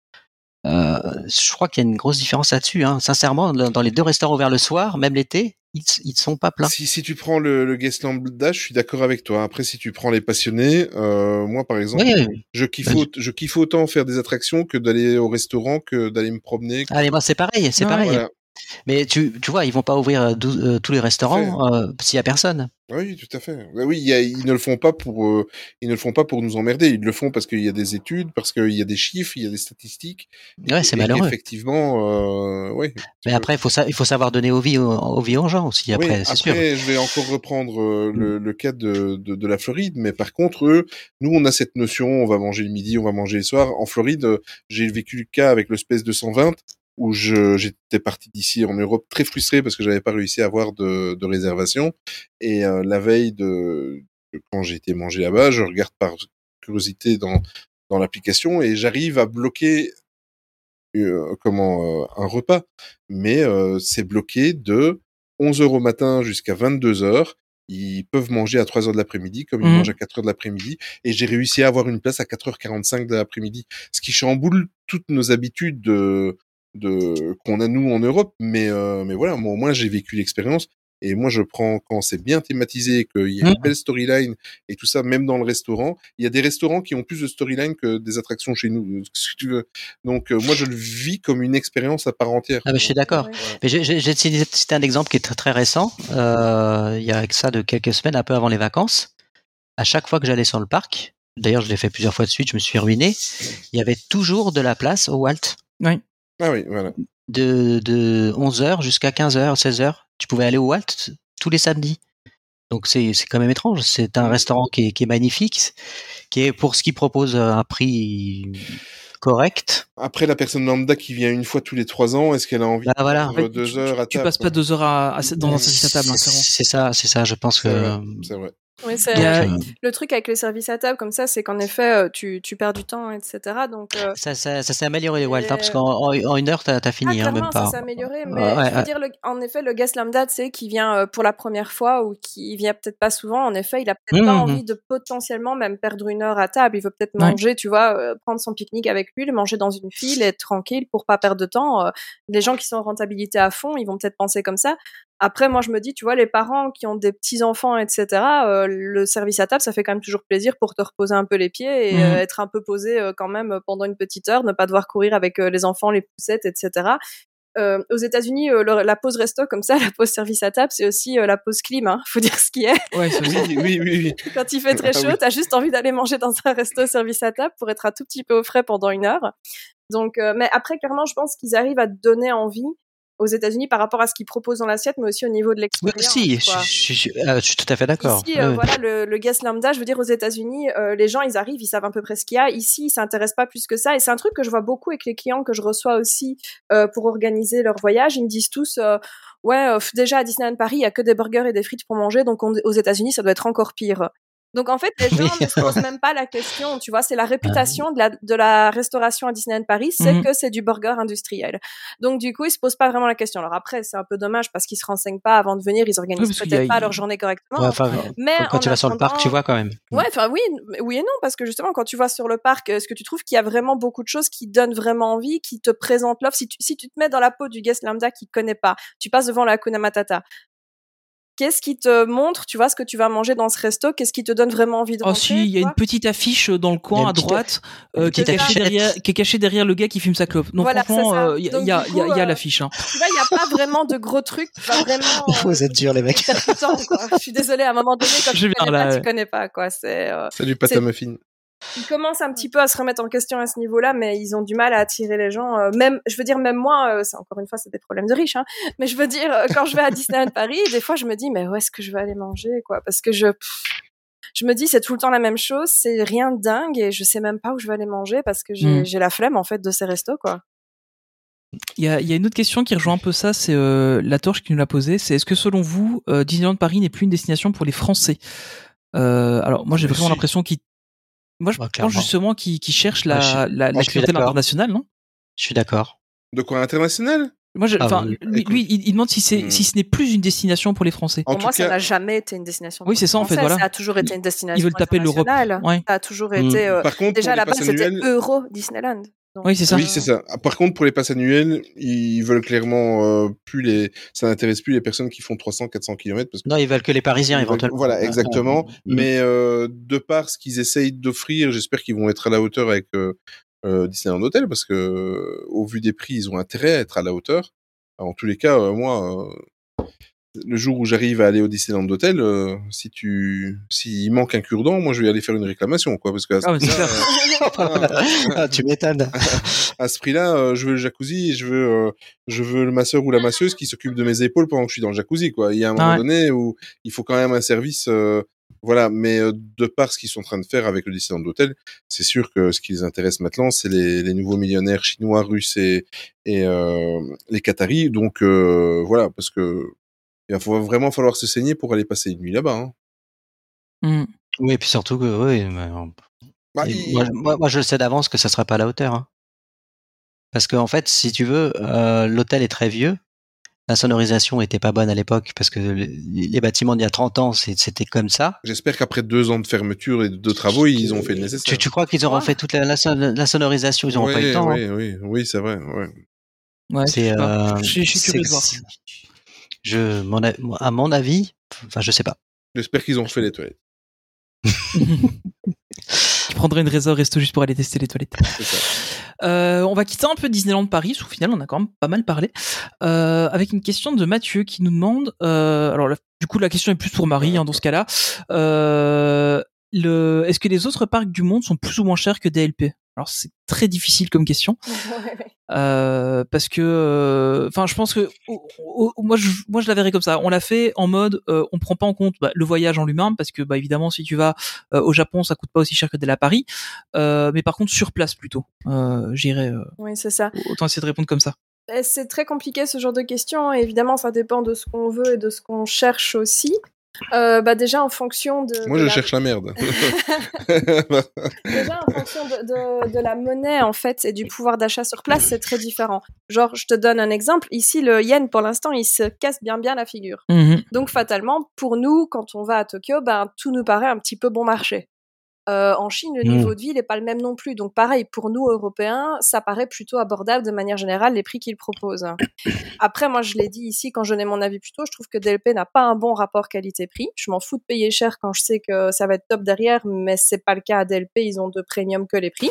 S7: Euh, je crois qu'il y a une grosse différence là-dessus. Hein. Sincèrement, le- dans les deux restaurants ouverts le soir, même l'été, ils, ils sont pas pleins.
S1: Si, si tu prends le, le Guestland Dash, je suis d'accord avec toi. Après, si tu prends les passionnés, euh, moi, par exemple,
S7: Oui, oui, oui.
S1: je kiffe,
S7: Vas-y.
S1: au- je kiffe autant faire des attractions que d'aller au restaurant, que d'aller me promener. que-
S7: Allez, moi c'est pareil, c'est
S8: Ouais,
S7: pareil.
S1: Voilà.
S7: Mais tu, tu vois, ils vont pas ouvrir euh, dou- euh, tous les restaurants euh, s'il y a personne.
S1: Oui, tout à fait. Ouais, oui, il y a- ils ne le font pas pour, euh, ils ne le font pas pour nous emmerder. Ils le font parce qu'il y a des études, parce qu'il y a des chiffres, il y a des statistiques.
S7: Ouais, c'est
S1: et
S7: malheureux.
S1: Effectivement, euh, oui.
S7: Mais après, il faut ça, il faut savoir donner aux vies aux, aux vies aux gens aussi. Après,
S1: Oui,
S7: c'est sûr.
S1: après, je vais encore reprendre euh, le, le cas de, de, de la Floride, mais par contre, eux, nous, on a cette notion, on va manger le midi, on va manger le soir. En Floride, euh, j'ai vécu le cas avec le Space deux cent vingt, où je, j'étais parti d'ici en Europe très frustré parce que j'avais pas réussi à avoir de, de réservation. Et euh, la veille de, de quand j'ai été manger là-bas, je regarde par curiosité dans, dans l'application et j'arrive à bloquer euh, comment euh, un repas, mais euh, c'est bloqué de onze heures au matin jusqu'à vingt-deux heures. Ils peuvent manger à trois heures de l'après-midi comme ils
S8: Mhm.
S1: mangent à quatre heures de l'après-midi, et j'ai réussi à avoir une place à quatre heures quarante-cinq de l'après-midi, ce qui chamboule toutes nos habitudes de, de qu'on a nous en Europe, mais euh, mais voilà, moi au moins j'ai vécu l'expérience. Et moi, je prends, quand c'est bien thématisé, qu'il y a une
S8: Mhm.
S1: belle storyline et tout ça, même dans le restaurant. Il y a des restaurants qui ont plus de storyline que des attractions chez nous, si tu veux. Donc, euh, moi, je le vis comme une expérience à part entière.
S7: Ah, mais je suis d'accord.
S9: Ouais.
S7: Mais j'ai, j'ai, j'ai cité un exemple qui est très, très récent. Euh, il y a que ça de quelques semaines, un peu avant les vacances. À chaque fois que j'allais sur le parc, d'ailleurs, je l'ai fait plusieurs fois de suite, je me suis ruiné. Il y avait toujours de la place au Walt.
S8: Oui.
S1: Ah oui, voilà.
S7: De, de onze heures jusqu'à quinze heures, seize heures. Tu pouvais aller au Walt tous les samedis. Donc c'est, c'est quand même étrange. C'est un restaurant qui est, qui est magnifique, qui est pour ce qu'il propose un prix correct.
S1: Après, la personne lambda qui vient une fois tous les trois ans, est-ce qu'elle a envie
S7: Bah,
S1: de
S7: voilà.
S1: prendre
S8: En fait,
S1: deux
S8: tu,
S1: heures à
S8: tu
S1: table
S8: passes pas deux heures à, à- dans un service à table, hein,
S7: C'est
S8: clairement.
S7: c'est ça, c'est ça. Je pense
S1: C'est vrai,
S7: que.
S1: c'est vrai.
S9: Oui,
S8: Il y
S9: c'est
S8: a-
S7: Euh,
S9: le truc avec les services à table comme ça, c'est qu'en effet, euh, tu, tu perds du temps, et cetera. Donc, euh,
S7: Ça, ça, ça s'est amélioré les Wild, hein, parce
S9: et-
S7: qu'en en, en une heure, t'as t'as
S9: Ah,
S7: fini, hein, même
S9: clairement, ça
S7: pas.
S9: s'est amélioré,
S7: Ouais,
S9: mais je veux
S7: ouais.
S9: dire, le, en effet, le guest lambda, tu sais, qui vient euh, pour la première fois ou qui vient peut-être pas souvent, en effet, il a peut-être pas
S7: Mhm.
S9: envie de potentiellement même perdre une heure à table. Il veut peut-être
S8: Ouais.
S9: manger, tu vois, euh, prendre son pique-nique avec lui, le manger dans une file, être tranquille pour pas perdre de temps. Euh, les gens qui sont en rentabilité à fond, ils vont peut-être penser comme ça. Après, moi, je me dis, tu vois, les parents qui ont des petits-enfants, et cetera, euh, le service à table, ça fait quand même toujours plaisir pour te reposer un peu les pieds et
S8: Mhm.
S9: euh, être un peu posé euh, quand même pendant une petite heure, ne pas devoir courir avec euh, les enfants, les poussettes, et cetera. Euh, aux États-Unis, euh, le- la pause resto comme ça, la pause service à table, c'est aussi euh, la pause clim. Hein. Faut dire ce qui est.
S8: Ouais, ça aussi.
S1: Oui, oui, oui, oui.
S9: Quand il fait très
S1: Ah
S9: chaud,
S1: oui.
S9: t'as juste envie d'aller manger dans un resto service à table pour être un tout petit peu au frais pendant une heure. Donc, euh, mais après, clairement, je pense qu'ils arrivent à te donner envie aux États-Unis par rapport à ce qu'ils proposent dans l'assiette, mais aussi au niveau de
S7: Oui,
S9: l'expérience.
S7: aussi, je,
S9: quoi.
S7: je- je- euh, je suis tout à fait d'accord.
S9: Ici, euh,
S7: Ouais.
S9: voilà, le, le guest lambda, je veux dire, aux États-Unis, euh, les gens, ils arrivent, ils savent à peu près ce qu'il y a. Ici, ils s'intéressent pas plus que ça. Et c'est un truc que je vois beaucoup avec les clients que je reçois aussi euh, pour organiser leur voyage. Ils me disent tous, euh, ouais, euh, déjà à Disneyland Paris, il y a que des burgers et des frites pour manger, donc on- aux États-Unis, ça doit être encore pire. Donc en fait, les gens
S7: Oui.
S9: ne se posent même pas la question, tu vois, c'est la réputation de la, de la restauration à Disneyland Paris, c'est
S8: Mhm.
S9: que c'est du burger industriel. Donc du coup, ils se posent pas vraiment la question. Alors après, c'est un peu dommage parce qu'ils se renseignent pas avant de venir, ils
S8: Oui,
S9: organisent
S8: parce qu'il y a-
S9: peut-être pas leur journée correctement.
S7: Ouais, enfin,
S9: Mais
S7: quand, quand
S9: en
S7: tu vas sur le parc, tu
S9: attendant-
S7: vois quand même.
S9: Ouais, enfin oui, mais- oui et non, parce que justement, quand tu vas sur le parc, est-ce que tu trouves qu'il y a vraiment beaucoup de choses qui donnent vraiment envie, qui te présentent l'offre? Si tu, si tu te mets dans la peau du guest lambda qui connaît pas, tu passes devant la Hakuna Matata. Qu'est-ce qui te montre, tu vois, ce que tu vas manger dans ce resto? Qu'est-ce qui te donne vraiment envie de
S8: Oh
S9: rentrer?
S8: si, il y a
S9: tu
S8: une
S9: vois
S8: petite affiche dans le
S7: Il y a
S8: coin
S7: une
S8: à
S7: petite-
S8: droite
S7: une
S8: euh, qui, est
S7: petite
S8: cachée
S7: affichette.
S8: derrière, qui est cachée derrière le gars qui filme sa clope. Donc
S9: Voilà,
S8: franchement,
S9: c'est ça.
S8: euh, il y a,
S9: Donc,
S8: il y a,
S9: du
S8: il y a-
S9: coup,
S8: il y a
S9: euh,
S8: l'affiche. Hein.
S9: Tu vois, il n'y a pas vraiment de gros trucs, qui va vraiment euh,
S7: Vous êtes durs, les mecs.
S9: percutant, quoi. Je suis désolée, à un moment donné, quand
S8: Je
S9: tu
S8: viens
S9: connais
S8: là,
S9: pas,
S8: ouais.
S9: tu connais pas, quoi. C'est, euh,
S1: Salut, pâte
S9: C'est-
S1: à muffin.
S9: ils commencent un petit peu à se remettre en question à ce niveau-là, mais ils ont du mal à attirer les gens. euh, même, je veux dire, même moi, euh, c'est encore une fois, c'est des problèmes de riches, hein. Mais je veux dire, euh, quand je vais à Disneyland Paris, des fois, je me dis, mais où est-ce que je vais aller manger, quoi? Parce que je, pff, je me dis, c'est tout le temps la même chose, c'est rien de dingue, et je sais même pas où je vais aller manger parce que j'ai,
S8: Mm.
S9: j'ai la flemme, en fait, de ces restos, quoi.
S8: Il y a, il y a une autre question qui rejoint un peu ça, c'est euh, la torche qui nous l'a posée. C'est est-ce que selon vous, euh, Disneyland Paris n'est plus une destination pour les Français? euh, Alors moi, j'ai
S1: Mais
S8: vraiment
S1: si.
S8: l'impression qu'ils, moi, je
S7: Bah,
S8: pense
S7: clairement.
S8: justement qu'ils qu'ils cherchent la,
S7: Ouais, je suis-
S8: la, la
S7: moi, je suis
S8: clientèle
S7: d'accord.
S8: internationale, non?
S7: Je suis d'accord.
S1: De quoi international?
S8: Moi, je-
S7: Ah,
S8: enfin,
S7: oui.
S8: lui,
S1: Écoute.
S8: lui, il, il demande si c'est
S1: Hmm.
S8: si ce n'est plus une destination pour les Français.
S1: En
S9: Pour
S1: tout
S9: moi, ça
S1: cas,
S9: n'a jamais été une destination.
S8: Oui,
S9: pour
S8: c'est
S9: les
S8: ça, en fait,
S9: Français.
S8: voilà.
S9: Ça a toujours été
S8: Ils-
S9: une destination
S8: ils veulent taper l'Europe.
S9: internationale.
S8: Ouais.
S9: Ça a toujours
S7: Mm.
S9: été. euh,
S1: par contre,
S9: déjà,
S1: pour
S9: la
S1: les passes
S9: base, c'était
S1: annuelles,
S9: Euro Disneyland. Donc,
S8: Oui, c'est ça.
S1: oui,
S9: euh,
S1: c'est ça. Par contre, pour les passes annuelles, ils veulent clairement euh, plus les, ça n'intéresse plus les personnes qui font trois cents, quatre cents kilomètres parce que
S7: Non, ils veulent que les Parisiens,
S1: ils veulent-
S7: éventuellement.
S1: Voilà, exactement.
S7: Euh, euh,
S1: Mais euh, de par ce qu'ils essayent d'offrir, j'espère qu'ils vont être à la hauteur avec euh, euh, Disneyland Hotel parce que euh, au vu des prix, ils ont intérêt à être à la hauteur. En tous les cas, euh, moi, euh, le jour où j'arrive à aller au Disneyland Hotel, euh, si tu, s'il manque un cure-dent, moi je vais aller faire une réclamation, quoi, parce que à ce
S8: Ah, mais c'est
S1: prix-là,
S8: clair.
S1: euh,
S7: Ah, tu m'étonnes.
S1: à ce prix-là, euh, je veux le jacuzzi et je veux, euh, je veux le masseur ou la masseuse qui s'occupe de mes épaules pendant que je suis dans le jacuzzi, quoi. Il y a un moment
S8: Ah ouais.
S1: donné où il faut quand même un service, euh, voilà. Mais euh, de par ce qu'ils sont en train de faire avec le Disneyland Hotel, c'est sûr que ce qui les intéresse maintenant, c'est les, les nouveaux millionnaires chinois, russes et, et euh, les Qataris. Donc euh, voilà, parce que il va faut vraiment falloir se saigner pour aller passer une nuit là-bas. Hein.
S8: Hmm.
S7: Oui, et puis surtout que, oui, mais, euh,
S1: Bah,
S7: et
S1: il-
S7: moi, moi, moi, je le sais d'avance que ça sera pas à la hauteur. Hein. Parce qu'en fait, si tu veux, euh, l'hôtel est très vieux. La sonorisation était pas bonne à l'époque parce que les, les bâtiments d'il y a trente ans, c'est- c'était comme ça.
S1: J'espère qu'après deux ans de fermeture et de travaux, ils ont fait le nécessaire.
S7: Tu, tu crois qu'ils auront
S9: Ouais.
S7: fait toute la, la, son- la sonorisation, ils n'auront pas eu le temps.
S1: Oui,
S7: hein.
S1: oui, oui, c'est vrai. Ouais.
S8: Ouais, je
S7: C'est,
S8: sais pas.
S7: euh,
S8: Je suis- je suis
S7: c'est-
S8: curieux de voir.
S7: c'est- Je, mon, a- à mon avis, enfin, je sais pas.
S1: J'espère qu'ils ont fait les toilettes.
S8: Je prendrais une réserve resto juste pour aller tester les toilettes.
S1: C'est ça.
S8: Euh, on va quitter un peu Disneyland Paris, parce qu'au final on a quand même pas mal parlé, euh, avec une question de Mathieu qui nous demande, euh, alors là, du coup la question est plus pour Marie hein, dans ce cas-là, euh, le, est-ce que les autres parcs du monde sont plus ou moins chers que D L P? Alors c'est très difficile comme question. Euh, parce que, enfin, euh, je pense que oh, oh, moi, je, moi, je la verrais comme ça. On l'a fait en mode, euh, on prend pas en compte bah, le voyage en lui-même, parce que, bah, évidemment, si tu vas euh, au Japon, ça coûte pas aussi cher que d'aller à Paris. Euh, mais par contre, sur place plutôt. Euh, j'irais. Euh,
S9: oui, c'est ça.
S8: Autant essayer de répondre comme ça.
S9: C'est très compliqué ce genre de questions. Et évidemment, ça dépend de ce qu'on veut et de ce qu'on cherche aussi. Euh, bah déjà en fonction de.
S1: Moi,
S9: de
S1: je
S9: la...
S1: cherche la merde.
S9: Déjà en fonction de, de, de la monnaie en fait et du pouvoir d'achat sur place, c'est très différent. Genre, je te donne un exemple. Ici, le yen pour l'instant, il se casse bien bien la figure.
S8: Mm-hmm.
S9: Donc fatalement, pour nous, quand on va à Tokyo, ben tout nous paraît un petit peu bon marché. Euh, en Chine, le
S7: Mmh.
S9: niveau de vie n'est pas le même non plus. Donc pareil, pour nous, Européens, ça paraît plutôt abordable de manière générale, les prix qu'ils proposent. Après, moi, je l'ai dit ici, quand je donnais mon avis plus tôt, je trouve que D L P n'a pas un bon rapport qualité-prix. Je m'en fous de payer cher quand je sais que ça va être top derrière, mais c'est pas le cas à D L P, ils ont de premium que les prix.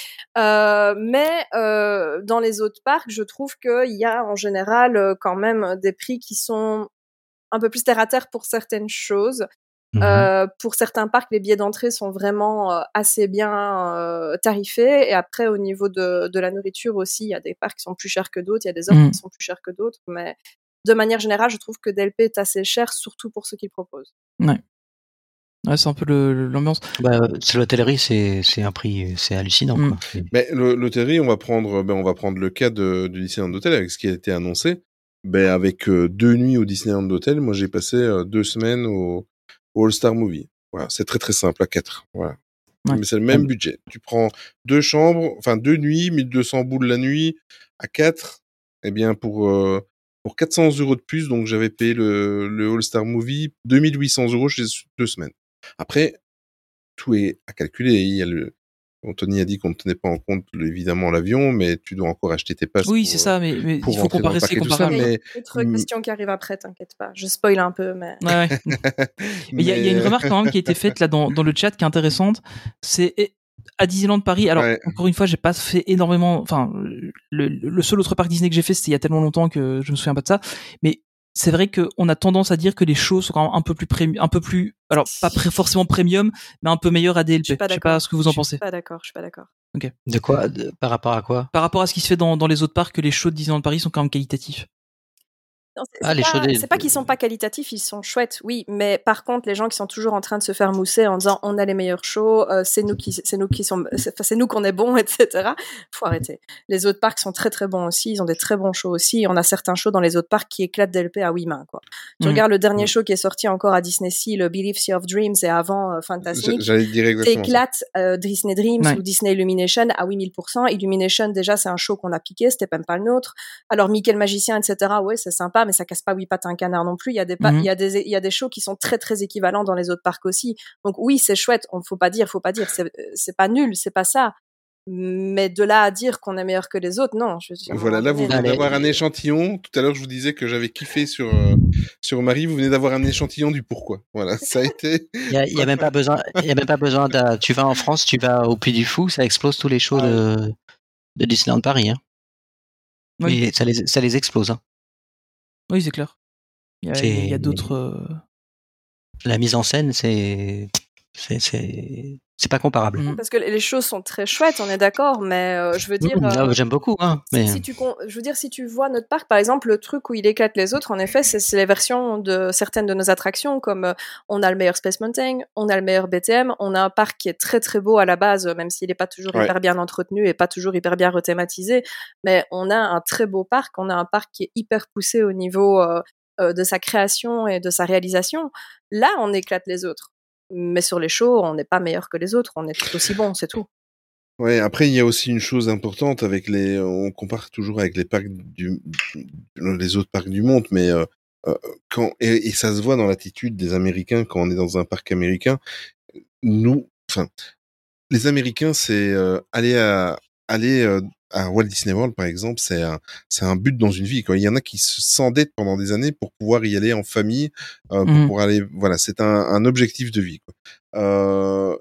S9: Euh, mais euh, dans les autres parcs, je trouve qu'il y a en général quand même des prix qui sont un peu plus terre à terre pour certaines choses. Mmh. Euh, pour certains parcs, les billets d'entrée sont vraiment euh, assez bien euh, tarifés. Et après, au niveau de, de la nourriture aussi, il y a des parcs qui sont plus chers que d'autres, il y a des offres mmh. qui sont plus chères que d'autres. Mais de manière générale, je trouve que D L P est assez cher, surtout pour ce qu'il propose.
S8: Ouais. Ouais, c'est un peu le, l'ambiance.
S7: Bah, c'est l'hôtellerie, c'est, c'est un prix, c'est hallucinant.
S8: Mmh.
S7: Quoi.
S1: Mais le, l'hôtellerie, on va prendre, ben, on va prendre le cas de, de Disneyland Hotel avec ce qui a été annoncé. Ben, avec euh, deux nuits au Disneyland Hotel, moi j'ai passé euh, deux semaines au, au All Star Movie. Voilà, c'est très très simple à quatre. Voilà. Ouais. Mais c'est le même ouais. budget. Tu prends deux chambres, enfin deux nuits, mille deux cents boules la nuit à quatre. Eh bien pour euh, pour quatre cents euros de plus, donc j'avais payé le, le All Star Movie deux mille huit cents euros chez deux semaines. Après, tout est à calculer. Il y a le Anthony a dit qu'on ne tenait pas en compte évidemment l'avion, mais tu dois encore acheter tes passes.
S8: Oui,
S1: pour,
S8: c'est ça, mais, mais
S9: il
S8: faut comparer ce qui est comparable.
S9: Il y a d'autres mais... questions qui arrivent après, t'inquiète pas. Je spoil un peu, mais.
S8: Ouais, ouais. mais il y, y a une remarque quand même qui a été faite là dans, dans le chat qui est intéressante. C'est à Disneyland Paris. Alors ouais. encore une fois, j'ai pas fait énormément. Enfin, le, le seul autre parc Disney que j'ai fait, c'était il y a tellement longtemps que je me souviens pas de ça. Mais c'est vrai qu'on a tendance à dire que les shows sont quand même un peu plus premium, un peu plus, alors pas pré- forcément premium, mais un peu meilleur à D L P. Je, je sais pas ce que vous en
S9: je
S8: pensez.
S9: Je suis pas d'accord, je suis pas d'accord.
S8: Ok.
S7: De quoi de, Par rapport à quoi
S8: Par rapport à ce qui se fait dans, dans les autres parcs, que les shows de Disneyland Paris sont quand même qualitatifs.
S9: Non, c'est, ah, c'est, les pas, des... c'est pas qu'ils sont pas qualitatifs, ils sont chouettes, oui, mais par contre, les gens qui sont toujours en train de se faire mousser en disant on a les meilleurs shows, euh, c'est nous qui, c'est nous qui sont, c'est, c'est nous qu'on est bons, et cetera. Faut arrêter. Les autres parcs sont très très bons aussi, ils ont des très bons shows aussi. On a certains shows dans les autres parcs qui éclatent D L P à huit mains, quoi. Tu mmh. regardes le dernier mmh. show qui est sorti encore à Disney Sea, le Believe Sea of Dreams, et avant euh, Fantasmic.
S1: J'allais dire exactement.
S9: T'éclates euh, Disney Dreams ouais. ou Disney Illumination à huit mille pour cent. Illumination, déjà, c'est un show qu'on a piqué, c'était même pas le nôtre. Alors Mickey le magicien, et cetera. Ouais, c'est sympa, mais ça casse pas huit pattes un canard non plus. Il y a des, pa- mmh. il y a des, il y a des shows qui sont très très équivalents dans les autres parcs aussi. Donc oui, c'est chouette. On faut pas dire, faut pas dire. C'est, c'est pas nul, c'est pas ça. Mais de là à dire qu'on est meilleur que les autres, non. Je, je
S1: voilà, là vous venez Allez. d'avoir un échantillon. Tout à l'heure, je vous disais que j'avais kiffé sur euh, sur Marie. Vous venez d'avoir un échantillon du pourquoi. Voilà, ça a été.
S7: Il y a, il y a même pas besoin. Il y a même pas besoin de. Tu vas en France, tu vas au Puy du Fou, ça explose tous les shows ah, de de Disneyland Paris. Hein. Oui. Et ça les ça les explose. Hein.
S8: Oui, c'est clair. Il y a, il y a d'autres. Euh...
S7: La mise en scène, c'est, c'est, c'est, c'est pas comparable.
S9: Mmh. Parce que les choses sont très chouettes, on est d'accord, mais euh, je veux dire.
S7: Mmh, euh, j'aime beaucoup, hein. Mais...
S9: Si, si tu, je veux dire, si tu vois notre parc, par exemple, le truc où il éclate les autres, en effet, c'est, c'est les versions de certaines de nos attractions, comme euh, on a le meilleur Space Mountain, on a le meilleur B T M, on a un parc qui est très très beau à la base, même s'il n'est pas toujours ouais. hyper bien entretenu et pas toujours hyper bien rethématisé, mais on a un très beau parc, on a un parc qui est hyper poussé au niveau. Euh, de sa création et de sa réalisation, là on éclate les autres. Mais sur les shows, on n'est pas meilleur que les autres, on est tout aussi bon, c'est tout.
S1: Ouais, après il y a aussi une chose importante avec les, on compare toujours avec les parcs du, les autres parcs du monde, mais euh, quand et, et ça se voit dans l'attitude des Américains quand on est dans un parc américain. Nous, enfin, les Américains, c'est euh, aller à aller euh, à Walt Disney World, par exemple, c'est un, c'est un but dans une vie, quoi. Il y en a qui s'endettent pendant des années pour pouvoir y aller en famille, euh, pour mmh. pouvoir aller, voilà, c'est un, un objectif de vie, quoi. Euh,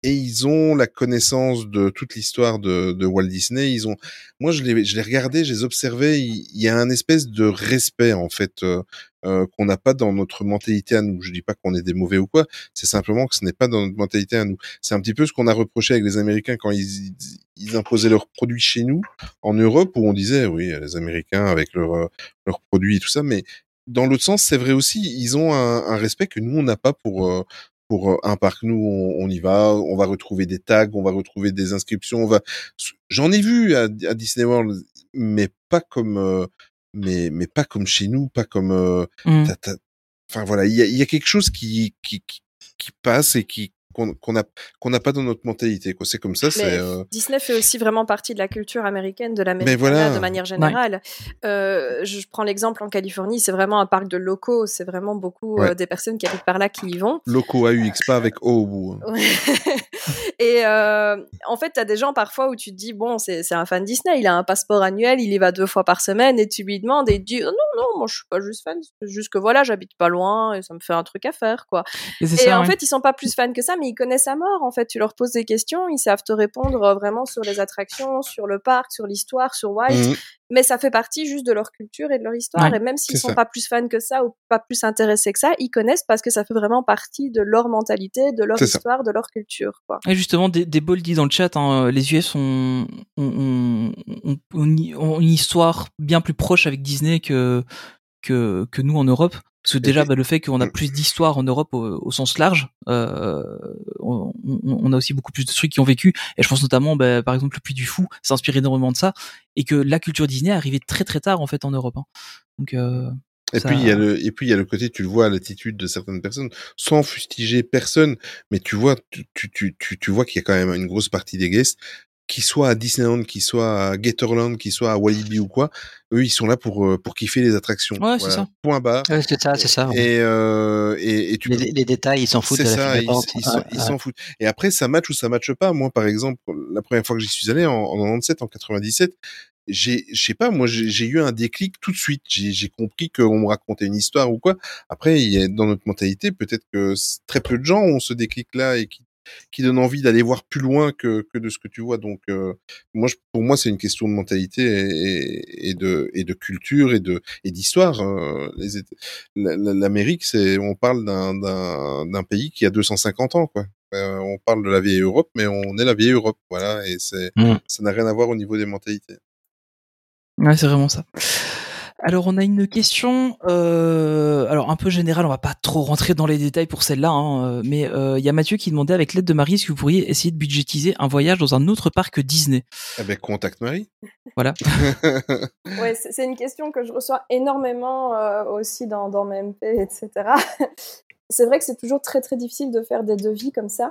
S1: et ils ont la connaissance de toute l'histoire de, de Walt Disney. Ils ont, moi je les, je les regardais, je les observais. Il, il y a un espèce de respect en fait euh, euh, qu'on n'a pas dans notre mentalité à nous. Je dis pas qu'on est des mauvais ou quoi. C'est simplement que ce n'est pas dans notre mentalité à nous. C'est un petit peu ce qu'on a reproché avec les Américains quand ils, ils imposaient leurs produits chez nous en Europe, où on disait oui les Américains avec leurs leurs produits et tout ça, mais dans l'autre sens, c'est vrai aussi, ils ont un, un respect que nous on n'a pas pour euh, pour un parc. Nous, on, on y va, on va retrouver des tags, on va retrouver des inscriptions. On va, j'en ai vu à, à Disney World, mais pas comme, euh, mais mais pas comme chez nous, pas comme. Euh,
S8: Mm.
S1: t'as, t'as... Enfin voilà, il y a, y a quelque chose qui qui qui, qui passe et qui qu'on qu'on a qu'on n'a pas dans notre mentalité quoi. C'est comme ça.
S9: Mais
S1: C'est. Euh...
S9: Disney fait aussi vraiment partie de la culture américaine, de
S1: Mais
S9: l'Américaine
S1: voilà.
S9: de manière générale. Euh, je prends l'exemple en Californie, c'est vraiment un parc de locaux, c'est vraiment beaucoup
S1: Ouais.
S9: euh, des personnes qui habitent par là qui y vont.
S1: Locaux A U X, pas avec O au bout. hein.
S9: Ouais. Et euh, en fait, t'as des gens parfois où tu te dis, bon, c'est, c'est un fan Disney, il a un passeport annuel, il y va deux fois par semaine, et tu lui demandes, et il te dit, oh, non, non, moi je suis pas juste fan, c'est juste que voilà, j'habite pas loin, et ça me fait un truc à faire, quoi.
S8: Et c'est
S9: Et
S8: ça,
S9: en
S8: ouais.
S9: fait, ils sont pas plus fans que ça, mais ils connaissent à mort, en fait. Tu leur poses des questions, ils savent te répondre euh, vraiment sur les attractions, sur le parc, sur l'histoire, sur Walt.
S1: Mhm.
S9: Mais ça fait partie juste de leur culture et de leur histoire.
S8: Ouais,
S9: Et même s'ils
S1: c'est
S9: sont
S1: ça.
S9: pas plus fans que ça ou pas plus intéressés que ça, ils connaissent parce que ça fait vraiment partie de leur mentalité, de leur
S1: C'est ça.
S9: histoire, de leur culture, quoi.
S8: Et justement, des, des Boldy dans le chat, hein, les U S ont, ont, ont, ont- ont une histoire bien plus proche avec Disney que, que, que nous en Europe. Parce que déjà,
S1: puis-
S8: bah, le fait qu'on a
S1: Mm.
S8: plus d'histoire en Europe au, au sens large, euh, on, on- on a aussi beaucoup plus de trucs qui ont vécu. Et je pense notamment, bah, par exemple, le Puy du Fou s'est inspiré énormément de ça. Et que la culture Disney est arrivée très très tard en fait en Europe. hein. Donc, euh,
S1: Et
S8: ça-
S1: puis il y a le et puis il y a le côté, tu le vois à l'attitude de certaines personnes, sans fustiger personne, mais tu vois tu tu tu tu, tu vois qu'il y a quand même une grosse partie des guests qui soit à Disneyland, qui soit à Gatorland, qui soit à Walibi ou quoi, eux ils sont là pour euh, pour kiffer les attractions.
S8: Ouais, c'est
S1: Voilà.
S8: ça.
S1: Point barre.
S7: Ouais, c'est ça, c'est ça. ouais.
S1: Et euh, et, et tu
S7: Les,
S1: peux-
S7: les détails, ils s'en foutent
S1: c'est
S7: de la
S1: ça,
S7: file
S1: ils
S7: d'attente.
S1: ils s'en
S7: Ouais,
S1: ils
S7: ouais.
S1: s'en foutent. Et après, ça match ou ça matche pas. Moi, par exemple, la première fois que j'y suis allé en, en quatre-vingt-dix-sept, en quatre-vingt-dix-sept, j'ai, je sais pas, moi, j'ai, j'ai eu un déclic tout de suite. J'ai, j'ai compris qu'on me racontait une histoire ou quoi. Après, il y a, dans notre mentalité, peut-être que c- très peu de gens ont ce déclic-là et qui, qui donne envie d'aller voir plus loin que, que de ce que tu vois. Donc, euh, moi, je- pour moi, c'est une question de mentalité et, et, et de, et de culture et de, et d'histoire. Euh, les, Éta- la- la- L'Amérique, c'est, on parle d'un, d'un, d'un pays qui a deux cent cinquante ans, quoi. Euh, on parle de la vieille Europe, mais on est la vieille Europe, voilà, et c'est,
S7: Mm.
S1: ça n'a rien à voir au niveau des mentalités.
S8: Ouais, c'est vraiment ça. Alors, on a une question, euh, alors un peu générale, on va pas trop rentrer dans les détails pour celle-là, hein, euh, mais il euh, y a Mathieu qui demandait avec l'aide de Marie, est-ce que vous pourriez essayer de budgétiser un voyage dans un autre parc que Disney?
S1: Eh ben, contacte Marie.
S8: Voilà.
S9: Ouais, c'est, c'est une question que je reçois énormément euh, aussi dans, dans mes M P, et cetera. C'est vrai que c'est toujours très très difficile de faire des devis comme ça.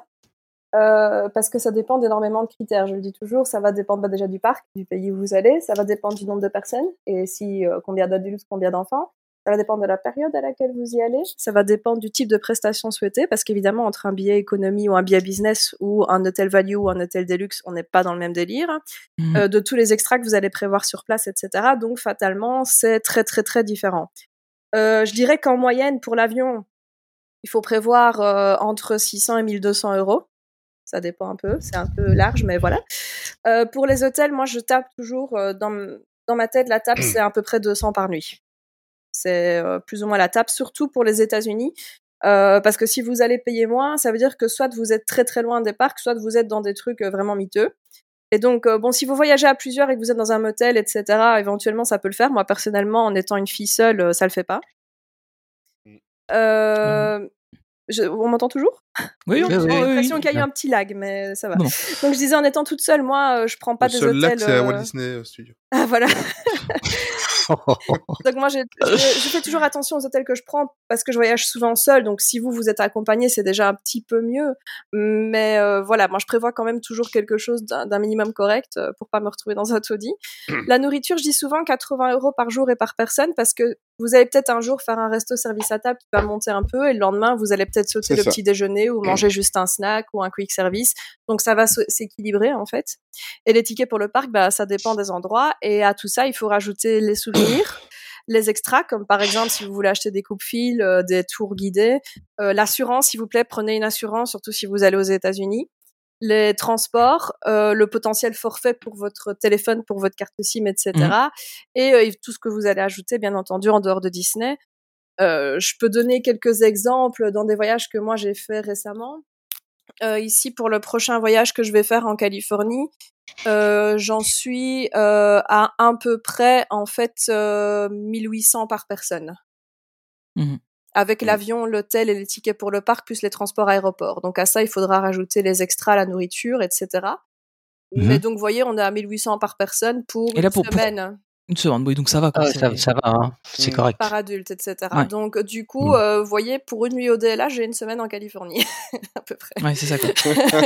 S9: Euh, parce que ça dépend d'énormément de critères. Je le dis toujours, ça va dépendre bah, déjà du parc, du pays où vous allez, ça va dépendre du nombre de personnes, et si euh, combien d'adultes, combien d'enfants. Ça va dépendre de la période à laquelle vous y allez. Ça va dépendre du type de prestation souhaitée, parce qu'évidemment, entre un billet économie ou un billet business ou un hôtel value ou un hôtel deluxe, on n'est pas dans le même délire.
S8: Mhm.
S9: Euh, de tous les extras que vous allez prévoir sur place, et cetera. Donc, fatalement, c'est très, très, très différent. Euh, je dirais qu'en moyenne, pour l'avion, il faut prévoir euh, entre six cents et mille deux cents euros. Ça dépend un peu, c'est un peu large, mais voilà. Euh, pour les hôtels, moi, je tape toujours, euh, dans, m- dans ma tête, la tape, c'est à peu près deux cents par nuit. C'est euh, plus ou moins la tape, surtout pour les États-Unis. Euh, parce que si vous allez payer moins, ça veut dire que soit vous êtes très très loin des parcs, soit vous êtes dans des trucs euh, vraiment miteux. Et donc, euh, bon, si vous voyagez à plusieurs et que vous êtes dans un motel, et cetera, éventuellement, ça peut le faire. Moi, personnellement, en étant une fille seule, euh, ça le fait pas. Euh, je, on m'entend toujours?
S8: Oui,
S9: Non,
S8: oui,
S9: j'ai
S8: oui, oui,
S9: l'impression
S8: oui.
S9: qu'il y a eu un petit lag, mais ça va.
S8: Non.
S9: Donc, je disais, en étant toute seule, moi, euh, je prends pas
S1: Le
S9: des
S1: seul lac,
S9: hôtels.
S1: c'est à Walt
S9: euh,
S1: Disney euh, Studio.
S9: Ah, voilà. Donc moi, j'ai- je, je fais toujours attention aux hôtels que je prends parce que je voyage souvent seule. Donc si vous, vous êtes accompagné, c'est déjà un petit peu mieux. Mais euh, voilà, moi, je prévois quand même toujours quelque chose d'un d'un minimum correct euh, pour pas me retrouver dans un taudis. La nourriture, je dis souvent quatre-vingts euros par jour et par personne parce que vous allez peut-être un jour faire un resto service à table qui va monter un peu et le lendemain, vous allez peut-être sauter
S1: C'est
S9: le
S1: ça.
S9: petit déjeuner ou manger juste un snack ou un quick service. Donc ça va s- s'équilibrer en fait. Et les tickets pour le parc, bah, ça dépend des endroits. Et à tout ça, il faut rajouter les souvenirs, les extras, comme par exemple si vous voulez acheter des coupes-fils, euh, des tours guidés. Euh, l'assurance, s'il vous plaît, prenez une assurance, surtout si vous allez aux États-Unis. les transports, euh, le potentiel forfait pour votre téléphone, pour votre carte SIM, et cetera. Mmh. Et, euh, et tout ce que vous allez ajouter, bien entendu, en dehors de Disney. Euh, je peux donner quelques exemples dans des voyages que moi j'ai fait récemment. Euh, ici, pour le prochain voyage que je vais faire en Californie, euh, j'en suis euh, à un peu près, en fait, euh, mille huit cents par personne. Mmh. Avec mmh. l'avion, l'hôtel et les tickets pour le parc, plus les transports aéroports. Donc à ça, il faudra rajouter les extras, la nourriture, et cetera. Mmh. Mais donc, vous voyez, on est à mille huit cents par personne pour et là, une pour, semaine. Pour...
S8: Une semaine, oui, donc ça va. Quoi,
S7: ah, ça, ça va, hein. C'est mmh. correct.
S9: Par adulte, et cetera. Ouais. Donc, du coup, mmh. euh, vous voyez, pour une nuit au D L H, j'ai une semaine en Californie, à peu près.
S8: Ouais, c'est ça, quoi.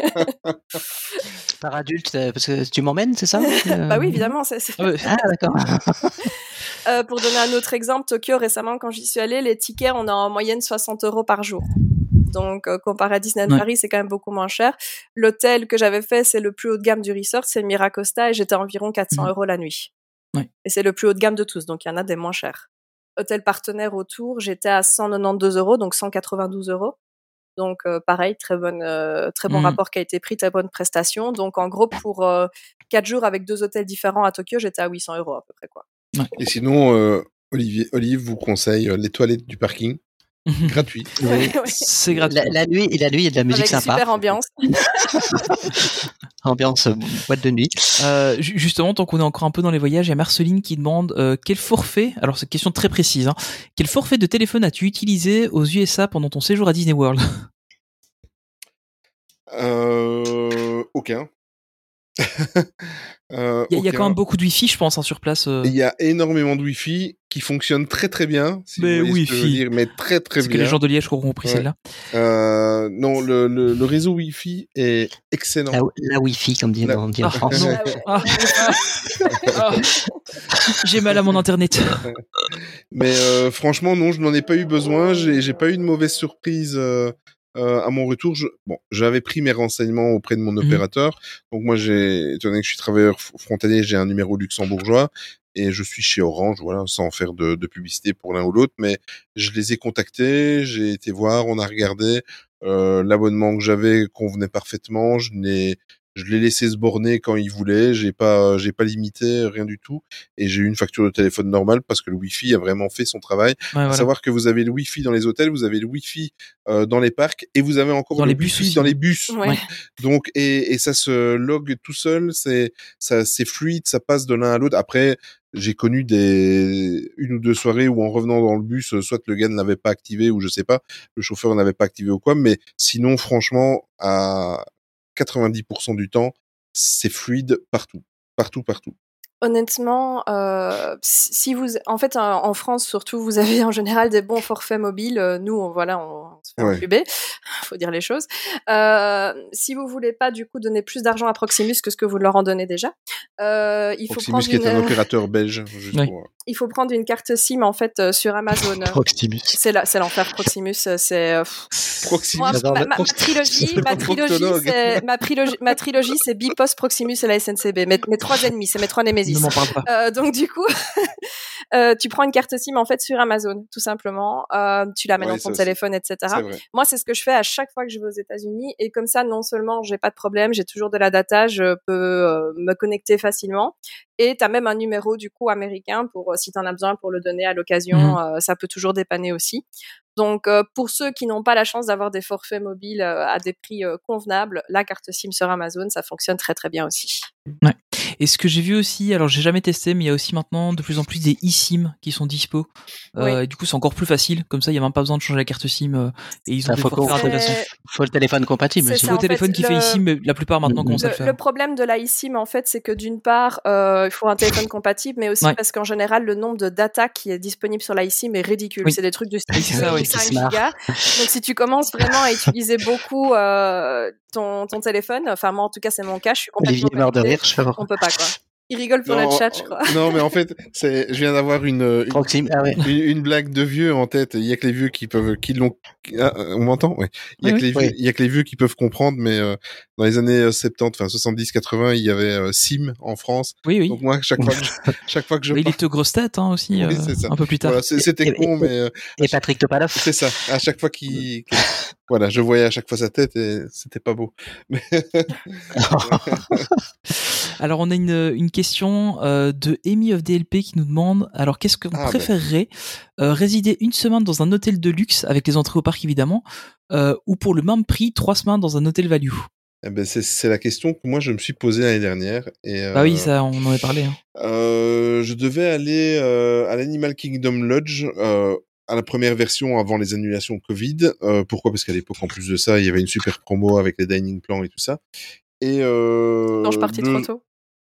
S7: Par adulte, parce que tu m'emmènes, c'est ça euh...
S9: Bah oui, évidemment. C'est, c'est...
S7: Ah, d'accord.
S9: euh, pour donner un autre exemple, Tokyo, récemment, quand j'y suis allée, les tickets, on a en moyenne soixante euros par jour. Donc, euh, comparé à Disneyland ouais. Paris, c'est quand même beaucoup moins cher. L'hôtel que j'avais fait, c'est le plus haut de gamme du resort, c'est le Miracosta, et j'étais à environ quatre cents mmh. euros la nuit. Ouais. Et c'est le plus haut de gamme de tous, donc il y en a des moins chers. Hôtel partenaire autour, j'étais à cent quatre-vingt-douze euros, donc cent quatre-vingt-douze euros. Donc euh, pareil, très, bonne, euh, très bon mmh. rapport qualité-prix, très bonne prestation. Donc en gros, pour euh, quatre jours avec deux hôtels différents à Tokyo, j'étais à huit cents euros à peu près. Quoi.
S1: Ouais. Et sinon, euh, Olivier, Olive vous conseille euh, les toilettes du parking. Gratuit.
S7: Oui.
S9: Ouais, ouais.
S7: C'est gratuit. La, la nuit, la nuit, il y a de la musique
S9: avec
S7: sympa.
S9: Super ambiance.
S7: Ambiance boîte de nuit.
S8: Euh, justement, tant qu'on est encore un peu dans les voyages, il y a Marceline qui demande euh, quel forfait, alors c'est une question très précise, hein, quel forfait de téléphone as-tu utilisé aux U S A pendant ton séjour à Disney World?
S1: euh, Aucun.
S8: euh, il y, y a quand même beaucoup de Wi-Fi, je pense, hein, sur place. Euh...
S1: Il y a énormément de Wi-Fi qui fonctionne très très bien. Si
S8: mais
S1: vous
S8: Wi-Fi.
S1: Ce que je veux dire, mais très très
S8: Est-ce
S1: bien.
S8: que les gens de Liège auront compris ouais. celle-là
S1: euh, Non, le, le, le réseau Wi-Fi est excellent.
S7: La, la Wi-Fi, comme dit, la... on dit en France.
S8: Ah, ah. J'ai mal à mon internet.
S1: Mais euh, franchement, non, je n'en ai pas eu besoin. J'ai, j'ai pas eu de mauvaise surprise. Euh... Euh, à mon retour, je, bon, j'avais pris mes renseignements auprès de mon mmh. opérateur. Donc moi, j'ai, étant donné que je suis travailleur frontalier, j'ai un numéro luxembourgeois et je suis chez Orange, voilà, sans faire de, de publicité pour l'un ou l'autre. Mais je les ai contactés, j'ai été voir, on a regardé. Euh, l'abonnement que j'avais convenait parfaitement. Je n'ai Je l'ai laissé se borner quand il voulait, j'ai pas, j'ai pas limité, rien du tout. Et j'ai eu une facture de téléphone normale parce que le Wi-Fi a vraiment fait son travail. Ouais, voilà. À savoir que vous avez le Wi-Fi dans les hôtels, vous avez le Wi-Fi euh, dans les parcs et vous avez encore
S8: dans
S1: le
S8: les bus
S1: Wi-Fi
S8: aussi.
S1: dans les bus.
S9: Ouais.
S1: Donc, et, et ça se log tout seul, c'est, ça, c'est fluide, ça passe de l'un à l'autre. Après, j'ai connu des, une ou deux soirées où en revenant dans le bus, soit le gars ne l'avait pas activé ou je sais pas, le chauffeur n'avait pas activé ou quoi. Mais sinon, franchement, à quatre-vingt-dix pour cent du temps, c'est fluide partout, partout, partout.
S9: Honnêtement, euh, si vous, en fait, en France surtout, vous avez en général des bons forfaits mobiles. Nous, on, voilà, on se fait entuber, faut dire les choses. Euh, si vous voulez pas du coup donner plus d'argent à Proximus que ce que vous leur en donnez déjà, euh, il faut
S1: Proximus
S9: prendre
S1: qui
S9: une...
S1: est un opérateur belge. Juste
S9: oui.
S1: pour...
S9: Il faut prendre une carte SIM en fait sur Amazon.
S7: Proximus.
S9: C'est là, c'est l'enfer. Proximus, c'est. Euh,
S1: Proximus.
S9: Moi, ma, ma, ma trilogie, ma trilogie, c'est ma trilogie, ma trilogie, c'est Bpost, Proximus et la S N C B. Mes, mes trois ennemis, c'est mes trois némésis.
S8: Ne m'en parle pas.
S9: Euh, donc du coup, euh, tu prends une carte SIM en fait sur Amazon, tout simplement. Euh, tu la mets ouais, dans ton téléphone, et cetera. Moi, c'est ce que je fais à chaque fois que je vais aux États-Unis, et comme ça, non seulement j'ai pas de problème, j'ai toujours de la data, je peux euh, me connecter facilement, et t'as même un numéro du coup américain pour si t'en as besoin pour le donner à l'occasion. Mmh. Euh, ça peut toujours dépanner aussi. Donc, euh, pour ceux qui n'ont pas la chance d'avoir des forfaits mobiles euh, à des prix euh, convenables, la carte SIM sur Amazon, ça fonctionne très très bien aussi.
S8: Ouais. Et ce que j'ai vu aussi, alors j'ai jamais testé, mais il y a aussi maintenant de plus en plus des eSIM qui sont dispo.
S9: Oui.
S8: Euh, du coup, c'est encore plus facile. Comme ça, il y a même pas besoin de changer la carte SIM. Euh, et ils ont
S7: ça
S8: des
S7: faut,
S8: forfaits intéressants.
S7: Faut le téléphone compatible.
S8: Il faut le téléphone qui le... fait eSIM, mais la plupart maintenant commencent
S9: le,
S8: à le faire.
S9: Le problème de la eSIM, en fait, c'est que d'une part, euh, il faut un téléphone compatible, mais aussi ouais. parce qu'en général, le nombre de data qui est disponible sur la eSIM est ridicule. Oui. C'est des trucs de style
S8: ça, oui,
S9: cinq gigas. Donc, si tu commences vraiment à utiliser beaucoup euh, ton, ton téléphone, enfin moi en tout cas c'est mon cas, je suis complètement
S7: Olivier meurt de rire,
S9: on peut pas quoi. Il rigole pour
S1: Non,
S9: le chat, je crois.
S1: non, mais en fait, c'est, je viens d'avoir une, une,
S7: Proxime, ah ouais.
S1: une, une blague de vieux en tête. Il y a que les vieux qui peuvent, qui l'ont. Ah, on m'entend? Ouais. Il y a
S8: Oui,
S1: que les
S7: oui.
S1: vieux, il y a que les vieux qui peuvent comprendre. Mais euh, dans les années euh, soixante-dix, enfin soixante-dix, quatre-vingts, il y avait euh, Sim en France.
S8: Oui, oui.
S1: Donc moi, chaque fois que je, chaque fois que je
S8: Mais il
S1: pars-
S8: était aux grosses têtes hein, aussi,
S1: Oui,
S8: euh,
S1: c'est ça.
S8: un peu plus tard.
S1: Voilà, c'est- c'était
S7: Et-
S1: con,
S7: et-
S1: mais euh,
S7: Et Patrick Topalov.
S1: c'est ça. À chaque fois qu'il, qu'il- voilà, je voyais à chaque fois sa tête et c'était pas beau. Mais
S8: Alors on a une, une question euh, de Amy of D L P qui nous demande alors qu'est-ce qu'on
S1: Ah,
S8: préférerait euh, résider une semaine dans un hôtel de luxe avec les entrées au parc évidemment euh, ou pour le même prix trois semaines dans un hôtel value.
S1: eh ben, c'est, c'est la question que moi je me suis posée l'année dernière. Et,
S8: Bah oui
S1: euh,
S8: ça on en avait parlé. Hein.
S1: Euh, je devais aller euh, à l'Animal Kingdom Lodge euh, à la première version avant les annulations Covid. Euh, pourquoi? Parce qu'à l'époque, en plus de ça, il y avait une super promo avec les dining plans et tout ça. Et euh,
S9: Non, je partais
S1: le-
S9: trop tôt.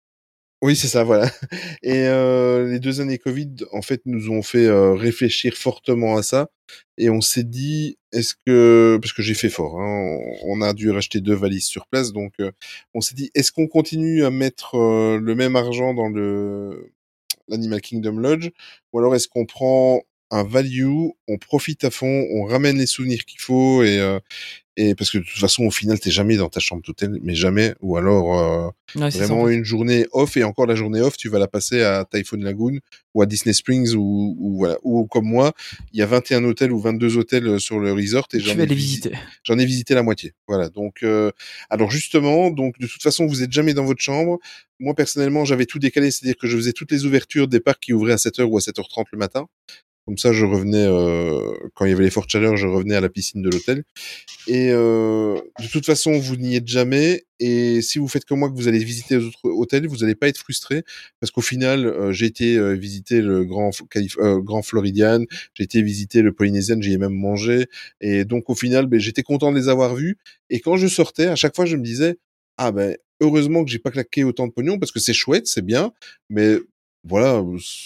S1: Oui, c'est ça, voilà. Et euh, les deux années Covid, en fait, nous ont fait euh, réfléchir fortement à ça. Et on s'est dit, est-ce que... Parce que j'ai fait fort, hein, on a dû racheter deux valises sur place. Donc, euh, on s'est dit, est-ce qu'on continue à mettre euh, le même argent dans le l'Animal Kingdom Lodge, ou alors est-ce qu'on prend un value, on profite à fond, on ramène les souvenirs qu'il faut, et, euh, et parce que de toute façon, au final, t'es jamais dans ta chambre d'hôtel, mais jamais, ou alors euh,
S8: Ouais, c'est ça,
S1: vraiment
S8: en fait.
S1: une journée off, et encore la journée off, tu vas la passer à Typhoon Lagoon, ou à Disney Springs, ou, ou voilà, ou comme moi, il y a vingt et un hôtels ou vingt-deux hôtels sur le resort, et
S8: Tu
S1: j'en
S8: vas
S1: ai
S8: les
S1: visité.
S8: visiter.
S1: J'en ai visité la moitié. Voilà. Donc, euh, alors justement, donc de toute façon, vous êtes jamais dans votre chambre. Moi, personnellement, j'avais tout décalé, c'est-à-dire que je faisais toutes les ouvertures des parcs qui ouvraient à sept heures ou à sept heures trente le matin. Comme ça, je revenais, euh, quand il y avait les fortes chaleurs, je revenais à la piscine de l'hôtel. Et euh, de toute façon, vous n'y êtes jamais. Et si vous faites comme moi, que vous allez visiter les autres hôtels, vous n'allez pas être frustré. Parce qu'au final, euh, j'ai été euh, visiter le Grand, Calif- euh, Grand Floridian, j'ai été visiter le Polynesian, j'y ai même mangé. Et donc, au final, ben, j'étais content de les avoir vus. Et quand je sortais, à chaque fois, je me disais, ah ben, heureusement que j'ai pas claqué autant de pognon, parce que c'est chouette, c'est bien. Mais voilà...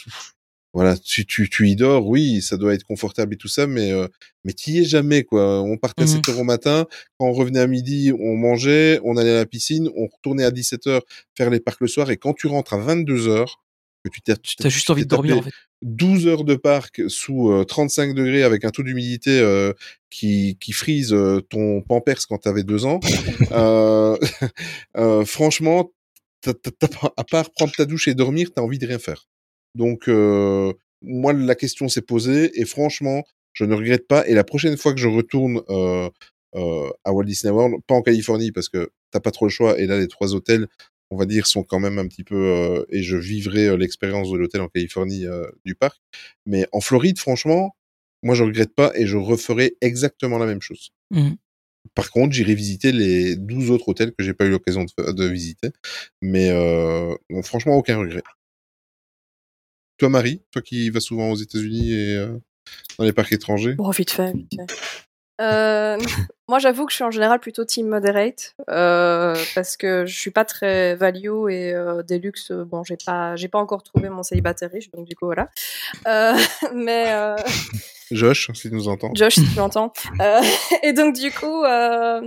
S1: Voilà, tu, tu, tu y dors, oui, ça doit être confortable et tout ça, mais, euh, mais t'y es jamais, quoi. On partait à
S8: Mhm.
S1: sept heures au matin, quand on revenait à midi, on mangeait, on allait à la piscine, on retournait à dix-sept heures faire les parcs le soir, et quand tu rentres à vingt-deux heures, que tu t'es,
S8: T'as juste
S1: tu
S8: envie
S1: t'es
S8: de dormir
S1: tapé
S8: en fait.
S1: douze heures de parc sous euh, trente-cinq degrés avec un taux d'humidité euh, qui, qui frise euh, ton pampers quand t'avais deux ans, euh, euh, franchement, t'as, t'as, t'as, à part prendre ta douche et dormir, t'as envie de rien faire. Donc, euh, moi, la question s'est posée et franchement, je ne regrette pas. Et la prochaine fois que je retourne euh, euh, à Walt Disney World, pas en Californie parce que t'as pas trop le choix. Et là, les trois hôtels, on va dire, sont quand même un petit peu. Euh, et je vivrai euh, l'expérience de l'hôtel en Californie euh, du parc. Mais en Floride, franchement, moi, je regrette pas et je referai exactement la même chose.
S8: Mhm.
S1: Par contre, j'irai visiter les douze autres hôtels que j'ai pas eu l'occasion de, de visiter. Mais euh, bon, franchement, aucun regret. Toi, Marie, toi qui vas souvent aux États-Unis et euh, dans les parcs étrangers.
S9: Bon, vite fait, vite fait. Euh, moi, j'avoue que je suis en général plutôt team moderate euh, parce que je suis pas très value et euh, deluxe. Bon, j'ai pas, j'ai pas encore trouvé mon célibataire riche, donc du coup voilà. Euh, mais euh,
S1: Josh, si tu nous entends.
S9: Josh, si tu m'entends. Euh, et donc du coup, euh,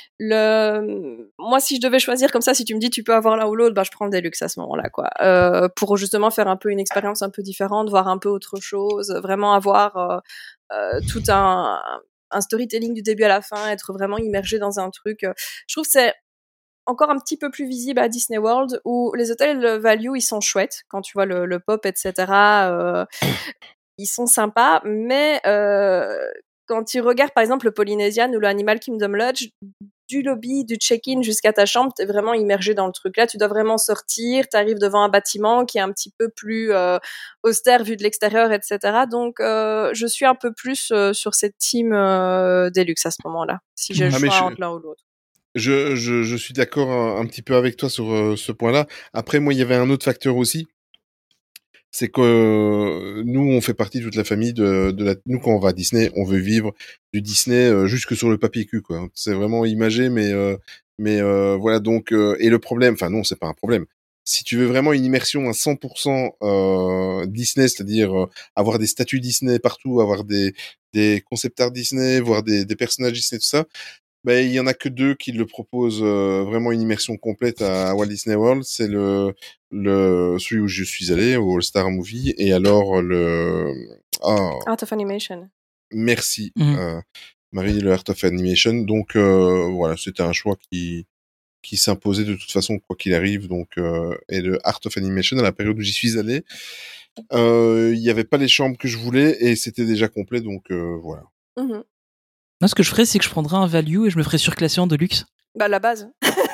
S9: le, moi, si je devais choisir comme ça, si tu me dis tu peux avoir l'un ou l'autre, bah je prends le deluxe à ce moment-là, quoi. Euh, pour justement faire un peu une expérience un peu différente, voir un peu autre chose, vraiment avoir euh, euh, tout un un storytelling du début à la fin, être vraiment immergé dans un truc. Je trouve que c'est encore un petit peu plus visible à Disney World, où les hôtels value, ils sont chouettes, quand tu vois le, le pop, et cetera. Euh, ils sont sympas, mais euh, quand tu regardes par exemple le Polynesian ou le Animal Kingdom Lodge, du lobby, du check-in jusqu'à ta chambre, t'es vraiment immergé dans le truc. Là, tu dois vraiment sortir, t'arrives devant un bâtiment qui est un petit peu plus euh, austère vu de l'extérieur, et cetera. Donc, euh, je suis un peu plus euh, sur cette team euh, Deluxe à ce moment-là, si j'ai le
S1: Ah, mais
S9: choix
S1: je-
S9: entre l'un ou l'autre.
S1: Je, je, je suis d'accord un, un petit peu avec toi sur euh, ce point-là. Après, moi, il y avait un autre facteur aussi. C'est que euh, nous, on fait partie de toute la famille de, de la. Nous, quand on va à Disney, on veut vivre du Disney euh, jusque sur le papier cul, quoi. C'est vraiment imagé, mais euh, mais euh, voilà donc. Euh, et le problème, enfin non, c'est pas un problème. Si tu veux vraiment une immersion à cent pour cent euh, Disney, c'est-à-dire euh, avoir des statues Disney partout, avoir des des concept art Disney, voir des des personnages Disney, tout ça, Ben, il y en a que deux qui le proposent euh, vraiment une immersion complète à Walt Disney World. C'est le, le, celui où je suis allé, au All Star Movie, et alors le, ah,
S9: Art of Animation.
S1: merci,
S8: Mhm.
S1: euh, Marie, le Art of Animation. Donc, euh, voilà, c'était un choix qui, qui s'imposait de toute façon, quoi qu'il arrive. Donc, euh, et le Art of Animation, à la période où j'y suis allé, euh, il y avait pas les chambres que je voulais et c'était déjà complet. Donc, euh, voilà.
S9: Mhm.
S8: Moi, ce que je ferais, c'est que je prendrais un value et je me ferais surclasser en deluxe.
S9: Bah, la base.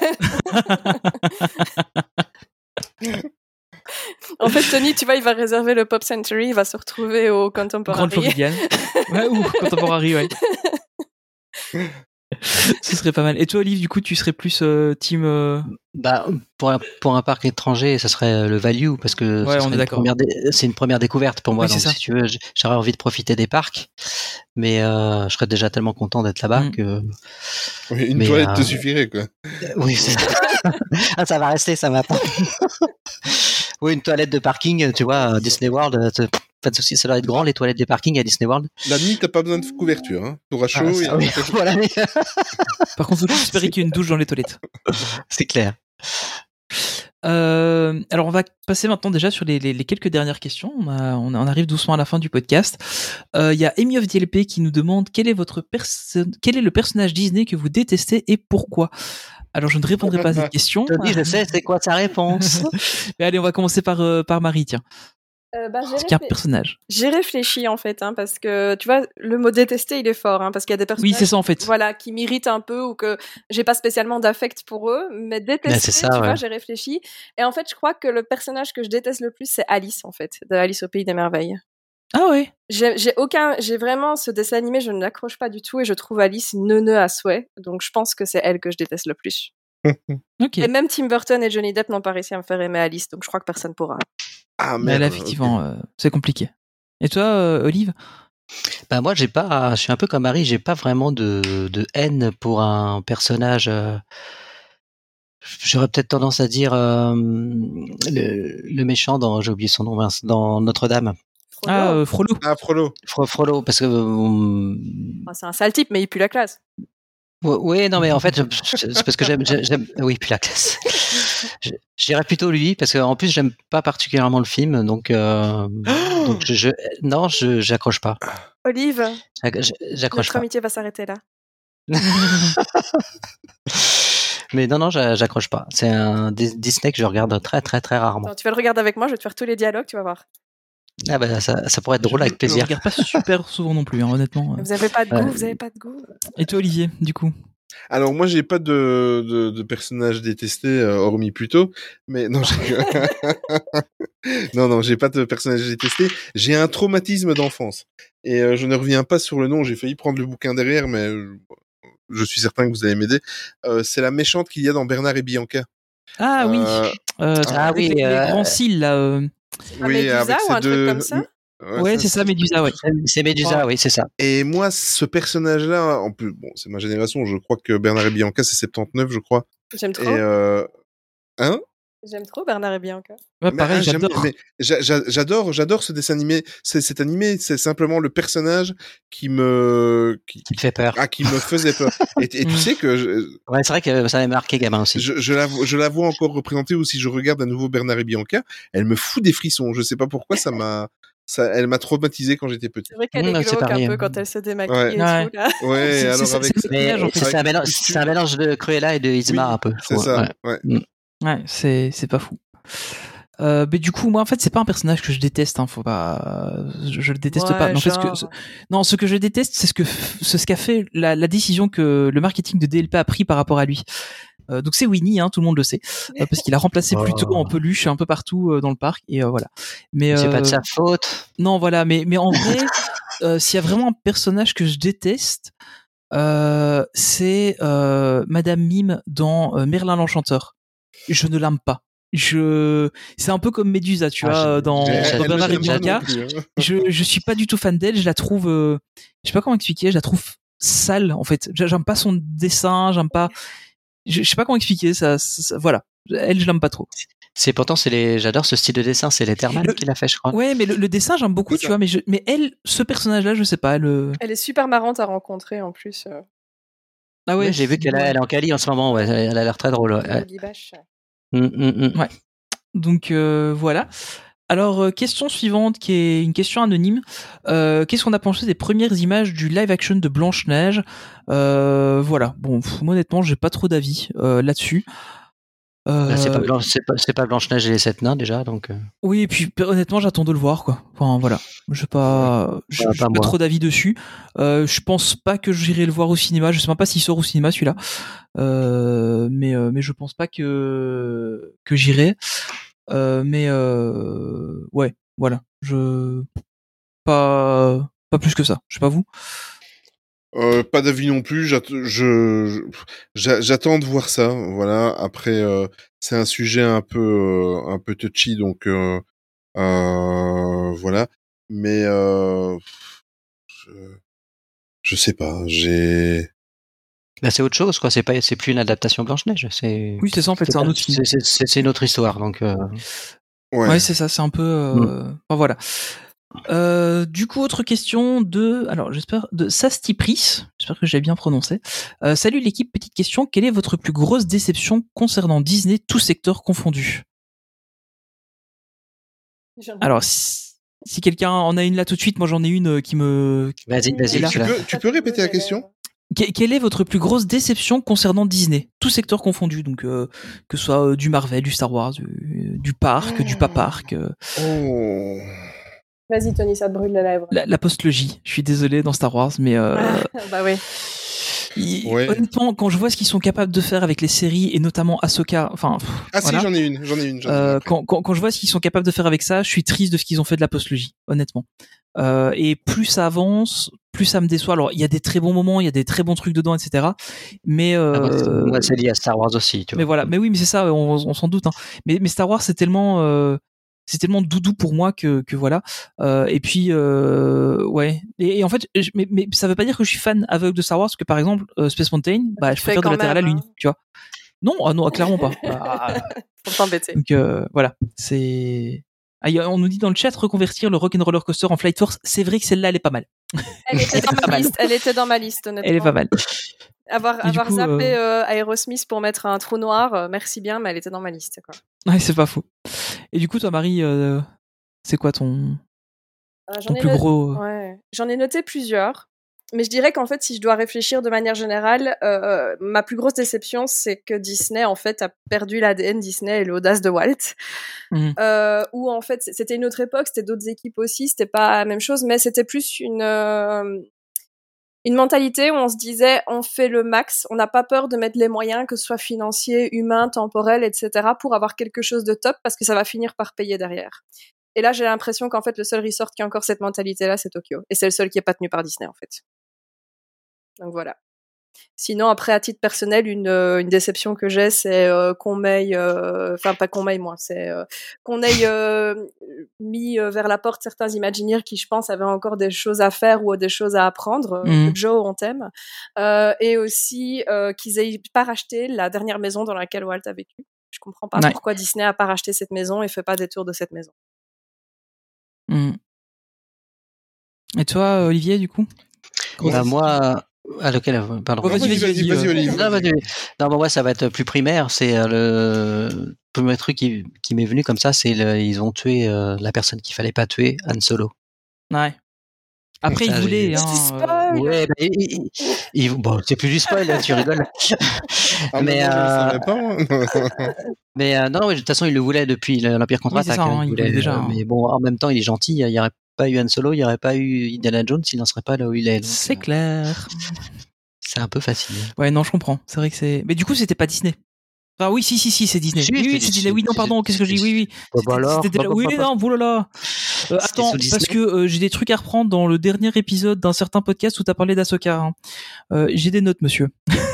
S9: En fait, Tony, tu vois, il va réserver le Pop Century, il va se retrouver au Contemporary.
S8: Grande Floridienne. Ouais, ou Contemporary, ouais. Ce serait pas mal. Et toi, Olive, du coup, tu serais plus euh, team. Euh...
S7: Bah, pour un, pour un parc étranger, ça serait le value parce que
S8: Ouais,
S7: ça
S8: on
S7: serait
S8: est
S7: une
S8: d'accord.
S7: première dé- c'est une première découverte pour moi.
S8: Oui, c'est
S7: Donc,
S8: ça.
S7: si tu veux, j- j'aurais envie de profiter des parcs, mais euh, je serais déjà tellement content d'être là-bas
S8: Mm.
S7: que.
S1: Oui, une
S7: Mais,
S1: toilette
S7: euh,
S1: te suffirait, quoi.
S7: Oui, c'est ah, ça va rester, ça va pas. Oui, une toilette de parking, tu vois, à Disney World, euh, te- pas de souci, ça doit être grand les toilettes des parkings à Disney World.
S1: La nuit, t'as pas besoin de couverture, hein. T'auras chaud
S7: Ah,
S1: et
S7: ça, oui, voilà, mais
S8: Par contre, faut que j'espérais qu'il y ait une douche dans les toilettes.
S7: c'est clair.
S8: Euh, alors, on va passer maintenant déjà sur les, les, les quelques dernières questions. On, a, on, a- on arrive doucement à la fin du podcast. Euh, Il y a Amy of D L P qui nous demande quel est votre perso- quel est le personnage Disney que vous détestez et pourquoi. Alors, je ne répondrai pas à cette question.
S7: Tony, je sais, c'est quoi sa réponse?
S8: Mais allez, on va commencer par, euh, par Marie, tiens.
S9: Euh, bah, j'ai,
S8: Parce qu'il y a un
S9: réflé-
S8: personnage.
S9: j'ai réfléchi en fait, hein, parce que tu vois, le mot détester il est fort, hein, parce qu'il y a des personnages
S8: Oui, c'est ça en fait.
S9: voilà, qui m'irritent un peu ou que j'ai pas spécialement d'affect pour eux, mais détester,
S7: Ben, c'est ça,
S9: tu
S7: ouais.
S9: vois, j'ai réfléchi. Et en fait, je crois que le personnage que je déteste le plus, c'est Alice en fait, de Alice au Pays des Merveilles.
S8: Ah ouais.
S9: J'ai, j'ai aucun, j'ai vraiment ce dessin animé, je ne l'accroche pas du tout et je trouve Alice neuneu à souhait, donc je pense que c'est elle que je déteste le plus.
S8: Ok.
S9: Et même Tim Burton et Johnny Depp n'ont pas réussi à me faire aimer Alice, donc je crois que personne pourra.
S1: Ah,
S8: Mais
S1: merde.
S8: là, effectivement, euh, c'est compliqué. Et toi, euh, Olive?
S7: Ben moi, j'ai pas, je suis un peu comme Marie, j'ai pas vraiment de, de haine pour un personnage. euh, J'aurais peut-être tendance à dire euh, le, le méchant dans, j'ai oublié son nom, mince, dans Notre-Dame,
S9: Frollo.
S8: Ah, euh, Frollo.
S1: Ah, Frollo.
S7: Fro- Frollo, parce que euh,
S9: Enfin, c'est un sale type, mais il pue la classe.
S7: ouais, ouais, non mais en fait, je- je- c'est parce que j'aime, j'aime, j'aime- oui, puis la classe. Je, je dirais plutôt lui, parce qu'en plus, j'aime pas particulièrement le film, donc, euh, donc je, je- non, je, j'accroche pas.
S9: Olive,
S7: J'ac- j'- J'accroche
S9: notre
S7: pas.
S9: amitié va s'arrêter là.
S7: Mais non, non, j'a- j'accroche pas. C'est un Dis- Disney que je regarde très, très, très rarement.
S9: Attends, tu vas le regarder avec moi, je vais te faire tous les dialogues, tu vas voir.
S7: Ah bah, ça, ça pourrait être drôle avec
S8: Je
S7: plaisir.
S8: regarde pas super souvent non plus, hein, honnêtement.
S9: Vous avez pas de goût,
S7: Ouais.
S9: vous avez pas de goût.
S8: Et toi, Olivier, du coup?
S1: Alors moi j'ai pas de, de, de personnage détesté euh, hormis Pluto, mais non j'ai non non j'ai pas de personnage détesté. J'ai un traumatisme d'enfance et euh, je ne reviens pas sur le nom. J'ai failli prendre le bouquin derrière, mais euh, je suis certain que vous allez m'aider. Euh, c'est la méchante qu'il y a dans Bernard et Bianca.
S8: Ah oui.
S1: Euh,
S8: Euh,
S7: Ah
S8: avec
S7: oui,
S8: les, les
S7: euh,
S8: grands cils, là. euh.
S9: Un Médusa
S1: avec
S9: ou
S1: ces
S9: un truc
S1: deux-
S9: comme ça
S8: Ouais, c'est ça, Médusa, ouais.
S7: C'est Médusa, oui, c'est ça.
S1: Et moi, ce personnage-là, en plus, bon, c'est ma génération. Je crois que Bernard et Bianca, c'est soixante-dix-neuf, je crois.
S9: J'aime trop.
S1: Et euh... hein
S9: J'aime trop Bernard et Bianca.
S8: Ouais,
S1: Mais,
S8: pareil,
S1: ah, j'aime-
S8: j'adore.
S1: mais j'a- j'a- J'adore, j'adore ce dessin animé. C'est cet animé, c'est simplement le personnage qui me, qui,
S7: Qui te fait peur.
S1: ah, qui me faisait peur. Et, et tu
S8: Mm.
S1: sais que je,
S7: Ouais, c'est vrai que ça m'avait marqué gamin aussi.
S1: je, je la, vo- je la vois encore représentée, ou si je regarde à nouveau Bernard et Bianca, elle me fout des frissons. Je sais pas pourquoi, ça m'a, ça, elle m'a traumatisé quand j'étais petit.
S9: C'est vrai qu'elle
S7: Mmh,
S9: est
S7: c'est
S9: glauque
S7: pareil,
S9: un peu
S7: hein.
S9: quand elle se démaquille
S1: Ouais.
S9: et
S8: Ouais.
S9: tout, là.
S1: Ouais,
S8: C'est-
S1: alors
S8: c'est-
S1: avec,
S8: c'est-
S7: Mais
S8: en fait,
S7: c'est un,
S1: avec-
S7: mélange, c'est un mélange de Cruella et de Isma
S1: Oui,
S7: un peu.
S1: c'est
S7: Ouais,
S1: ça,
S7: ouais.
S1: ouais.
S8: Ouais, c'est c'est pas fou. Euh, mais du coup, moi, en fait, c'est pas un personnage que je déteste. Hein, faut pas, je, je le déteste
S9: Ouais,
S8: pas. Mais en fait, ce que,
S9: genre.
S8: ce- non, ce que je déteste, c'est ce que, c'est ce qu'a fait la, la décision que le marketing de D L P a pris par rapport à lui. Euh, donc c'est Winnie, hein, tout le monde le sait, euh, parce qu'il a remplacé
S7: Oh.
S8: Pluto en peluche un peu partout euh, dans le parc et euh, voilà. Mais
S7: C'est pas de
S8: euh,
S7: sa faute.
S8: non, voilà, mais, mais en vrai, euh, s'il y a vraiment un personnage que je déteste, euh, c'est euh, Madame Mime dans euh, Merlin l'Enchanteur. Je ne l'aime pas. Je, c'est un peu comme Médusa, tu
S7: Ah,
S8: vois,
S7: j'ai-
S8: dans,
S7: j'ai-
S8: dans
S7: j'ai-
S8: Bernard et
S1: j'aime pas
S8: Bianca.
S1: non plus, hein.
S8: Je, je suis pas du tout fan d'elle. Je la trouve, euh, je sais pas comment expliquer. Je la trouve sale, en fait. J'aime pas son dessin. J'aime pas. Je, je sais pas comment expliquer ça, ça- Voilà. Elle, je l'aime pas trop.
S7: C'est pourtant, c'est les, j'adore ce style de dessin. C'est l'Eternal
S8: Le-
S7: qui l'a fait, je crois.
S8: Ouais, mais le, le dessin, j'aime beaucoup,
S1: C'est
S8: tu
S1: ça.
S8: vois. Mais je, mais elle, ce personnage-là, je sais pas. Elle, euh,
S9: Elle est super marrante à rencontrer en plus. euh.
S8: Ah ouais,
S7: Ouais, j'ai vu qu'elle a- elle est en Cali en ce moment. Ouais, elle a l'air très drôle. Ouais.
S9: Le Guibache.
S7: Mm, mm, mm.
S8: Ouais. Donc euh, voilà. Alors euh, question suivante qui est une question anonyme. Euh, qu'est-ce qu'on a pensé des premières images du live action de Blanche-Neige? euh, Voilà. Bon, pff, moi, honnêtement, j'ai pas trop d'avis euh, là-dessus.
S7: Là, c'est pas
S8: Euh,
S7: Blanche, c'est pas, c'est pas Blanche-Neige et les sept nains déjà, donc. euh,
S8: Oui, et puis p- honnêtement, j'attends de le voir, quoi. Enfin, voilà. Je pas, je-
S7: Ouais,
S8: j'ai
S7: pas
S8: pas
S7: moi.
S8: trop d'avis dessus. Euh, je pense pas que j'irai le voir au cinéma. Je sais même pas s'il sort au cinéma celui-là. Euh, mais euh, mais je pense pas que que j'irai. Euh, mais euh, ouais, voilà. Je pas pas plus que ça. Je sais pas vous.
S1: Euh, pas d'avis non plus. j'att- Je, je- j'attends de voir ça. Voilà. Après, euh, c'est un sujet un peu, euh, un peu touchy, donc euh, euh, voilà. Mais euh, je, je sais pas. J'ai.
S7: Bah, c'est autre chose, quoi. C'est pas, c'est plus une adaptation Blanche-Neige. C'est.
S8: Oui, c'est ça en fait.
S7: C'est,
S8: C'est un
S7: pas-
S8: autre film.
S7: c'est, c'est, c'est- c'est une autre histoire, donc. euh,
S1: Ouais.
S8: Ouais, c'est ça. C'est un peu. Euh... Enfin, voilà. Euh, du coup, autre question de, alors j'espère, de Sastipris, j'espère que j'ai bien prononcé. Euh, salut l'équipe, petite question, quelle est votre plus grosse déception concernant Disney, tous secteurs confondus?
S9: J'en ai-
S8: Alors, si, si quelqu'un en a une là tout de suite, moi j'en ai une euh, qui me...
S7: Vas-y, vas-y,
S8: Et là-
S1: Tu
S7: tu l'as.
S1: peux, tu peux répéter la question?
S8: Que- Quelle est votre plus grosse déception concernant Disney, tous secteurs confondus, donc euh, que ce soit euh, du Marvel, du Star Wars, du, du parc, du pas parc, euh,
S1: Oh.
S9: Vas-y, Tony, ça te brûle les lèvres.
S8: la, la postlogie. Je suis désolé dans Star Wars, mais euh,
S9: Ah, bah oui.
S8: il-
S1: Ouais.
S8: honnêtement, quand je vois ce qu'ils sont capables de faire avec les séries et notamment Ahsoka, enfin, pff,
S1: Ah
S8: voilà.
S1: si, j'en ai une, j'en ai une. J'en ai une
S8: Euh,
S1: après.
S8: quand, quand, quand je vois ce qu'ils sont capables de faire avec ça, je suis triste de ce qu'ils ont fait de la postlogie, honnêtement. Euh, et plus ça avance, plus ça me déçoit. Alors, il y a des très bons moments, il y a des très bons trucs dedans, et cetera. Mais euh,
S7: Ah, moi, c'est- moi, c'est lié à Star Wars aussi, tu vois.
S8: mais voilà, mais oui, mais c'est ça, on, on s'en doute. Hein. Mais, mais Star Wars, c'est tellement, euh, c'est tellement doudou pour moi que, que voilà. Euh, et puis, euh, ouais. Et, et en fait, je- mais, mais ça veut pas dire que je suis fan aveugle de Star Wars, parce que par exemple, euh, Space Mountain, bah, je
S9: fais
S8: préfère de
S9: quand
S8: la Terre à la
S9: même,
S8: Lune,
S9: hein.
S8: tu vois. Non, ah non, clairement pas. Ah,
S9: Pour t'embêter.
S8: donc euh, voilà, c'est. Ah, y a- on nous dit dans le chat reconvertir le Rock'n'Roller Coaster en Flight Force. C'est vrai que celle-là, elle est pas mal.
S9: Elle était dans
S8: pas
S9: ma
S8: mal.
S9: liste. Elle était dans ma liste, honnêtement.
S8: Elle est pas mal.
S9: Avoir,
S8: Et du
S9: avoir
S8: coup,
S9: zappé
S8: euh,
S9: euh, Aerosmith pour mettre un trou noir, euh, merci bien, mais elle était dans ma liste. Quoi.
S8: Ouais, c'est pas faux. Et du coup, toi, Marie, euh, c'est quoi ton,
S9: Euh, j'en
S8: ton
S9: ai
S8: plus
S9: no-
S8: gros
S9: Ouais. J'en ai noté plusieurs. Mais je dirais qu'en fait, si je dois réfléchir de manière générale, euh, ma plus grosse déception, c'est que Disney, en fait, a perdu l'A D N Disney et l'audace de Walt.
S8: Mhm.
S9: Euh, où, en fait, c'était une autre époque, c'était d'autres équipes aussi, c'était pas la même chose, mais c'était plus une, euh, une mentalité où on se disait, on fait le max, on n'a pas peur de mettre les moyens, que ce soit financiers, humains, temporels, et cetera, pour avoir quelque chose de top, parce que ça va finir par payer derrière. Et là, j'ai l'impression qu'en fait, le seul resort qui a encore cette mentalité-là, c'est Tokyo. Et c'est le seul qui est pas tenu par Disney, en fait. Donc voilà. Sinon, après, à titre personnel, une, euh, une déception que j'ai, c'est euh, qu'on m'aille, euh, enfin pas qu'on m'aille moi, c'est euh, qu'on ait euh, mis euh, vers la porte certains Imagineers qui, je pense, avaient encore des choses à faire ou des choses à apprendre. Euh,
S8: Mhm.
S9: Joe, on t'aime. Euh, et aussi euh, qu'ils aient pas racheté la dernière maison dans laquelle Walt a vécu. Je comprends pas
S8: Ouais.
S9: pourquoi Disney a pas racheté cette maison et fait pas des tours de cette maison.
S8: Mhm. Et toi, Olivier, du coup
S7: Bah, moi, à lequel, pardon.
S8: Oh, vas-y, vas-y, vas-y,
S1: vas-y,
S8: euh,
S1: Olivier.
S7: Non, vas-y. Non, bah, moi, ça va être plus primaire. C'est euh, le premier truc qui, qui m'est venu comme ça, c'est le, ils ont tué euh, la personne qu'il fallait pas tuer, Han Solo.
S8: Ouais. Après,
S7: Ça,
S8: il voulait.
S7: j'ai-
S8: Hein,
S9: Tu
S8: euh,
S9: spoil.
S7: Ouais, bah, il- il- il- bon, c'est plus du spoil, hein, tu rigoles.
S1: Ah,
S7: mais,
S1: mais non, je le
S7: euh,
S1: savais pas.
S7: mais euh, non, ouais, de toute façon, il le voulait depuis le- l'Empire contre-attaque.
S8: Oui, c'est ça, hein, il voulait déjà,
S7: euh,
S8: hein.
S7: Mais bon, en même temps, il est gentil. Il n'y aurait pas eu Han Solo, il n'y aurait pas eu Indiana Jones, il n'en serait pas là où il est. donc,
S8: c'est
S7: euh,
S8: clair.
S7: C'est un peu facile.
S8: Ouais, non, je comprends. C'est vrai que c'est. Mais du coup, c'était pas Disney. Enfin, oui, si, si, si, c'est Disney.
S7: Si,
S8: oui,
S7: c'est
S8: oui,
S7: Disney.
S8: c'est Disney. Oui, non, pardon, qu'est-ce que je dis? Oui, oui.
S7: Bah, bah alors,
S8: C'était déjà-
S7: bah, bah,
S8: Oui,
S7: bah, bah.
S8: non, oulala. Euh,
S7: C'était
S8: attends,
S7: sous Disney.
S8: parce que euh, j'ai des trucs à reprendre dans le dernier épisode d'un certain podcast où t'as parlé d'Ahsoka. Hein. Euh, j'ai des notes, monsieur.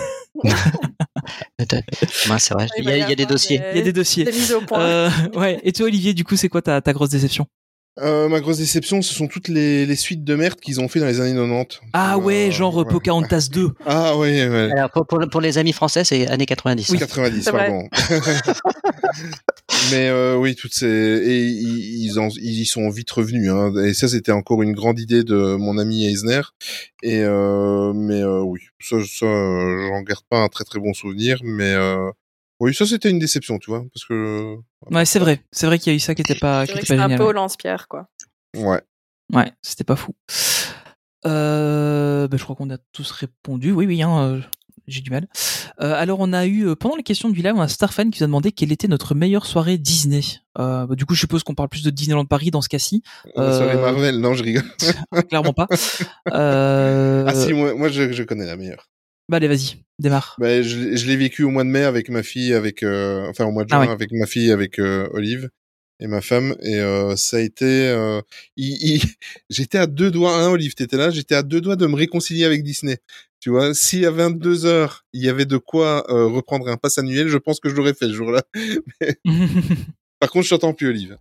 S7: Peut-être. Ouais, c'est vrai.
S9: Il
S7: Il
S9: va
S7: y a,
S9: y
S7: il y a des
S9: avoir
S7: dossiers.
S9: des-
S8: Il y a des dossiers.
S9: Des mises au point.
S8: Euh, ouais. Et toi, Olivier, du coup, c'est quoi ta, ta grosse déception?
S1: Euh, ma grosse déception, ce sont toutes les, les suites de merde qu'ils ont fait dans les années quatre-vingt-dix.
S8: Ah ouais,
S1: Euh,
S8: genre
S1: ouais.
S8: Pocahontas deux.
S1: Ah ouais, ouais.
S7: Alors, pour, pour, pour les amis français, c'est années quatre-vingt-dix.
S1: quatre-vingt-dix,
S9: c'est vrai.
S1: pardon. Mais euh, oui, toutes ces et ils ils, en... ils y sont vite revenus. Hein. Et ça, c'était encore une grande idée de mon ami Eisner. Et euh... mais euh, oui, ça, ça, euh, j'en garde pas un très très bon souvenir. Mais euh... oui, ça c'était une déception, tu vois, parce que.
S8: Ouais, c'est vrai, c'est vrai qu'il y a eu ça qui était pas,
S9: C'est
S8: qui
S9: vrai
S8: était
S9: que
S8: pas
S9: c'est un
S8: génial.
S9: peu au
S8: Ouais,
S9: lance-pierre, quoi.
S1: Ouais.
S8: ouais, c'était pas fou. Euh, bah, je crois qu'on a tous répondu. Oui, oui, hein, euh, j'ai du mal. Euh, alors, on a eu, euh, pendant les questions du live, on a Starfan qui nous a demandé quelle était notre meilleure soirée Disney. Euh, bah, du coup, je suppose qu'on parle plus de Disneyland Paris dans ce cas-ci.
S1: La soirée
S8: Euh,
S1: Marvel, non, je rigole.
S8: Clairement pas. Euh...
S1: Ah si, moi, moi je, je connais la meilleure.
S8: Bah allez, vas-y, démarre.
S1: Bah, je, l'ai- je l'ai vécu au mois de mai avec ma fille, avec euh, enfin au mois de juin
S8: Ah ouais.
S1: avec ma fille, avec euh, Olive et ma femme, et euh, ça a été. Euh, il, il... J'étais à deux doigts. Hein, Olive, t'étais là. J'étais à deux doigts de me réconcilier avec Disney. Tu vois, si à vingt-deux heures il y avait de quoi euh, reprendre un pass annuel, je pense que je l'aurais fait ce jour-là. Mais... Par contre, je t'entends plus, Olive.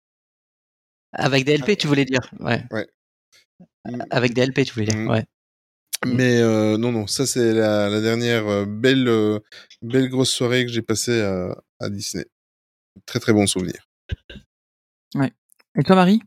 S7: Avec des L P, tu voulais dire. Ouais.
S1: Ouais.
S7: Avec des L P, tu voulais dire.
S1: Mmh.
S7: Ouais.
S1: Mais euh, non, non, ça c'est la, la dernière euh, belle, euh, belle grosse soirée que j'ai passée à, à Disney. Très très bon souvenir.
S8: Ouais. Et toi, Marie?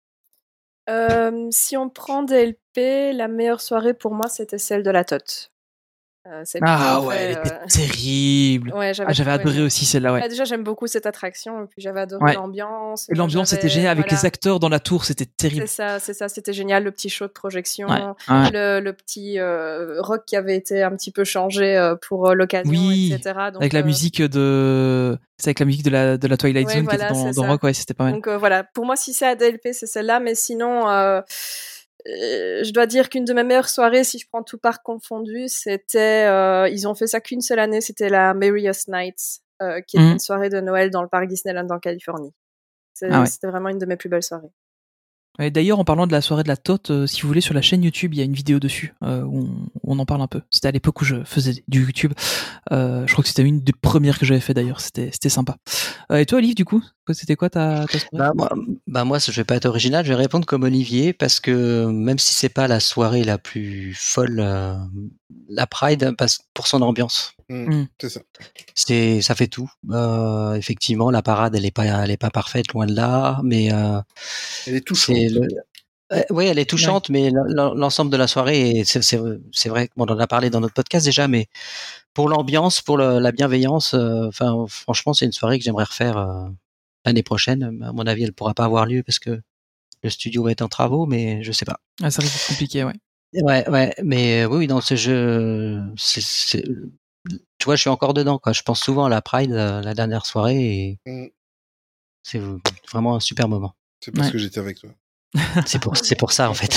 S9: Euh, si on prend des L P, la meilleure soirée pour moi, c'était celle de la Tote. Euh, celle
S8: Ah
S9: qu'on
S8: ouais,
S9: fait,
S8: elle était
S9: euh,
S8: terrible.
S9: Ouais, j'avais
S8: Ah, j'avais
S9: trop
S8: adoré
S9: aimé.
S8: aussi celle-là, ouais.
S9: Bah, déjà, j'aime beaucoup cette attraction, et puis j'avais adoré
S8: Ouais.
S9: l'ambiance.
S8: Et
S9: Moi,
S8: l'ambiance était
S9: j'avais-
S8: géniale avec
S9: voilà.
S8: les acteurs dans la tour, c'était
S9: C'est
S8: terrible.
S9: ça, c'est ça, c'était génial, le petit show de projection,
S8: Ouais, ouais.
S9: Le, le petit euh, rock qui avait été un petit peu changé euh, pour euh, l'occasion,
S8: Oui,
S9: et cetera. Donc,
S8: avec la
S9: euh,
S8: musique de, c'est avec la musique de la de la Twilight
S9: ouais,
S8: Zone
S9: voilà,
S8: qui était dans,
S9: c'est
S8: dans
S9: ça.
S8: Rock, ouais, c'était pas mal.
S9: Donc euh, voilà, pour moi, si c'est à D L P, c'est celle-là, mais sinon, euh, euh, je dois dire qu'une de mes meilleures soirées, si je prends tout parc confondu, c'était, euh, ils ont fait ça qu'une seule année, c'était la Merriest Nights, euh, qui était
S8: Mhm.
S9: une soirée de Noël dans le parc Disneyland en Californie. C'est-
S8: Ah ouais.
S9: C'était vraiment une de mes plus belles soirées.
S8: Et d'ailleurs, en parlant de la soirée de la Tote, euh, si vous voulez, sur la chaîne YouTube, il y a une vidéo dessus euh, où on, on en parle un peu. C'était à l'époque où je faisais du YouTube. Euh, je crois que c'était une des premières que j'avais fait d'ailleurs. C'était c'était sympa. Euh, et toi, Olive, du coup, c'était quoi ta, ta soirée?
S7: Bah, moi, bah moi, je vais pas être original, je vais répondre comme Olivier parce que même si c'est pas la soirée la plus folle, euh, la Pride passe pour son ambiance.
S1: Mmh,
S8: Mm.
S1: C'est ça.
S7: C'est, ça fait tout. Euh, effectivement, la parade, elle est pas, elle est pas parfaite, loin de là, mais euh,
S1: Elle est touchante.
S7: c'est le, euh, oui, elle est touchante, mais l'en- l'ensemble de la soirée, c'est, c'est, c'est vrai qu'on en a parlé dans notre podcast déjà, mais pour l'ambiance, pour le, la bienveillance, enfin, euh, franchement, c'est une soirée que j'aimerais refaire euh, l'année prochaine. À mon avis, elle pourra pas avoir lieu parce que le studio est en travaux, mais je sais pas.
S8: Ah, ça risque d'être compliqué, ouais.
S7: Ouais, ouais, mais oui, dans ce jeu, c'est, c'est, tu vois, je suis encore dedans, quoi. Je pense souvent à la Pride, la, la dernière soirée, et
S1: Mmh.
S7: c'est vraiment un super moment.
S1: C'est parce
S8: Ouais.
S1: que j'étais avec toi.
S7: C'est pour, c'est pour ça, en fait.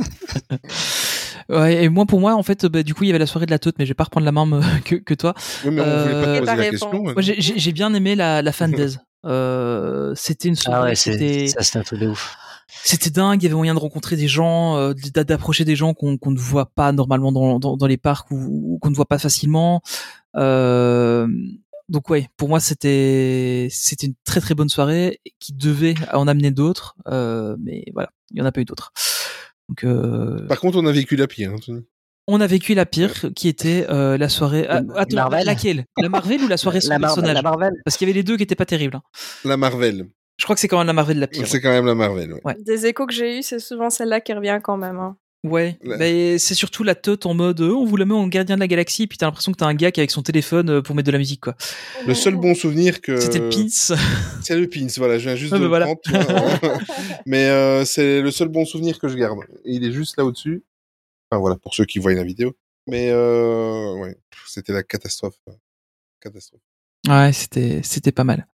S8: Ouais, et moi, pour moi, en fait, bah, du coup, il y avait la soirée de la Tote, mais je vais pas reprendre la main me- que, que toi.
S1: Oui, mais on
S8: Euh,
S1: voulait pas te
S9: Et
S1: poser
S9: ta
S1: la
S9: réponse.
S1: question.
S8: Moi, j'ai- j'ai j'ai bien aimé la, la fan days. Euh, c'était une soirée,
S7: Ah ouais, c'est,
S8: c'était,
S7: ça, c'est un truc de ouf.
S8: c'était dingue. Il y avait moyen de rencontrer des gens, euh, d'a- d'approcher des gens qu'on qu'on ne voit pas normalement dans, dans, dans les parcs ou, ou qu'on ne voit pas facilement. Euh, donc ouais, pour moi, c'était c'était une très très bonne soirée qui devait en amener d'autres, euh, mais voilà, il y en a pas eu d'autres. Donc euh,
S1: Par contre, on a vécu la pire, Anthony.
S8: on a vécu la pire, qui était euh, la soirée. Ah, attends,
S7: Marvel.
S8: laquelle? La Marvel ou la soirée sans
S7: La, Mar-
S8: personnage?
S7: la Marvel.
S8: Parce qu'il y avait les deux qui étaient pas terribles. hein.
S1: La Marvel.
S8: Je crois que c'est quand même la Marvel la pire.
S1: C'est quand même la Marvel. Ouais.
S8: Ouais.
S9: Des échos que j'ai eus, c'est souvent celle-là qui revient quand même. hein.
S8: Ouais,
S1: La-
S8: mais c'est surtout la Tote en mode euh, on vous la met en gardien de la galaxie, puis t'as l'impression que t'as un gars qui est avec son téléphone euh, pour mettre de la musique, quoi.
S1: Le seul bon souvenir que.
S8: C'était le Pins.
S1: C'est le Pins, voilà, je viens juste
S8: Ouais,
S1: de
S8: mais
S1: le
S8: voilà.
S1: prendre, tu vois. Mais euh, c'est le seul bon souvenir que je garde. Et il est juste là au-dessus. Enfin voilà, pour ceux qui voient la vidéo. Mais euh, ouais, c'était la catastrophe. Catastrophe.
S8: Ouais, c'était c'était pas mal.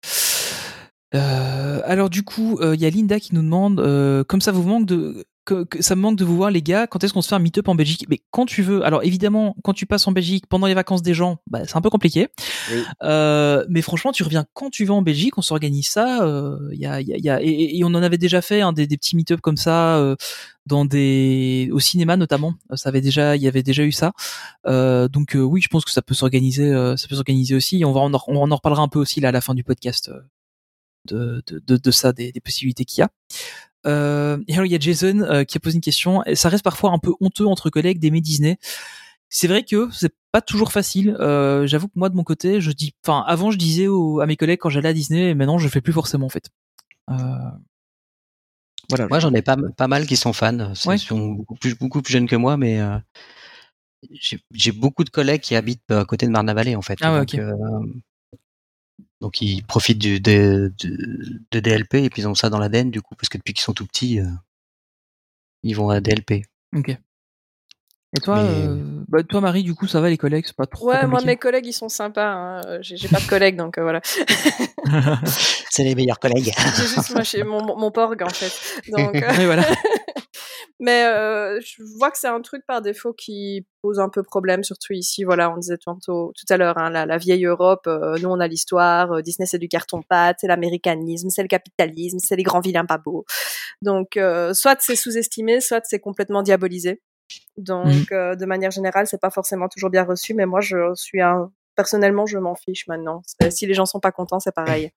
S8: Euh, alors du coup, il euh, y a Linda qui nous demande, euh, comme ça vous manque de, que, que ça me manque de vous voir les gars. Quand est-ce qu'on se fait un meet-up en Belgique? Mais quand tu veux. Alors évidemment, quand tu passes en Belgique pendant les vacances des gens, bah, c'est un peu compliqué.
S1: Oui.
S8: Euh, mais franchement, tu reviens quand tu veux en Belgique, on s'organise ça. Il y a, il y a, y a et, et on en avait déjà fait hein, des, des petits meet-up comme ça euh, dans des, au cinéma notamment. Ça avait déjà, il y avait déjà eu ça. Euh, donc euh, oui, je pense que ça peut s'organiser, euh, ça peut s'organiser aussi. Et on va en, on en reparlera un peu aussi là à la fin du podcast. Euh, De, de, de, de ça, des, des possibilités qu'il y a. Euh, et alors il y a Jason euh, qui a posé une question. Ça reste parfois un peu honteux entre collègues d'aimer Disney. C'est vrai que c'est pas toujours facile. Euh, j'avoue que moi de mon côté, je dis, enfin, avant je disais aux, à mes collègues quand j'allais à Disney, et maintenant je fais plus forcément en fait. Euh, voilà.
S7: Moi, j'en ai pas pas mal qui sont fans. C'est-
S8: Ouais.
S7: Ils sont beaucoup plus beaucoup plus jeunes que moi, mais euh, j'ai j'ai beaucoup de collègues qui habitent à côté de Marne-la-Vallée en fait.
S8: Ah ouais,
S7: donc,
S8: ok.
S7: euh, donc ils profitent du de, de, de D L P et puis ils ont ça dans l'A D N du coup parce que depuis qu'ils sont tout petits, euh, ils vont à D L P.
S8: Ok. Et toi,
S7: Mais-
S8: euh, bah, toi Marie, du coup, ça va les collègues, c'est pas trop
S9: Ouais, moi
S8: compliqué.
S9: mes collègues ils sont sympas. Hein. J'ai, j'ai pas de collègues donc euh, voilà.
S7: C'est les meilleurs collègues.
S9: J'ai juste moi chez mon, mon porg en fait. Donc, euh,
S8: Oui, voilà.
S9: mais euh, je vois que c'est un truc par défaut qui pose un peu problème, surtout ici. Voilà, on disait tantôt tout à l'heure, hein, la, la vieille Europe. Euh, nous on a l'histoire. euh, Disney c'est du carton pâte, c'est l'américanisme, c'est le capitalisme, c'est les grands vilains pas beaux. Donc euh, soit c'est sous-estimé, soit c'est complètement diabolisé. Donc
S8: Mhm.
S9: euh, de manière générale, c'est pas forcément toujours bien reçu. Mais moi je suis un personnellement, je m'en fiche maintenant. C'est- Si les gens sont pas contents, c'est pareil.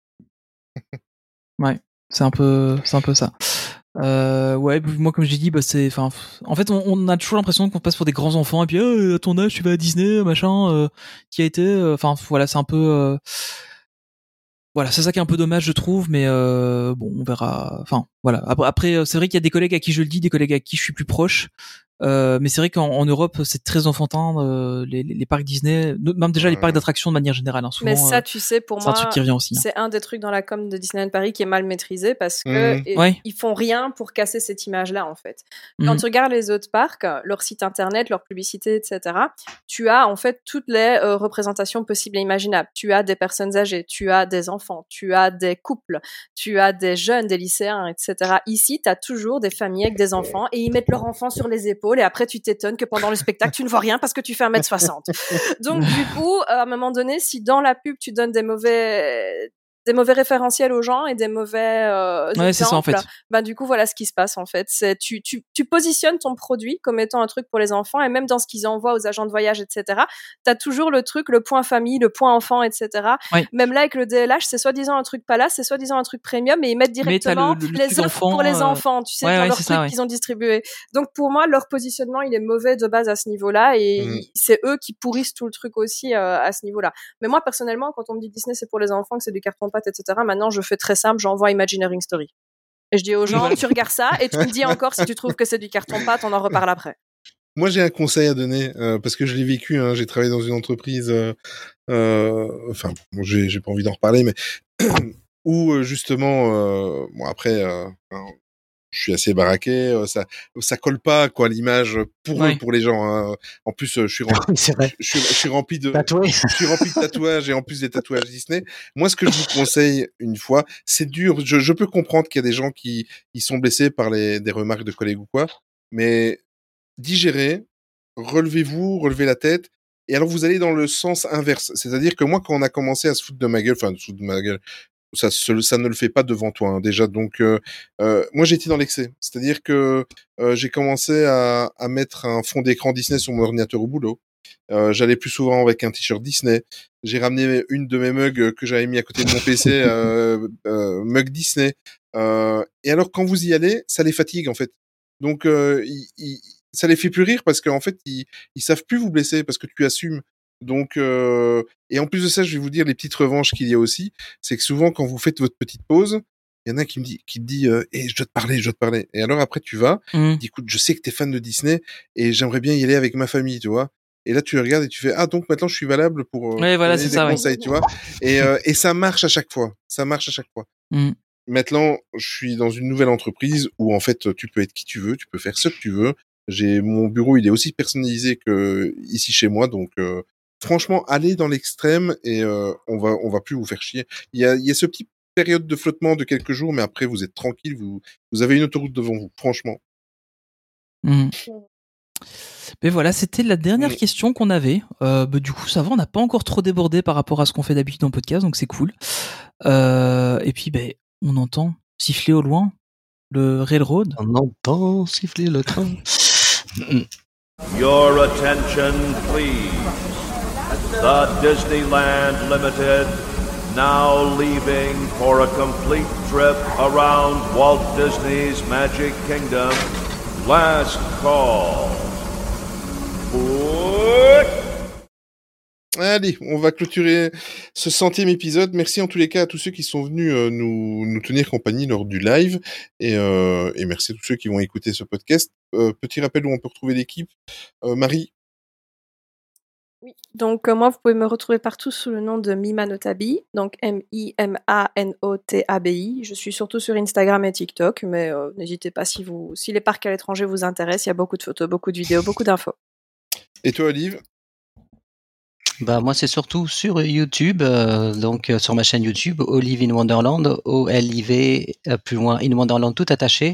S8: Ouais, c'est un peu, c'est un peu ça. Euh, ouais, moi comme j'ai dit, bah c'est, enfin, en fait, on, on a toujours l'impression qu'on passe pour des grands enfants et puis euh, à ton âge tu vas à Disney, machin, euh, qui a été, enfin voilà, c'est un peu, euh, voilà, c'est ça qui est un peu dommage je trouve, mais euh, bon, on verra. Enfin voilà. Après, après, c'est vrai qu'il y a des collègues à qui je le dis, des collègues à qui je suis plus proche. Euh, mais c'est vrai qu'en en Europe, c'est très enfantin, euh, les, les, les parcs Disney, même déjà les parcs d'attractions de manière générale. Hein, souvent,
S9: Mais ça,
S8: euh,
S9: tu sais, pour
S8: c'est
S9: moi,
S8: un truc qui revient aussi. Hein.
S9: c'est un des trucs dans la com de Disneyland Paris qui est mal maîtrisé parce que
S1: Mhm.
S9: et-
S8: Ouais.
S9: ils font rien pour casser cette image-là, en fait.
S8: Mhm.
S9: Quand tu regardes les autres parcs, leur site internet, leur publicité, et cetera, tu as en fait toutes les euh, représentations possibles et imaginables. Tu as des personnes âgées, tu as des enfants, tu as des couples, tu as des jeunes, des lycéens, et cetera. Ici, tu as toujours des familles avec des enfants et ils mettent leurs enfants sur les épaules et après tu t'étonnes que pendant le spectacle, tu ne vois rien parce que tu fais un mètre soixante. Donc, du coup, à un moment donné, si dans la pub, tu donnes des mauvais, des mauvais référentiels aux gens et des mauvais euh,
S8: Ouais, c'est ça en
S9: exemples,
S8: fait.
S9: bah, du coup, voilà ce qui se passe, en fait. C'est, tu, tu, tu positionnes ton produit comme étant un truc pour les enfants et même dans ce qu'ils envoient aux agents de voyage, et cetera, t'as toujours le truc, le point famille, le point enfant, et cetera.
S8: Ouais.
S9: Même là, avec le D L H, c'est soi-disant un truc palace, c'est soi-disant un truc premium et ils mettent
S8: Mais t'as
S9: directement
S8: le- le- le
S9: les
S8: truc
S9: offres
S8: enfant,
S9: pour les
S8: euh,
S9: enfants, tu sais,
S8: ouais,
S9: dans
S8: ouais,
S9: leur
S8: c'est
S9: truc
S8: ça, ouais.
S9: qu'ils ont distribué. Donc, pour moi, leur positionnement, il est mauvais de base à ce niveau-là et
S1: Mhm.
S9: ils- c'est eux qui pourrissent tout le truc aussi euh, à ce niveau-là. Mais moi, personnellement, quand on me dit Disney, c'est pour les enfants, que c'est du carton-pâte, et cetera, maintenant, je fais très simple, j'envoie Imagineering Story. Et je dis aux gens,
S8: voilà.
S9: tu regardes ça et tu me dis encore si tu trouves que c'est du carton-pâte, on en reparle après.
S1: Moi, j'ai un conseil à donner euh, parce que je l'ai vécu. Hein, j'ai travaillé dans une entreprise. Euh, euh, enfin, bon, j'ai, j'ai pas envie d'en reparler, mais où euh, justement, euh, bon après, euh, hein, je suis assez baraqué. euh, ça, ça colle pas quoi l'image pour
S8: Ouais.
S1: eux, pour les gens. Hein. En plus, euh, je suis rempli,
S7: Oui, c'est vrai.
S1: je, suis, je suis rempli de,
S7: Tatoué.
S1: je suis rempli de tatouages et en plus des tatouages Disney. Moi, ce que je vous conseille une fois, c'est dur. Je, je peux comprendre qu'il y a des gens qui ils sont blessés par les des remarques de collègues ou quoi, mais digérez, relevez-vous, relevez la tête. Et alors, vous allez dans le sens inverse. C'est-à-dire que moi, quand on a commencé à se foutre de ma gueule, enfin, se foutre de ma gueule, ça, se- ça ne le fait pas devant toi, hein, déjà. Donc, euh, euh, moi, j'ai été dans l'excès. C'est-à-dire que euh, j'ai commencé à, à mettre un fond d'écran Disney sur mon ordinateur au boulot. Euh, j'allais plus souvent avec un t-shirt Disney. J'ai ramené une de mes mugs que j'avais mis à côté de mon P C, euh, euh, mug Disney. Euh, et alors, quand vous y allez, ça les fatigue, en fait. Donc, euh, ils- ils- ça les fait plus rire parce qu'en fait, ils, ils savent plus vous blesser parce que tu assumes. Donc, euh, et en plus de ça, je vais vous dire les petites revanches qu'il y a aussi. C'est que souvent, quand vous faites votre petite pause, il y en a qui me dit, qui te dit, euh, hey, je dois te parler, je dois te parler. Et alors après, tu vas,
S8: Mhm.
S1: tu dis, écoute, je sais que t'es fan de Disney et j'aimerais bien y aller avec ma famille, tu vois. Et là, tu le regardes et tu fais, ah, donc maintenant, je suis valable pour euh,
S8: Ouais, voilà,
S1: donner
S8: c'est
S1: des
S8: ça, ouais.
S1: conseils, tu vois. Et, euh, et ça marche à chaque fois. Ça marche à chaque fois.
S8: Mhm.
S1: Maintenant, je suis dans une nouvelle entreprise où en fait, tu peux être qui tu veux, tu peux faire ce que tu veux. J'ai mon bureau, il est aussi personnalisé que ici chez moi, donc euh, franchement, allez dans l'extrême et euh, on va on va plus vous faire chier. Il y a il y a ce petit période de flottement de quelques jours, mais après vous êtes tranquille, vous vous avez une autoroute devant vous, franchement.
S8: Mhm. Mais voilà, c'était la dernière
S1: Mm.
S8: question qu'on avait. Euh, bah, du coup, ça va, on n'a pas encore trop débordé par rapport à ce qu'on fait d'habitude dans le podcast, donc c'est cool. Euh, et puis, ben, on entend siffler au loin le railroad.
S7: On entend siffler le train.
S5: Your attention, please. The Disneyland Limited now leaving for a complete trip around Walt Disney's Magic Kingdom. Last call. Put
S1: Allez, on va clôturer ce centième épisode. Merci en tous les cas à tous ceux qui sont venus euh, nous, nous tenir compagnie lors du live. Et, euh, et merci à tous ceux qui vont écouter ce podcast. Euh, petit rappel où on peut retrouver l'équipe. Euh, Marie.
S9: Oui, donc euh, moi, vous pouvez me retrouver partout sous le nom de Mima Notabi, donc M I M A N O T A B I. Je suis surtout sur Instagram et TikTok, mais euh, n'hésitez pas si, vous, si les parcs à l'étranger vous intéressent, il y a beaucoup de photos, beaucoup de vidéos, beaucoup d'infos.
S1: Et toi, Olive?
S7: Bah moi c'est surtout sur YouTube, euh, donc euh, sur ma chaîne YouTube Olive in Wonderland, O L I V euh, plus loin in Wonderland tout attaché,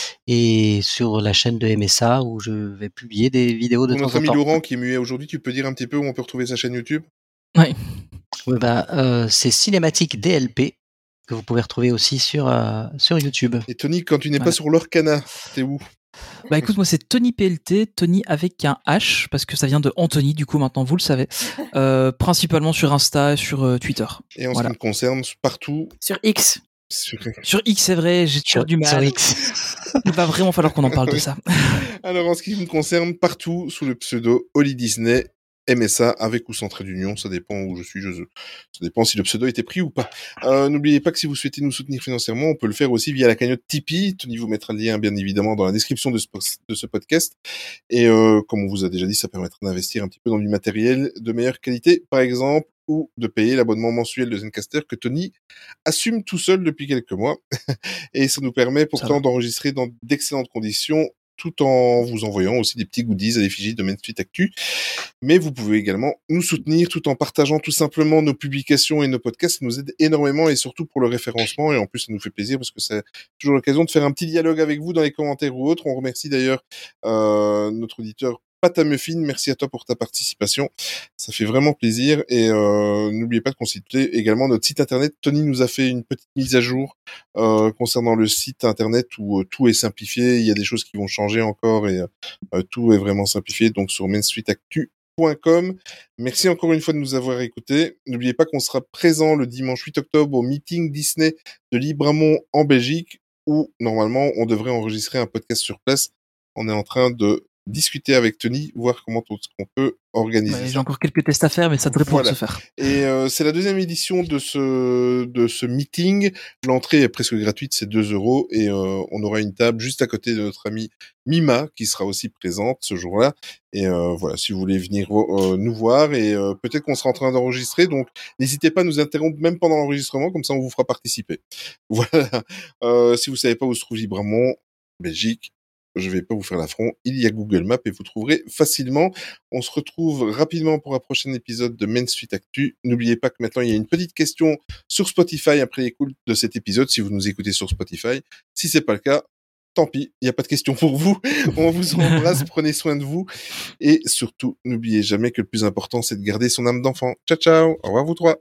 S7: et sur la chaîne de M S A où je vais publier des vidéos de
S1: Pour
S7: temps en
S1: notre ami
S7: temps.
S1: Laurent qui est muet aujourd'hui, tu peux dire un petit peu où on peut retrouver sa chaîne YouTube?
S8: Oui.
S7: Ouais, bah, euh, c'est Cinématique D L P que vous pouvez retrouver aussi sur euh, sur YouTube.
S1: Et Tony, quand tu n'es
S8: Ouais.
S1: pas sur l'Orcana, t'es où?
S8: Bah écoute, moi c'est Tony P L T, Tony avec un H, parce que ça vient de Anthony, du coup maintenant vous le savez. Euh, principalement sur Insta et sur euh, Twitter.
S1: Et en
S8: Voilà.
S1: ce qui me concerne, partout.
S9: Sur X.
S1: Sur...
S8: Sur X, c'est vrai, j'ai toujours du
S7: Sur
S8: mal.
S7: X.
S8: Il va vraiment falloir qu'on en parle de ça.
S1: Alors, en ce qui me concerne, partout sous le pseudo Oli Disney, M S A, avec ou sans trait d'union, ça dépend où je suis, je... ça dépend si le pseudo était pris ou pas. Euh, n'oubliez pas que si vous souhaitez nous soutenir financièrement, on peut le faire aussi via la cagnotte Tipeee. Tony vous mettra le lien, bien évidemment, dans la description de ce, de ce podcast. Et euh, comme on vous a déjà dit, ça permettra d'investir un petit peu dans du matériel de meilleure qualité, par exemple, ou de payer l'abonnement mensuel de Zencaster que Tony assume tout seul depuis quelques mois. Et ça nous permet pourtant d'enregistrer dans d'excellentes conditions, tout en vous envoyant aussi des petits goodies à l'effigie de Main Street Actu. Mais vous pouvez également nous soutenir tout en partageant tout simplement nos publications et nos podcasts. Ça nous aide énormément et surtout pour le référencement. Et en plus, ça nous fait plaisir parce que c'est toujours l'occasion de faire un petit dialogue avec vous dans les commentaires ou autres. On remercie d'ailleurs euh, notre auditeur Pata Muffin, merci à toi pour ta participation. Ça fait vraiment plaisir. Et euh, n'oubliez pas de consulter également notre site internet. Tony nous a fait une petite mise à jour euh, concernant le site internet où euh, tout est simplifié. Il y a des choses qui vont changer encore et euh, tout est vraiment simplifié. Donc sur main street actu point com. Merci encore une fois de nous avoir écoutés. N'oubliez pas qu'on sera présent le dimanche huit octobre au meeting Disney de Libramont en Belgique où normalement on devrait enregistrer un podcast sur place. On est en train de discuter avec Tony, voir comment on, on peut organiser.
S8: Ouais, j'ai encore quelques tests à faire, mais ça devrait pouvoir
S1: Voilà.
S8: se faire.
S1: Et euh, c'est la deuxième édition de ce de ce meeting. L'entrée est presque gratuite, c'est deux euros, et euh, on aura une table juste à côté de notre amie Mima qui sera aussi présente ce jour-là. Et euh, voilà, si vous voulez venir euh, nous voir, et euh, peut-être qu'on sera en train d'enregistrer, donc n'hésitez pas à nous interrompre même pendant l'enregistrement, comme ça on vous fera participer. Voilà. Euh, si vous savez pas où se trouve Libramont, Belgique, je vais pas vous faire l'affront, il y a Google Maps et vous trouverez facilement. On se retrouve rapidement pour un prochain épisode de Main Street Actu. N'oubliez pas que maintenant il y a une petite question sur Spotify après l'écoute de cet épisode si vous nous écoutez sur Spotify. Si c'est pas le cas, tant pis, il n'y a pas de question pour vous. On vous embrasse, prenez soin de vous et surtout n'oubliez jamais que le plus important c'est de garder son âme d'enfant. Ciao ciao, au revoir vous trois.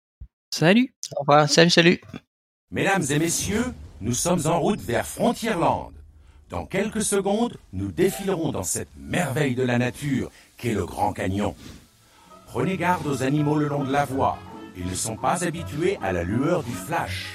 S8: Salut.
S7: Au revoir, salut, salut.
S10: Mesdames et messieurs, nous sommes en route vers Frontierland. Dans quelques secondes, nous défilerons dans cette merveille de la nature qu'est le Grand Canyon. Prenez garde aux animaux le long de la voie. Ils ne sont pas habitués à la lueur du flash.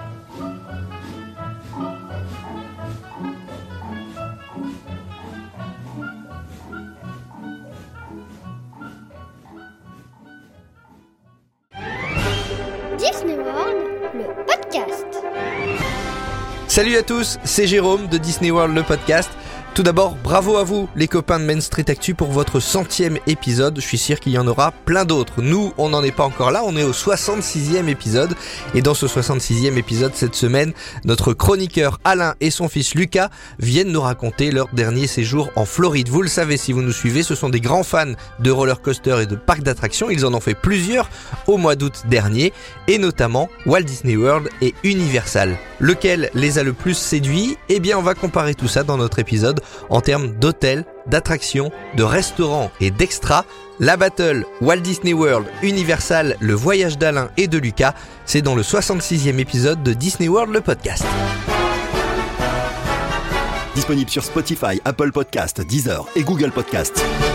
S11: Disney World, le podcast.
S12: Salut à tous, c'est Jérôme de Disney World, le podcast. Tout d'abord, bravo à vous, les copains de Main Street Actu, pour votre centième épisode. Je suis sûr qu'il y en aura plein d'autres. Nous, on n'en est pas encore là, on est au soixante-sixième épisode. Et dans ce soixante-sixième épisode, cette semaine, notre chroniqueur Alain et son fils Lucas viennent nous raconter leur dernier séjour en Floride. Vous le savez si vous nous suivez, ce sont des grands fans de roller coaster et de parcs d'attractions. Ils en ont fait plusieurs au mois d'août dernier, et notamment Walt Disney World et Universal. Lequel les a le plus séduits? Eh bien, on va comparer tout ça dans notre épisode en termes d'hôtels, d'attractions, de restaurants et d'extras. La battle Walt Disney World, Universal, le voyage d'Alain et de Lucas, c'est dans le soixante-sixième épisode de Disney World, le podcast.
S13: Disponible sur Spotify, Apple Podcasts, Deezer et Google Podcasts.